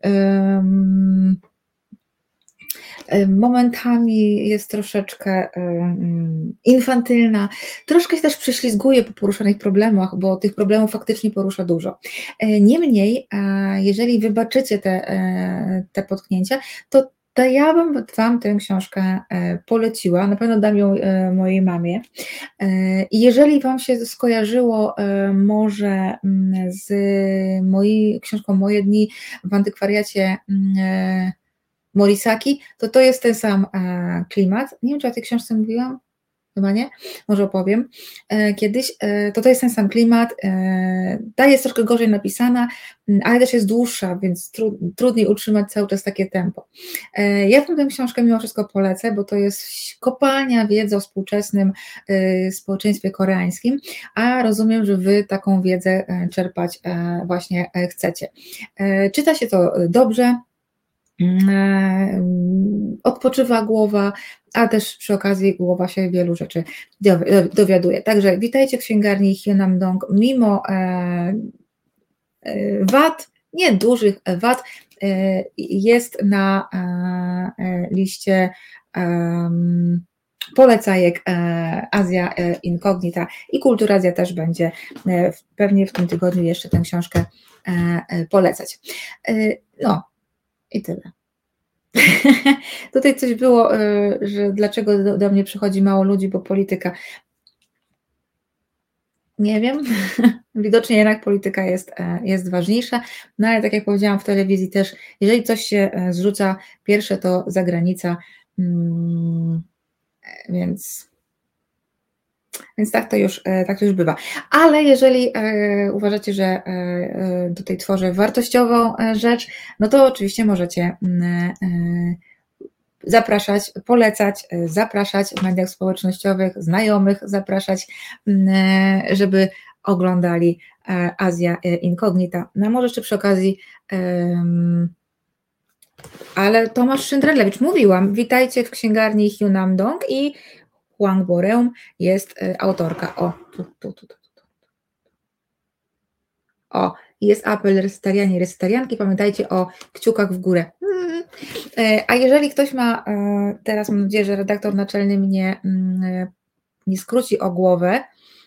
momentami jest troszeczkę infantylna, troszkę się też prześlizguje po poruszanych problemach, bo tych problemów faktycznie porusza dużo. Niemniej, jeżeli wybaczycie te, te potknięcia, to to ja bym Wam tę książkę poleciła, na pewno dam ją mojej mamie. I jeżeli Wam się skojarzyło może z mojej książką Moje dni w antykwariacie Morisaki, to to jest ten sam klimat. Nie wiem, czy o tej książce mówiłam, chyba nie, może opowiem kiedyś. To to jest ten sam klimat, ta jest troszkę gorzej napisana, ale też jest dłuższa, więc tru, trudniej utrzymać cały czas takie tempo. Ja tę książkę mimo wszystko polecę, bo to jest kopalnia wiedzy o współczesnym społeczeństwie koreańskim, a rozumiem, że Wy taką wiedzę czerpać właśnie chcecie. Czyta się to dobrze, odpoczywa głowa, a też przy okazji głowa się wielu rzeczy dowiaduje. Także witajcie w księgarni Hyunam-dong. Mimo wad, nie dużych wad, jest na liście polecajek Azja Incognita i Kulturazja też będzie pewnie w tym tygodniu jeszcze tę książkę polecać. No i tyle. Tutaj coś było, że dlaczego do, do mnie przychodzi mało ludzi, bo polityka. Nie wiem, widocznie jednak polityka jest, jest ważniejsza, no ale tak jak powiedziałam w telewizji też, jeżeli coś się zrzuca, pierwsze to zagranica, hmm, więc... Więc tak to już, tak to już bywa. Ale jeżeli e, uważacie, że e, tutaj tworzę wartościową rzecz, no to oczywiście możecie e, zapraszać, polecać, zapraszać w mediach społecznościowych, znajomych zapraszać, e, żeby oglądali e, Azja Incognita. No może jeszcze przy okazji, e, ale Tomasz Szyndrelewicz, mówiłam, witajcie w księgarni Hyunam-dong i Hwang Bo-eum jest autorka. O, tu, tu, tu, tu, tu. O, i jest apel resetarianie, resetarianki, pamiętajcie o kciukach w górę. A jeżeli ktoś ma, teraz mam nadzieję, że redaktor naczelny mnie nie skróci o głowę,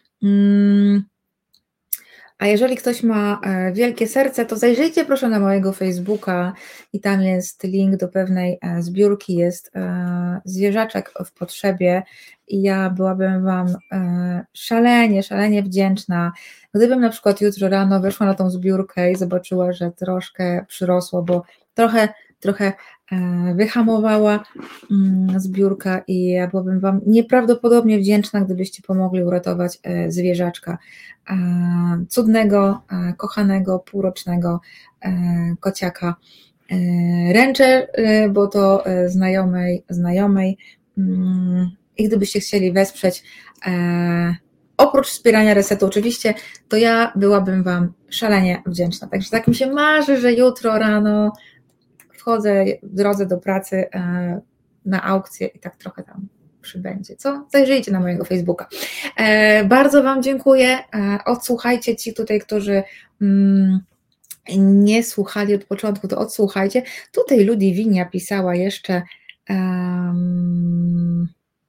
a jeżeli ktoś ma wielkie serce, to zajrzyjcie proszę na mojego Facebooka i tam jest link do pewnej zbiórki, jest zwierzaczek w potrzebie i ja byłabym Wam szalenie, szalenie wdzięczna, gdybym na przykład jutro rano weszła na tą zbiórkę i zobaczyła, że troszkę przyrosło, bo trochę, trochę wyhamowała zbiórka i ja byłabym Wam nieprawdopodobnie wdzięczna, gdybyście pomogli uratować zwierzaczka, cudnego, kochanego, półrocznego kociaka Ranger, bo to znajomej, znajomej i gdybyście chcieli wesprzeć oprócz wspierania Resetu oczywiście, to ja byłabym Wam szalenie wdzięczna. Także tak mi się marzy, że jutro rano wchodzę w drodze do pracy na aukcję i tak trochę tam przybędzie. Co? Zajrzyjcie na mojego Facebooka. Bardzo Wam dziękuję. Odsłuchajcie ci tutaj, którzy nie słuchali od początku, to odsłuchajcie. Tutaj Ludwinia pisała jeszcze um,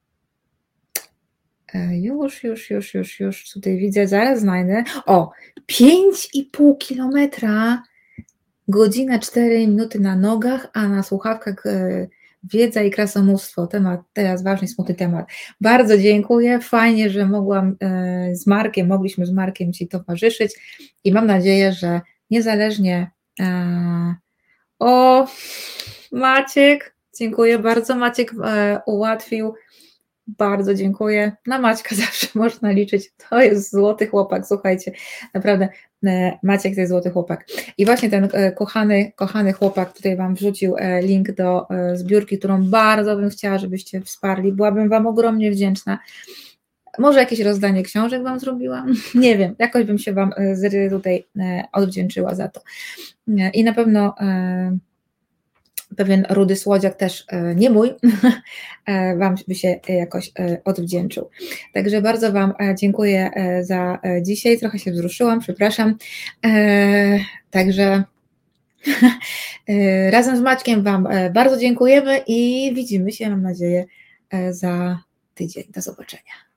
Już, już, już, już, już tutaj widzę, zaraz znajdę. O, pięć i pół kilometra, godzina cztery minuty na nogach, a na słuchawkach wiedza i krasomóstwo. Temat, teraz ważny, smutny temat. Bardzo dziękuję, fajnie, że mogłam z Markiem, mogliśmy z Markiem Ci towarzyszyć i mam nadzieję, że niezależnie o Maciek, dziękuję bardzo, Maciek ułatwił. Bardzo dziękuję. Na Maćka zawsze można liczyć. To jest złoty chłopak, słuchajcie, naprawdę Maciek to jest złoty chłopak. I właśnie ten kochany, kochany chłopak tutaj Wam wrzucił link do zbiórki, którą bardzo bym chciała, żebyście wsparli. Byłabym Wam ogromnie wdzięczna. Może jakieś rozdanie książek Wam zrobiłam? Nie wiem, jakoś bym się Wam tutaj odwdzięczyła za to. I na pewno pewien rudy słodziak też nie mój, Wam by się jakoś odwdzięczył. Także bardzo Wam dziękuję za dzisiaj, trochę się wzruszyłam, przepraszam. Także razem z Maćkiem Wam bardzo dziękujemy i widzimy się, mam nadzieję, za tydzień. Do zobaczenia.